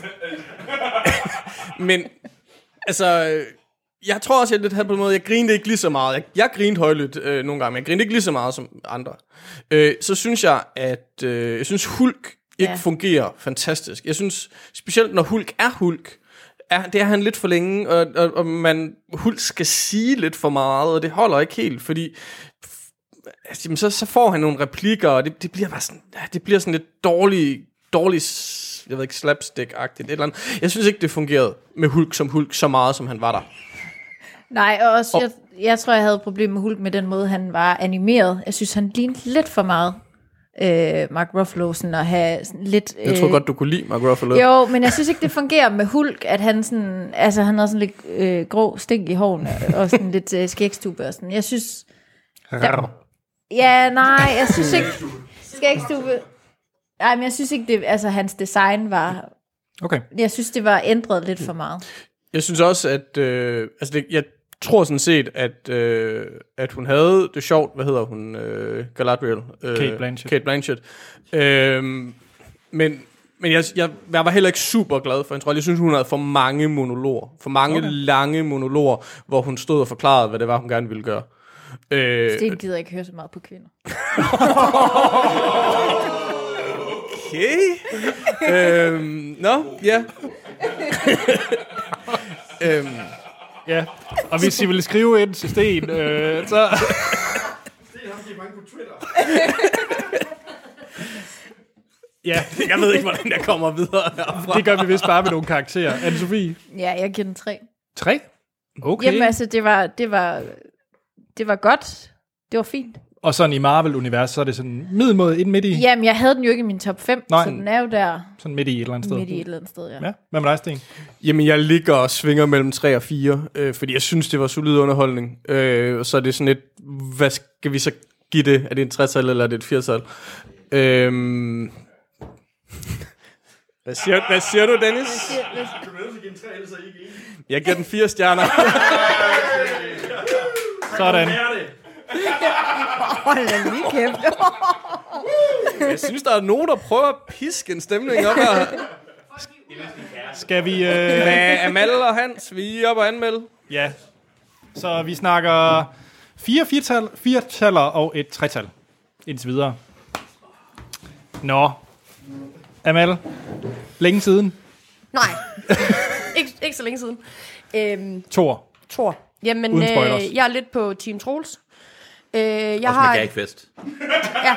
men, altså... Jeg tror også, jeg lidt havde på en måde, jeg grinede ikke lige så meget. Jeg, jeg grinede højlydt øh, nogle gange, men jeg grinede ikke lige så meget som andre. Øh, så synes jeg, at øh, jeg synes Hulk ikke ja. fungerer fantastisk. Jeg synes, specielt når Hulk er Hulk, er, det er han lidt for længe, og, og, og man, Hulk skal sige lidt for meget, og det holder ikke helt, fordi altså, jamen, så, så får han nogle replikker, og det, det bliver bare sådan, det bliver sådan lidt dårlig, dårlig, jeg ved ikke, slapstick-agtigt, et eller andet. Jeg synes ikke, det fungerede med Hulk som Hulk så meget, som han var der. Nej, og også, Og- jeg, jeg tror, jeg havde et problem med Hulk med den måde, han var animeret. Jeg synes, han lignede lidt for meget øh, Mark Ruffalo, sådan at have sådan lidt... Øh, Jeg tror godt, du kunne lide Mark Ruffalo. Jo, men jeg synes ikke, det fungerer med Hulk, at han sådan... Altså, han har sådan lidt øh, grå stink i hårene, og sådan lidt øh, skægstube og sådan. Jeg synes... Der, ja, nej, jeg synes ikke... Skægstube... Nej, men jeg synes ikke, det, altså, hans design var... Okay. Jeg synes, det var ændret lidt for meget. Jeg synes også, at... Øh, altså det, jeg tror sådan set, at, øh, at hun havde det sjovt. Hvad hedder hun? Øh, Galadriel. Øh, Cate Blanchett. Cate Blanchett. Øh, men men jeg, jeg, jeg var heller ikke super glad for hendes rolle. Jeg synes, hun havde for mange monologer. For mange okay. lange monologer, hvor hun stod og forklarede, hvad det var, hun gerne ville gøre. Øh, Sten gider ikke høre så meget på kvinder. Okay. øhm, Nå, ja. øhm. Ja, og hvis I vil skrive ind til Sten, øh, så... Ja, jeg ved ikke, hvordan jeg kommer videre herfra. Det gør vi vist bare med nogle karakterer. Anne-Sophie? Ja, jeg giver den tre. Tre? Okay. Jamen altså, det var, det var, det var godt. Det var fint. Og sådan i Marvel-universet, så er det sådan middelmåde ind midt i? Jamen, jeg havde den jo ikke i min top fem, Nej. så den er jo der. Sådan midt i et eller andet sted? Midt i et eller andet sted, ja. Ja, hvad med dig, Sten? Jamen, jeg ligger og svinger mellem tre og fire, øh, fordi jeg synes, det var solid underholdning. Øh, og så er det sådan lidt, hvad skal vi så give det? Er det en tre-tal, eller er det et fire-tal? Øh, hvad, siger, hvad siger du, Dennis? Jeg giver den fire stjerner. Sådan. Hold da lige kæft. Jeg synes, der er nogen, der prøver at piske en stemning op her. Skal vi... Øh... Med Amal og Hans, vi er oppe og anmelde. Ja. Så vi snakker fire firtal, firtaller og et tretal. Indtil videre. Nå. Amal. Længe siden. Nej. ikke, ikke så længe siden. Øhm, Thor. Thor. Jamen, Uden spoilers. øh, jeg er lidt på Team Troels. Øh, jeg Også har, med gagfest. ja.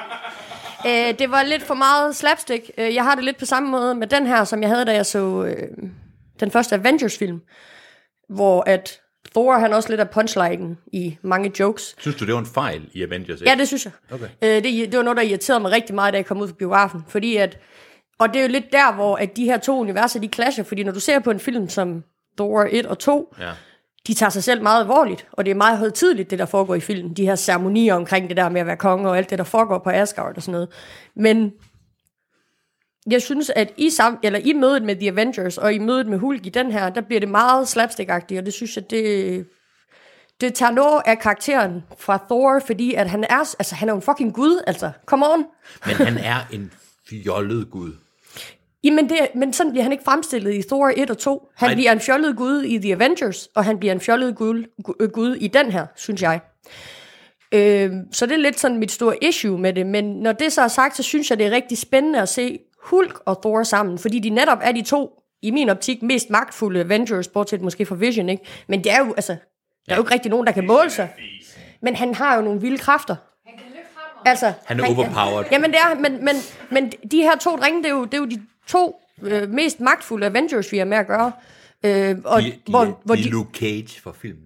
Øh, det var lidt for meget slapstick. Øh, jeg har det lidt på samme måde med den her, som jeg havde, da jeg så øh, den første Avengers-film. Hvor at Thor, han også lidt af punchline i mange jokes. Synes du, det var en fejl i Avengers? Ja, det synes jeg. Okay. Øh, det, det var noget, der irriterede mig rigtig meget, da jeg kom ud fra biografen. Fordi at, og det er jo lidt der, hvor at de her to universer, de clasher. Fordi når du ser på en film som Thor et og to, ja. de tager sig selv meget alvorligt. Og det er meget højtideligt, det der foregår i filmen. De her ceremonier omkring det der med at være konge og alt det, der foregår på Asgard og sådan noget. Men jeg synes, at i, sam- eller i mødet med The Avengers og i mødet med Hulk i den her, der bliver det meget slapstick-agtigt, og det synes jeg, det, det tager noget af karakteren fra Thor, fordi at han er, altså han er jo en fucking gud, altså, come on. Men han er en fjollet gud. Jamen det, men sådan bliver han ikke fremstillet i Thor et og to. Han Ej. bliver en fjollet gud i The Avengers, og han bliver en fjollet gud, gud i den her, synes jeg. Øh, så det er lidt sådan mit store issue med det, men når det så er sagt, så synes jeg, det er rigtig spændende at se Hulk og Thor sammen, fordi de netop er de to, i min optik, mest magtfulde Avengers, bortset måske for Vision, ikke? Men det er jo, altså, der er jo ikke rigtig nogen, der kan måle sig. Men han har jo nogle vilde kræfter. Han kan løbe frem. Altså, han er han, overpowered. Jamen det er, men, men, men de her to drenge, det er jo, det er jo de to øh, mest magtfulde Avengers, vi har med at gøre. Øh, og, de, hvor, de, hvor de, de, Luke Cage for filmene.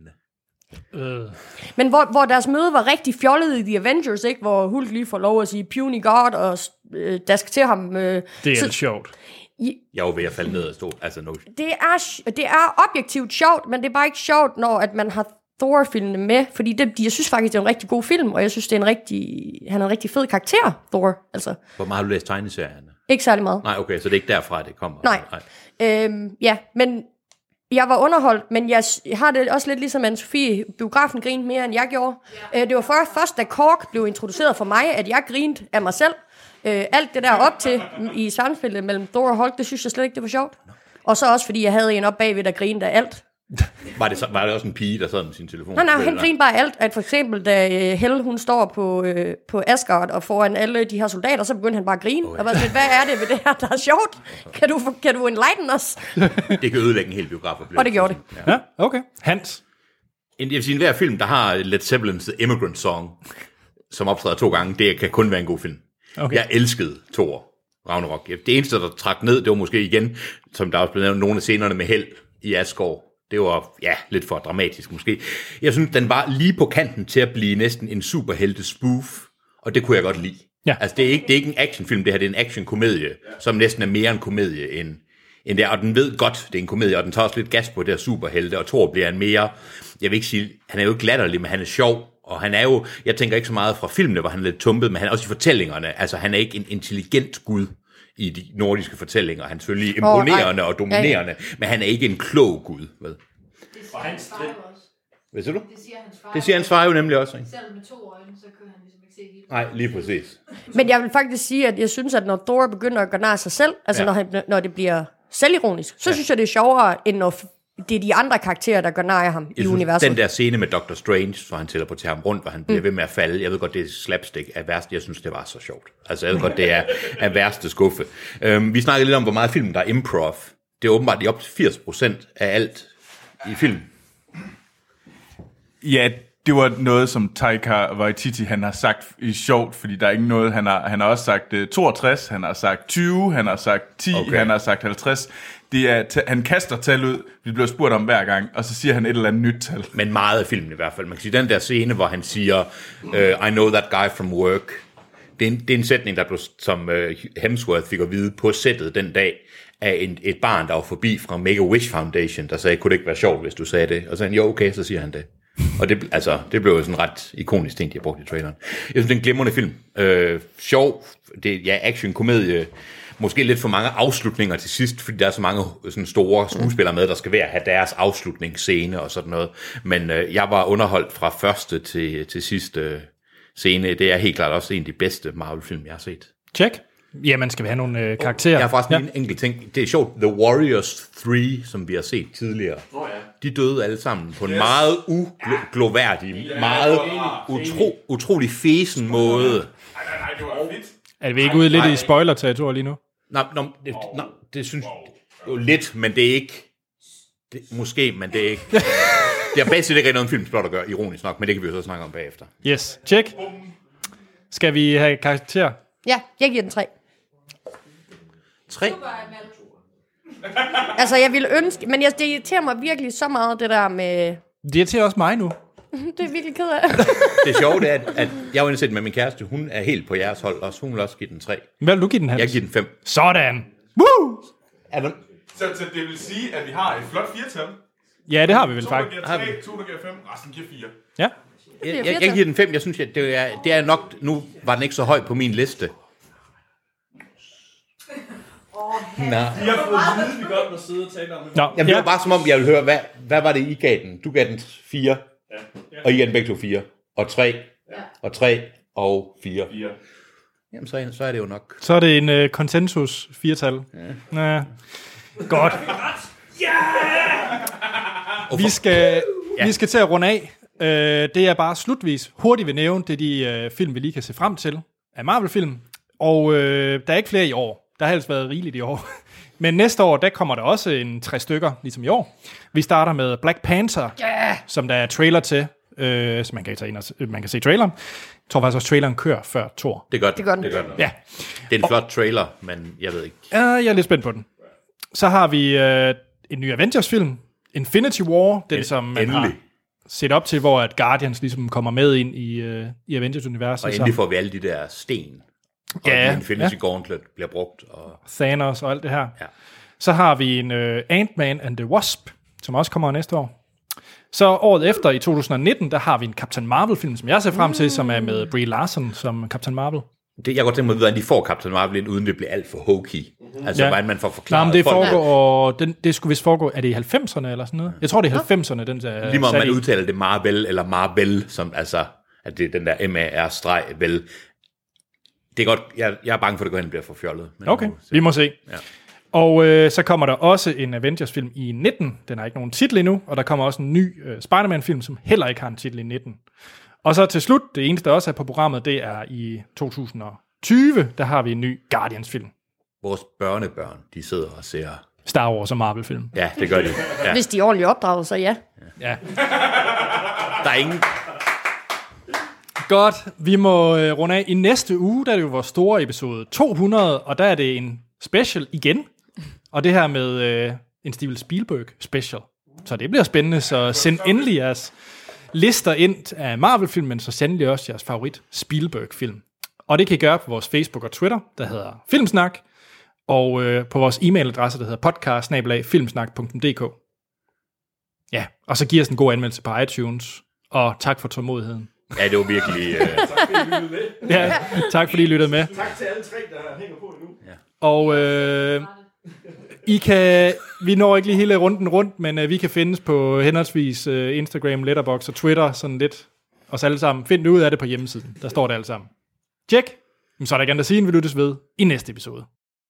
Øh. Men hvor, hvor deres møde var rigtig fjollet i The Avengers, ikke? Hvor Hulk lige får lov at sige puny god og øh, dask til ham. Øh, det er så, lidt sjovt. I, jeg var ved at falde ned og stå. Altså, no. det, er, det er objektivt sjovt, men det er bare ikke sjovt, når at man har Thor-filmene med, fordi det, jeg synes faktisk, det er en rigtig god film, og jeg synes, det er en rigtig, han er en rigtig fed karakter, Thor. Altså. Hvor meget har du læst tegneserierne? Ikke særlig meget. Nej, okay, så det er ikke derfra, det kommer. Nej. Nej. Øhm, ja, men jeg var underholdt, men jeg har det også lidt ligesom Anne-Sophie. Biografen grinede mere, end jeg gjorde. Ja. Øh, det var først, da Kork blev introduceret for mig, at jeg grinede af mig selv. Øh, alt det der op til i samspillet mellem Thor og Hulk, det synes jeg slet ikke, det var sjovt. Og så også, fordi jeg havde en op bagved, der grinede af alt. Var det, så, var det også en pige, der sad med sin telefon? Nej, nej, han griner bare alt. At for eksempel, da uh, Hel, hun står på, uh, på Asgard og foran alle de her soldater, så begynder han bare at grine. Oh, ja. Og bare, hvad er det ved det her, der er sjovt? Kan du, kan du enlighten os? Det kan ødelægge en hel biograf. Og det gjorde det. Ja, ja okay. Hans? Jeg vil sige, hver film, der har Led Zeppelin's The Immigrant Song, som optræder to gange, det kan kun være en god film. Okay. Jeg elskede Thor Ragnarok. Det eneste, der trak ned, det var måske igen, som der også blev nævnt, nogle af scenerne med Hel i Asgård. Det var, ja, lidt for dramatisk måske. Jeg synes, den var lige på kanten til at blive næsten en superhelte-spoof, og det kunne jeg godt lide. Ja. Altså, det er, ikke, det er ikke en actionfilm, det her, det er en actionkomedie, som næsten er mere en komedie end, end det er, og den ved godt, det er en komedie, og den tager også lidt gas på det her superhelte, og Thor bliver en mere, jeg vil ikke sige, han er jo ikke latterlig, men han er sjov, og han er jo, jeg tænker ikke så meget fra filmene, hvor han er lidt tumpet, men han er også i fortællingerne, altså han er ikke en intelligent gud i de nordiske fortællinger. Han er selvfølgelig imponerende oh, og dominerende, ja, ja. Men han er ikke en klog gud. Hvad? Det siger hans far jo også. Hvad siger du? Det siger hans far. Det siger hans far jo nemlig også. Ikke? Selv med to øjne, så kan han ligesom ikke se helt. Nej, lige præcis. Men jeg vil faktisk sige, at jeg synes, at når Thor begynder at gøre nar sig selv, altså ja. når, han, når det bliver selvironisk, så ja. synes jeg, det er sjovere, end når det er de andre karakterer, der gør nar af ham jeg i synes, universet. Den der scene med Doctor Strange, hvor han teleporterer ham rundt, hvor han bliver mm. ved med at falde. Jeg ved godt, det er slapstick af værst. Jeg synes, det var så sjovt. Altså, jeg ved godt, det er af værste skuffe. Um, vi snakkede lidt om, hvor meget film der er improv. Det er åbenbart i op til firs procent af alt i film. Ja, det var noget, som Taika Waititi, han har sagt i sjovt, fordi der er ikke noget, han har, han har også sagt uh, toogtres, han har sagt tyve, han har sagt ti, okay. Han har sagt halvtreds. Det er, t- han kaster tal ud, vi bliver spurgt om hver gang, og så siger han et eller andet nyt tal. Men meget af filmen i hvert fald. Man kan sige, den der scene, hvor han siger, uh, I know that guy from work. Det er en, det er en sætning, der blev, som uh, Hemsworth fik at vide på sættet den dag, af en, et barn, der var forbi fra Make-A-Wish Foundation, der sagde, kunne det ikke være sjovt, hvis du sagde det? Og så han, jo okay, så siger han det. Og det, altså, det blev jo sådan ret ikonisk ting, de har brugt i traileren. Jeg synes, det er en glimrende film. Øh, sjov, det er ja, action-komedie. Måske lidt for mange afslutninger til sidst, fordi der er så mange sådan store skuespillere med, der skal være have deres afslutningsscene og sådan noget. Men øh, jeg var underholdt fra første til, til sidste scene. Det er helt klart også en af de bedste Marvel-film, jeg har set. Check. Ja, man skal have nogle øh, karakterer. Jeg har faktisk ja. en enkelt ting. Det er sjovt. The Warriors tre, som vi har set tidligere, oh, ja. De døde alle sammen på en yes. meget ugloværdig, ja, meget utro, utrolig fesen måde. Nej, nej, nej, det var fedt. Er vi ikke ude lidt i spoiler-territorier lige nu? Nej, nej, det, nej, det synes jeg jo lidt, men det er ikke... Det, måske, men det er ikke... Det er basically ikke noget, en filmsplot at gøre, ironisk nok, men det kan vi jo så snakke om bagefter. Yes, check. Skal vi have karakter? Ja, jeg giver den tre. Tre? Altså, jeg ville ønske... Men jeg, det irriterer mig virkelig så meget, det der med... Det irriterer også mig nu. Det er virkelig ked af. Det sjove er, at, at jeg har jo set med min kæreste, hun er helt på jeres hold også. Hun vil også give den tre. Hvad vil du give den, Hans? Jeg giver den fem. Sådan. Woo! Er den? Så, så det vil sige, at vi har et flot firtal. Ja, det har vi vel to, faktisk. To, der giver tre, to, der giver fem, resten giver fire. Ja. Jeg, jeg, jeg giver den fem. Jeg synes, at det er, det er nok... Nu var den ikke så høj på min liste. Nej. Vi har fået at vide, vi godt må sidde og tale om det. Nå, Jamen, det var bare som om, jeg ville høre, hvad, hvad var det, I gav den? Du gav den fire, ja. Ja. Og I gav den begge to fire, og tre, ja. Og tre, og fire. fire. Jamen, så, så er det jo nok. Så er det en uh, konsensus firetal. Ja. Ja. Godt. Yeah! Vi skal, ja. vi skal til at runde af. Uh, det er bare slutvis hurtigt vil nævne, det er de uh, film, vi lige kan se frem til af Marvel-film. Og uh, der er ikke flere i år. Der har helst været rigeligt i år. Men næste år, der kommer der også en tre stykker, ligesom i år. Vi starter med Black Panther, yeah! Som der er trailer til, øh, så man kan, tage ind og, man kan se traileren. Jeg tror faktisk også, traileren kører før Thor. Det gør den. Det gør den. Det, gør den. Ja. Det er en flot trailer, men jeg ved ikke. Uh, jeg er lidt spændt på den. Så har vi øh, en ny Avengers-film, Infinity War, den en, som man endelig. har set op til, hvor at Guardians ligesom kommer med ind i, øh, i Avengers-universet. Og endelig får vi alle de der sten. Og ja, Infinity ja. Gauntlet bliver brugt. Og Thanos og alt det her. Ja. Så har vi en uh, Ant-Man and the Wasp, som også kommer næste år. Så året efter, i to tusind nitten, der har vi en Captain Marvel-film, som jeg ser frem til, mm. som er med Brie Larson som Captain Marvel. Det, jeg kan godt tænke mig at vide, hvordan de får Captain Marvel ind, uden det bliver alt for hokey. Mm-hmm. Altså, ja. Hvordan man får forklaret. Nej, men det foregår, og den, det skulle vist foregå, er det i halvfemserne eller sådan noget? Jeg tror, det er halvfemserne, den der... Lige meget man udtaler det Marvel eller Marvel, som altså, at det er den der M A R-vel. Det er godt, jeg, jeg er bange for, at det går hen og bliver for fjollet. Men okay, vi må se. Ja. Og øh, så kommer der også en Avengers-film i nitten. Den har ikke nogen titel endnu. Og der kommer også en ny øh, Spider-Man-film, som heller ikke har en titel i nitten. Og så til slut, det eneste, der også er på programmet, det er i to tusind tyve, der har vi en ny Guardians-film. Vores børnebørn, de sidder og ser... Star Wars og Marvel-film. Ja, det gør de. Ja. Hvis de er ordentligt opdraget, så ja. Ja. Der er ingen... Godt, vi må øh, runde af. I næste uge, der er det jo vores store episode to hundrede, og der er det en special igen. Og det her med øh, en Steven Spielberg special. Så det bliver spændende, så send endelig jeres lister ind af Marvel-film, men så sendelig også jeres favorit Spielberg-film. Og det kan I gøre på vores Facebook og Twitter, der hedder Filmsnak, og øh, på vores e-mailadresse, der hedder podcast bindestreg filmsnak punktum d k. Ja, og så giv os en god anmeldelse på iTunes, og tak for tålmodigheden. Ja, det var virkelig... Uh... tak fordi I lyttede med. Ja, tak fordi I lyttede med. Tak til alle tre, der hænger på nu. Ja. Og øh, I kan... Vi når ikke lige hele runden rundt, men øh, vi kan findes på henholdsvis øh, Instagram, Letterboxd og Twitter, sådan lidt. Os alle sammen. Find ud af det på hjemmesiden. Der står det alle sammen. Tjek. Så er der ikke andet at sige, end vi lyttes ved i næste episode.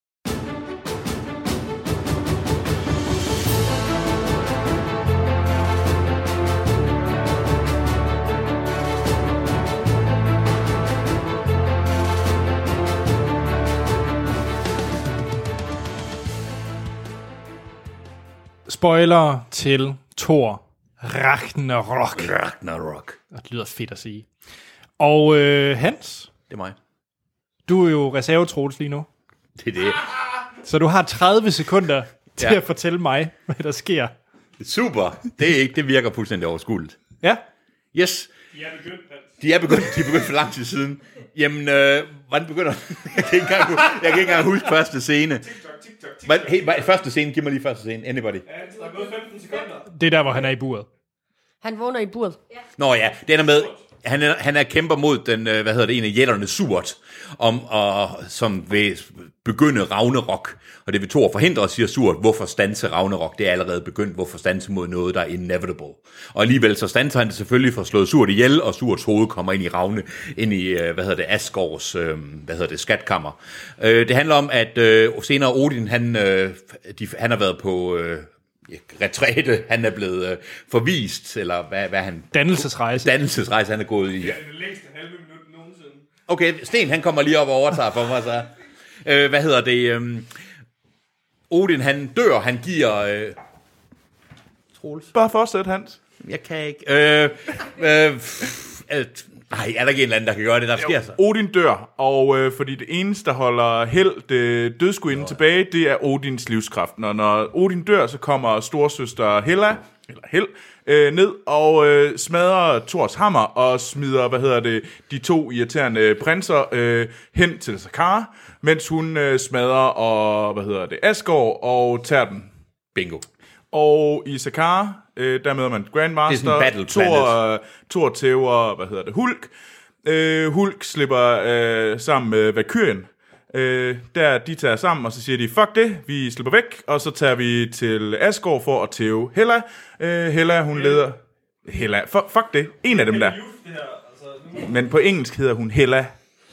Spoiler til Thor Ragnarok. Ragnarok. Det lyder fedt at sige. Og øh, Hans? Det er mig. Du er jo reservetrols lige nu. Det er det. Så du har tredive sekunder til ja. at fortælle mig, hvad der sker. Super. Det er ikke, det virker fuldstændig overskueligt. Ja. Yes. De er begyndt, Hans. De er begyndt, de er begyndt for lang tid siden. Jamen, øh, hvordan begynder... jeg, kan ikke engang, jeg kan ikke engang huske første scene. Hvad, hey, hvad, første scene, giv mig lige første scene. Anybody. Ja, der er gået femten sekunder. Det er der, hvor han er i buret. Han vågner i buret. Nå ja, det er med... Han er, han er kæmper mod den, hvad hedder det, en af jætterne Surt, om, og, som vil begynde Ragnarok. Og det vil Thor forhindre og siger Surt, hvorfor standse Ragnarok? Det er allerede begyndt, hvorfor standse mod noget, der er inevitable. Og alligevel så standser han det selvfølgelig for at slå Surt ihjel, og Surts hoved kommer ind i Ravne, ind i, hvad hedder det, Asgårds, hvad hedder det, skatkammer. Det handler om, at senere Odin, han, de, han har været på... retræte, han er blevet øh, forvist, eller hvad, hvad han... Dannelsesrejse. Dannelsesrejse, han er gået i... Det er den længste halve minut nogensinde. Okay, Sten, han kommer lige op og overtager for mig, så... Øh, hvad hedder det? Øh, Odin, han dør, han giver... Øh... Troels. Bare fortsæt, Hans. Jeg kan ikke. Øh, øh, øh, nej, er der ikke en eller anden, der kan gøre det, der sker så? Odin dør, og øh, fordi det eneste, der holder Held øh, dødsgudinden tilbage, det er Odins livskraft. Når, når Odin dør, så kommer storsøster Hela, eller Hel, øh, ned og øh, smadrer Thors hammer og smider, hvad hedder det, de to irriterende prinser øh, hen til Sakaar, mens hun øh, smadrer og, hvad hedder det, Asgård og tager den. Bingo. Og i Sakaar, øh, der møder man Grandmaster, Thor, Thor tæver, hvad hedder det, Hulk. Øh, Hulk slipper øh, sammen med Valkyrien. Øh, der de tager sammen, og så siger de, fuck det, vi slipper væk, og så tager vi til Asgård for at tæve Hela. Øh, Hela, hun leder... Hela, fuck, fuck det, en af dem der. Men på engelsk hedder hun Hela.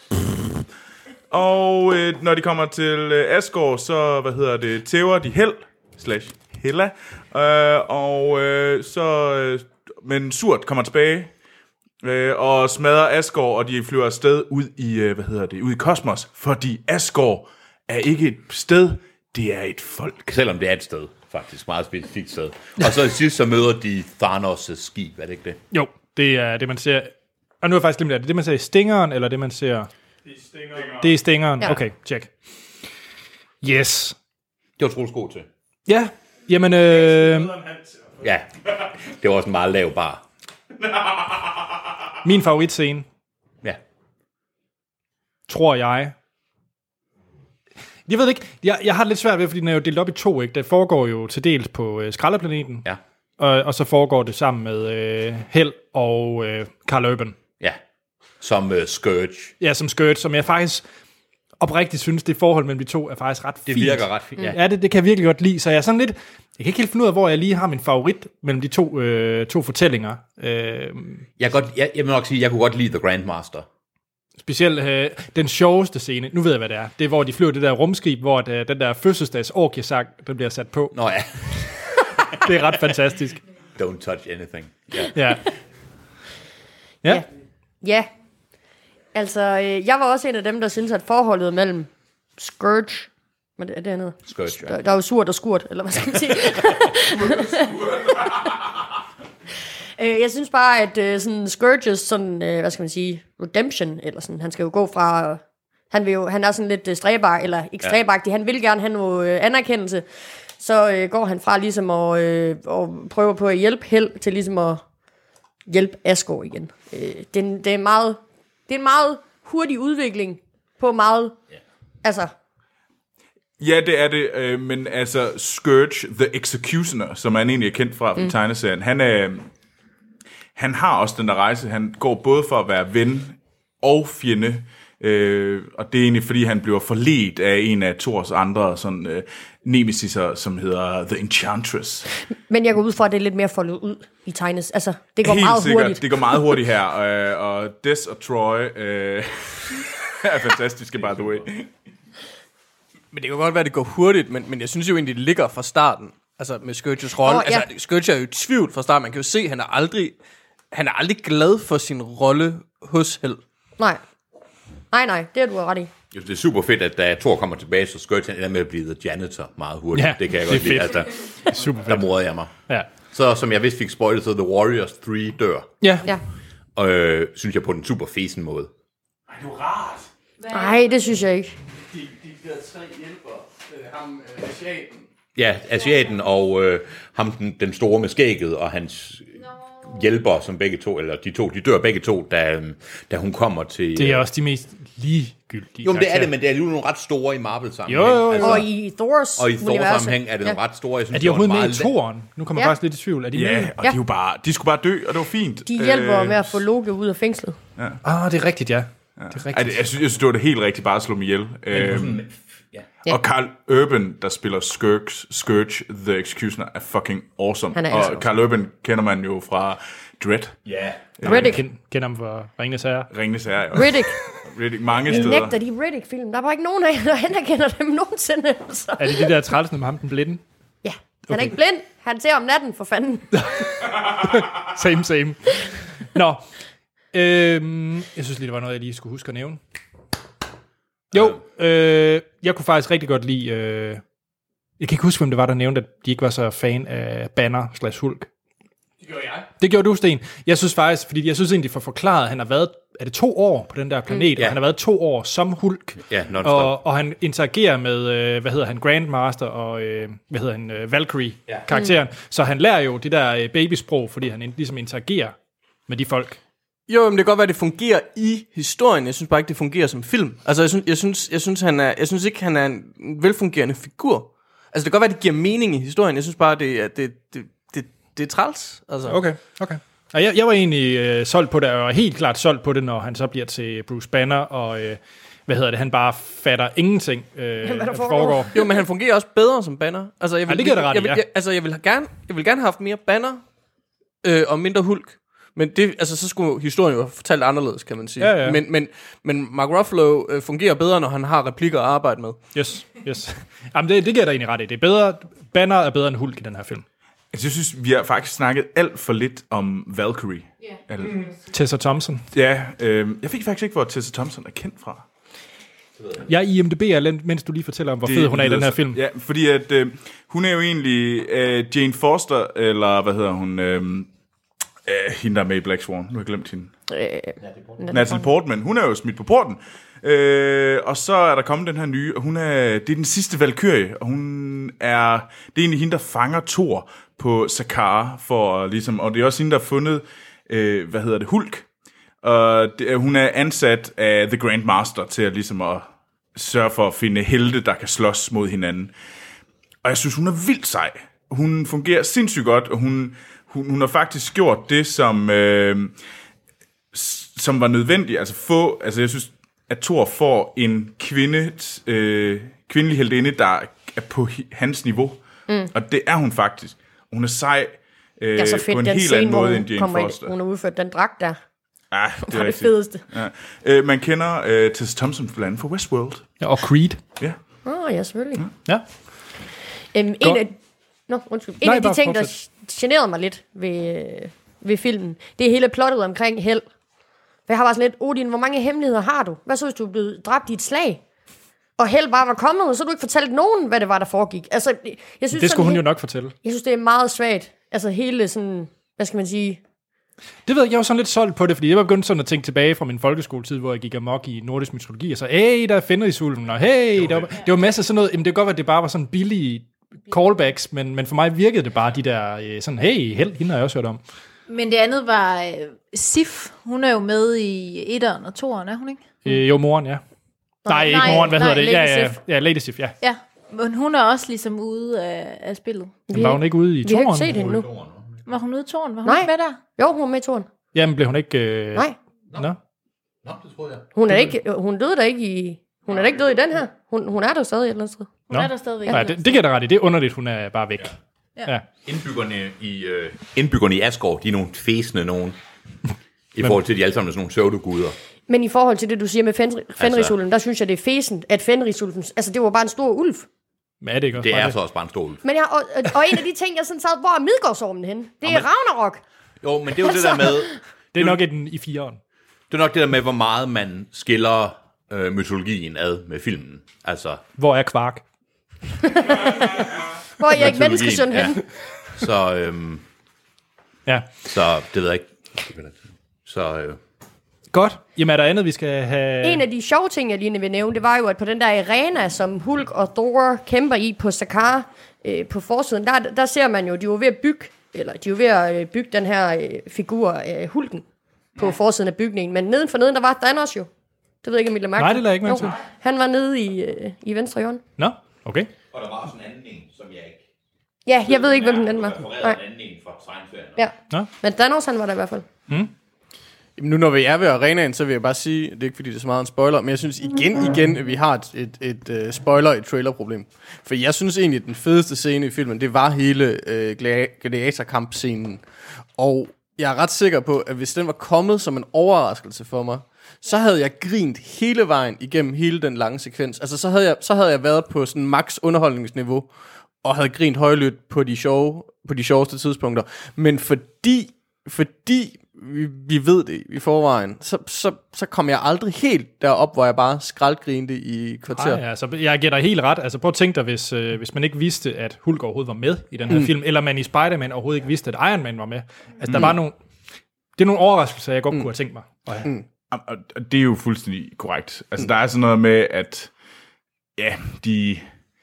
Og øh, når de kommer til øh, Asgård, så, hvad hedder det, tæver de Hel, slash Hela, øh, og øh, så... Øh, men Surt kommer tilbage, Øh, og smadrer Asgård, og de flyver afsted ud i, øh, hvad hedder det, ud i kosmos, fordi Asgård er ikke et sted, det er et folk. Selvom det er et sted, faktisk, meget specifikt sted. Og så i sidst, så møder de Thanos' skib, er det ikke det? Jo, det er det, man ser, og nu er jeg faktisk glemt, er det det, man ser i Stingeren, eller det, man ser... Det er Stingeren. Det er Stingeren, ja. Okay, check. Yes. Det var Troels god til. Ja, jamen... Øh... Ja, det var også en meget lav bar. Min favoritscene. Ja. Tror jeg. Jeg ved ikke, jeg, jeg har det lidt svært ved, fordi den er jo delt op i to, ikke? Det foregår jo til dels på øh, Skraldeplaneten. Ja. Og, og så foregår det sammen med øh, Hel og øh, Karl Urban. Ja. Som øh, Scourge. Ja, som Scourge, som jeg faktisk oprigtigt synes, det forhold mellem de to er faktisk ret fint. Det virker ret fint, ja. Ja, det, det kan jeg virkelig godt lide. Så jeg er sådan lidt... Jeg kan ikke helt finde ud af, hvor jeg lige har min favorit mellem de to, øh, to fortællinger. Øh, jeg, godt, jeg, jeg vil nok sige, at jeg kunne godt lide The Grandmaster. Specielt øh, den sjoveste scene, nu ved jeg, hvad det er. Det er, hvor de flyver det der rumskib, hvor øh, den der fødselsdags orkiesang, den bliver sat på. Nå ja. Det er ret fantastisk. Don't touch anything. Yeah. Ja. Ja. Ja. Ja. Altså, øh, jeg var også en af dem, der synes, at forholdet mellem Scourge, hvad er det andet? Scourge, ja. Der, der er jo surt og skurt, eller hvad skal man sige? øh, jeg synes bare, at øh, sådan Scourges, sådan, øh, hvad skal man sige, redemption, eller sådan, han skal jo gå fra, øh, han, vil jo, han er sådan lidt øh, stræbar, eller ikke stræbagtig, ja. Han vil gerne have noget øh, anerkendelse, så øh, går han fra ligesom at øh, og prøve på at hjælpe Hel til ligesom at hjælpe Asgård igen. Øh, det, det er meget... Det er en meget hurtig udvikling på meget, yeah. altså... Ja, det er det, øh, men altså Scourge, The Executioner, som han egentlig er kendt fra, fra mm. tegneserien, han, er, han har også den der rejse, han går både for at være ven og fjende, øh, og det er egentlig fordi, han bliver forledt af en af Thors andre sådan, øh, nemesiser, som hedder The Enchantress. Men jeg går ud fra, at det er lidt mere foldet ud i tegnes. Altså, det går Helt meget sikkert. hurtigt. Det går meget hurtigt her, øh, og Des og Troy øh, er fantastiske, by the way. Men det kan godt være, at det går hurtigt, men, men jeg synes jo egentlig, det ligger fra starten. Altså med Scourges rolle. Oh, ja. Altså, Scourge er jo i tvivl fra starten. Man kan jo se, at han er aldrig, han er aldrig glad for sin rolle hos Hel. Nej. Nej, nej, det er du ret i. Det er super fedt, at da Thor kommer tilbage, så Scourge ender med at blive the janitor meget hurtigt. Ja, det kan jeg godt lide. Altså, det er super fedt. Der morede jeg mig. Ja. Så som jeg vist fik spoilet, så The Warriors tre dør. Ja. ja. Og øh, synes jeg på den super fesen måde. Ej, det er rart. Nej, det synes jeg ikke. De, de der tre hjælper, øh, ham, øh, asiaten. Ja, asiaten og øh, ham den, den store med skægget og hans hjælper, som begge to, eller de to, de dør begge to, da, da hun kommer til... Det er også de mest ligegyldige. Jo, men det er det, men det er jo nogle ret store i Marvel-sammenhæng. Jo, jo, jo. Altså, og i Thors Og i Thor-sammenhæng er det ja. nogle ret store. Jeg synes, er de overhovedet med i meget... toren? Nu kommer jeg ja. faktisk lidt i tvivl. Er de ja, med? og ja. de, er jo bare, de skulle bare dø, og det var fint. De hjælper øh... med at få Loke ud af fængslet. Ja. Ah, det er rigtigt, ja. ja. Det er rigtigt. Ej, det, jeg, synes, jeg synes, det var det helt rigtigt bare at slå mig ihjel. Øhm, ja. Og Karl Urban, der spiller Scourge, Scourge The Executioner, er fucking awesome. Han er og awesome. Karl Urban kender man jo fra Dread. Ja. Yeah. Riddick. Jeg kender ham fra Ringenes Herre. Ringenes Herre, ja. Riddick. Riddick, mange I steder. nægter de Riddick-film. Der er bare ikke nogen af jer, der anerkender dem nogensinde. Altså. Er det de der trælsende med ham, den blinde? Ja, han okay. er ikke blind. Han ser om natten, for fanden. Same, same. Nå, øhm, jeg synes lige, det var noget, jeg lige skulle huske at nævne. Jo, øh, jeg kunne faktisk rigtig godt lide... Øh, jeg kan ikke huske, hvem det var, der nævnte, at de ikke var så fan af Banner slash Hulk. Det gjorde jeg. Det gjorde du, Sten. Jeg synes faktisk, fordi jeg synes egentlig, de får forklaret, at han har været, er det to år på den der planet, mm. Ja. og han har været to år som Hulk, Ja, non-stop. og, og han interagerer med, øh, hvad hedder han, Grandmaster og, øh, hvad hedder han, øh, Valkyrie-karakteren, Ja. så han lærer jo det der øh, babysprog, fordi han in- ligesom interagerer med de folk. Jo, men det kan godt være, at det fungerer i historien. Jeg synes bare ikke, det fungerer som film. Altså, jeg synes, jeg synes, jeg synes, han er, jeg synes ikke, han er en velfungerende figur. Altså, det kan godt være, at det giver mening i historien. Jeg synes bare, det er, det, det, det, det er træls. Altså. Okay, okay. Og jeg, jeg var egentlig øh, solgt på det, og var helt klart solgt på det, når han så bliver til Bruce Banner, og øh, hvad hedder det, han bare fatter ingenting, øh, hvad der foregår. Jo, men han fungerer også bedre som Banner. Altså, jeg vil, Ja, det giver dig ret i, jeg vil, ja. jeg, altså, jeg vil have gerne, jeg vil gerne have haft mere Banner øh, og mindre Hulk. Men det, altså, så skulle historien jo have fortalt anderledes, kan man sige. Ja, ja. Men, men, men Mark Ruffalo øh, fungerer bedre, når han har replikker at arbejde med. Yes, yes. Jamen, det, det giver dig egentlig ret i. Det er bedre, Banner er bedre end Hulk i den her film. Altså, jeg synes, vi har faktisk snakket alt for lidt om Valkyrie. Yeah. Mm. Tessa Thompson. Ja, øh, jeg fik faktisk ikke, hvor Tessa Thompson er kendt fra. Jeg I M D B er, mens du lige fortæller om, hvor fed hun er i den her film. Ja, fordi at, øh, hun er jo egentlig øh, Jane Foster, eller hvad hedder hun, øh, øh, hende der er med i Black Swan, nu har jeg glemt hende. Øh, Natalie Portman, hun er jo smidt på porten. Øh, og så er der kommet den her nye, og hun er, det er den sidste Valkyrie, og hun er, det er egentlig hende, der fanger Thor på Sakaar, for ligesom, og det er også hende, der har fundet, øh, hvad hedder det, Hulk. Og det, hun er ansat af The Grandmaster til at ligesom at sørge for at finde helte, der kan slås mod hinanden. Og jeg synes, hun er vildt sej. Hun fungerer sindssygt godt, og hun, hun, hun har faktisk gjort det, som, øh, som var nødvendigt. Altså, få, altså jeg synes, at Thor får en kvinde, øh, kvindelig heltinde, der er på hans niveau. Mm. Og det er hun faktisk. Hun er sej øh, ja, så fedt, på en den helt scene, anden måde hvor end Jane kommer Foster. ind, hun har udført den dragt der. Ja, det er det fedeste. Ja. Øh, man kender øh, Tessa Thompson blandt andet fra Westworld. Ja, og Creed. Ja. Åh, oh, ja, selvfølgelig. Ja. Øhm, en af, no, undskyld. En Nej, af de bare ting, der fortsæt. generede mig lidt ved, øh, ved filmen, det er hele plottet omkring held. For jeg har bare sådan lidt, Odin, hvor mange hemmeligheder har du? Hvad så, hvis du er blevet dræbt i et slag? Og held bare var kommet, og så har du ikke fortalt nogen, hvad det var, der foregik. Altså, jeg synes, Det skulle hun he- jo nok fortælle. Jeg synes, det er meget svagt. Altså hele sådan, hvad skal man sige... Det ved jeg, jeg var sådan lidt solgt på det, fordi jeg var begyndt sådan at tænke tilbage fra min folkeskoletid, hvor jeg gik amok i nordisk mytologi, og så, hey, der er Fenrisulven, og hey, der var, det var masser af sådan noget, jamen det kan godt være, at det bare var sådan billige callbacks, men, men for mig virkede det bare de der, øh, sådan, hey, held, hende har jeg også hørt om. Men det andet var øh, Sif. Hun er jo med i etteren og toeren, er hun ikke? Øh, jo, moren, ja. Nej, nej, ikke moren, hvad nej, hedder det? Lady Ja, ja, Sif. ja, Lady Sif, ja. Ja, men hun er også ligesom ude af, af spillet. Men var hun ikke ude i Vi har ikke toeren? set hende nu. Var hun ude i toeren? Var hun Nej. ikke med der? Jo, hun er med i toren. Jamen, blev hun ikke... Øh... Nej. Nå. Nå, det troede jeg. Hun er ikke, hun døde der ikke i, hun er da ikke død i den her. Hun, hun er der stadig et eller andet sted. Hun er der stadigvæk. Nej, det, det giver dig ret i. Det er underligt, hun er bare væk. Ja. Ja. Indbyggerne i, øh, indbyggerne i Asgård, de er nogle fæsende nogen. I forhold til, de alle sammen er sådan nogle pseudoguder. Men i forhold til det, du siger med Fenri- Fenrisulven, der synes jeg, det er fæsen, at Fenrisulven, altså det var bare en stor ulv. Men er det ikke også Det bare er så også bare en stol. Men jeg, og, og en af de ting, jeg sådan sad, hvor er Midgårdsormen henne? Det er men- Ragnarok. Jo, men det er jo det der med... Det er nok i den i fireeren. Det er nok det der med, hvor meget man skiller øh, mytologien ad med filmen. Altså, Hvor er Quark? Hvor er Erik mytologien, Menneskesøn ja. henne? Så, øhm, Ja. så det ved jeg ikke. Så, øh, Godt. Jamen, er der andet, vi skal have... En af de sjove ting, jeg lige vil nævne, det var jo, at på den der arena, som Hulk og Thor kæmper i på Sakaar, øh, på forsiden, der, der ser man jo, de var ved at bygge, eller de var ved at øh, bygge den her øh, figur af Hulken på forsiden af bygningen. Men neden for neden, der var Thanos jo. Det ved jeg ikke, om I lader mærke Nej, til. det lader jeg ikke mærke Jo, til. Han var nede i, øh, i venstre hjørne. Nå, okay. og der var også en anden en, som jeg ikke... Ja, jeg ved ikke, hvem den anden var. refererede Nej. en anden en fra tegneserien. Ja. Nå. Men Thanos, han var der i hvert fald. Mm. Jamen, nu når vi er ved arenaen, så vil jeg bare sige, det er ikke fordi det er så meget en spoiler, men jeg synes igen, igen, at vi har et, et, et, et spoiler, et trailerproblem. For jeg synes egentlig, at den fedeste scene i filmen, det var hele øh, gladiatorkamp-scenen. Og jeg er ret sikker på, at hvis den var kommet som en overraskelse for mig, så havde jeg grint hele vejen igennem hele den lange sekvens. Altså, så havde jeg, så havde jeg været på sådan max underholdningsniveau, og havde grint højlydt på de, sjove, på de sjoveste tidspunkter. Men fordi, fordi vi, vi ved det i forvejen, så, så, så kom jeg aldrig helt derop, hvor jeg bare skraldgrinte i kvarter. Nej, altså, jeg giver dig helt ret. Altså, prøv at tænke dig, hvis, øh, hvis man ikke vidste, at Hulk overhovedet var med i den her mm. film, eller man i Spider-Man overhovedet ikke vidste, at Iron Man var med. Altså, mm. der var nogle, det er nogle overraskelser, jeg godt mm. kunne have tænkt mig. Og ja. mm. Og det er jo fuldstændig korrekt. Altså, mm. der er sådan noget med, at ja, de...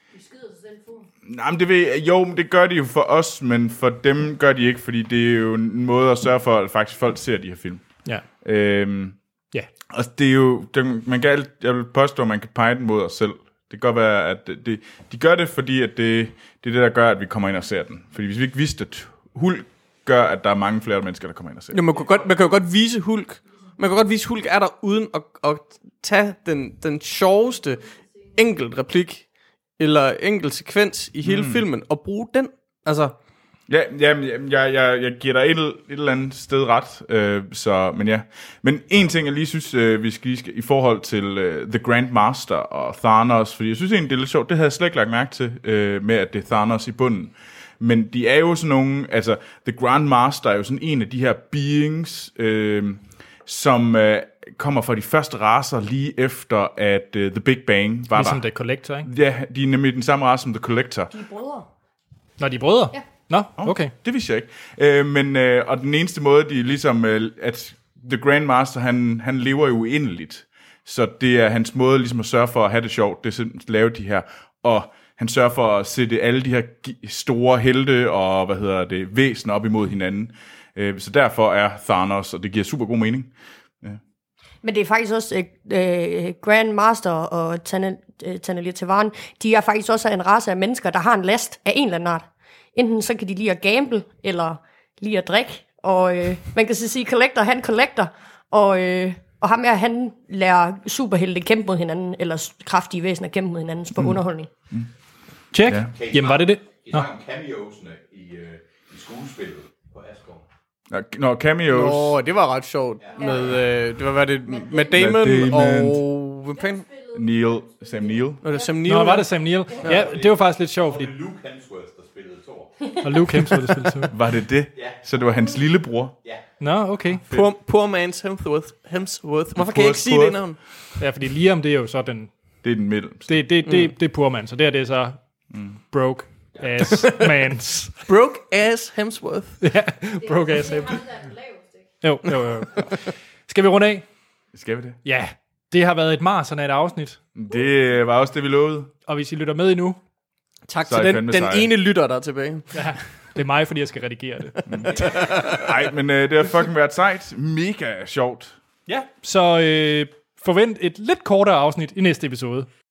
Nej, men det ved, jo, det gør de jo for os, men for dem gør de ikke, fordi det er jo en måde at sørge for, at faktisk folk ser de her film. Ja. Øhm, ja. Og det er jo, det, man kan, jeg vil påstå, at man kan pege den mod os selv. Det kan godt være, at det, de gør det, fordi at det, det er det, der gør, at vi kommer ind og ser den. Fordi hvis vi ikke vidste, at Hulk gør, at der er mange flere mennesker, der kommer ind og ser den. Jo, man, kan godt, man kan jo godt vise Hulk. Man kan godt vise, at Hulk er der uden at, at tage den, den sjoveste enkelt replik eller enkelt sekvens i hele mm. filmen, og bruge den. Altså... Ja, ja jeg, jeg, jeg giver dig et, et eller andet sted ret, øh, så, men ja. Men en ting, jeg lige synes, øh, vi skal, skal i forhold til øh, The Grand Master og Thanos, fordi jeg synes egentlig, det er lidt sjovt, det havde jeg slet ikke lagt mærke til, øh, med at det er Thanos i bunden. Men de er jo sådan nogle, altså, The Grand Master er jo sådan en af de her beings, øh, som... Øh, kommer fra de første racer lige efter, at uh, The Big Bang var ligesom der. The Collector, ikke? Ja, de er nemlig den samme race som The Collector. De er brødre. Nå, de er brødre? Ja. Nå, okay. Oh, det vidste jeg ikke. Uh, men, uh, og den eneste måde, de ligesom, uh, at The Grandmaster, han, han lever jo uendeligt. Så det er hans måde ligesom at sørge for at have det sjovt, det er at lave de her, og han sørger for at sætte alle de her store helte og, hvad hedder det, væsener op imod hinanden. Uh, så derfor er Thanos, og det giver super god mening. Ja. Men det er faktisk også øh, Grand Master og Talia Tevan, de er faktisk også en race af mennesker, der har en last af en eller anden art. Enten så kan de lide at gamble, eller lide at drikke, og øh, man kan så sige, collector, han collector, og, øh, og ham her, han lærer superhelte kæmpe mod hinanden, eller kraftige væsener kæmpe mod hinanden for mm. underholdning. Mm. Check. Ja. Jamen, var det det? I har cameosene i, øh, i skuespillet på Asgård. Nå, cameos. Nå, det var ret sjovt. Ja. Med, øh, det var, hvad det, med Damon, Damon og... Hvem Neil. Sam Neill. Nå, det Sam Neill. Nå, var det Sam Neill? Ja, ja, det var faktisk lidt sjovt, fordi... Og Luke Hemsworth, der spillede Thor. Og Luke Hemsworth, der spillede Thor. Var det det? Ja. Så det var hans lillebror? Ja. Nå, okay. Poor, poor man's Hemsworth. Hemsworth. Hvorfor kan jeg ikke sige det navn? Ja, fordi Liam, det er jo så den... Det er den middel. Det, det, det, mm. det er poor man, så det er det så... Mm. Broke ass mans. Broke ass Hemsworth. Ja, broke ass Hemsworth. Jo, jo, jo. Skal vi runde af? Skal vi det? Ja, det har været et maraton af et afsnit. Det var også det, vi lovede. Og hvis I lytter med endnu, tak til den, den ene lytter, der er tilbage. Ja, det er mig, fordi jeg skal redigere det. Nej, men øh, det har fucking været sejt. Mega sjovt. Ja, så øh, forvent et lidt kortere afsnit i næste episode.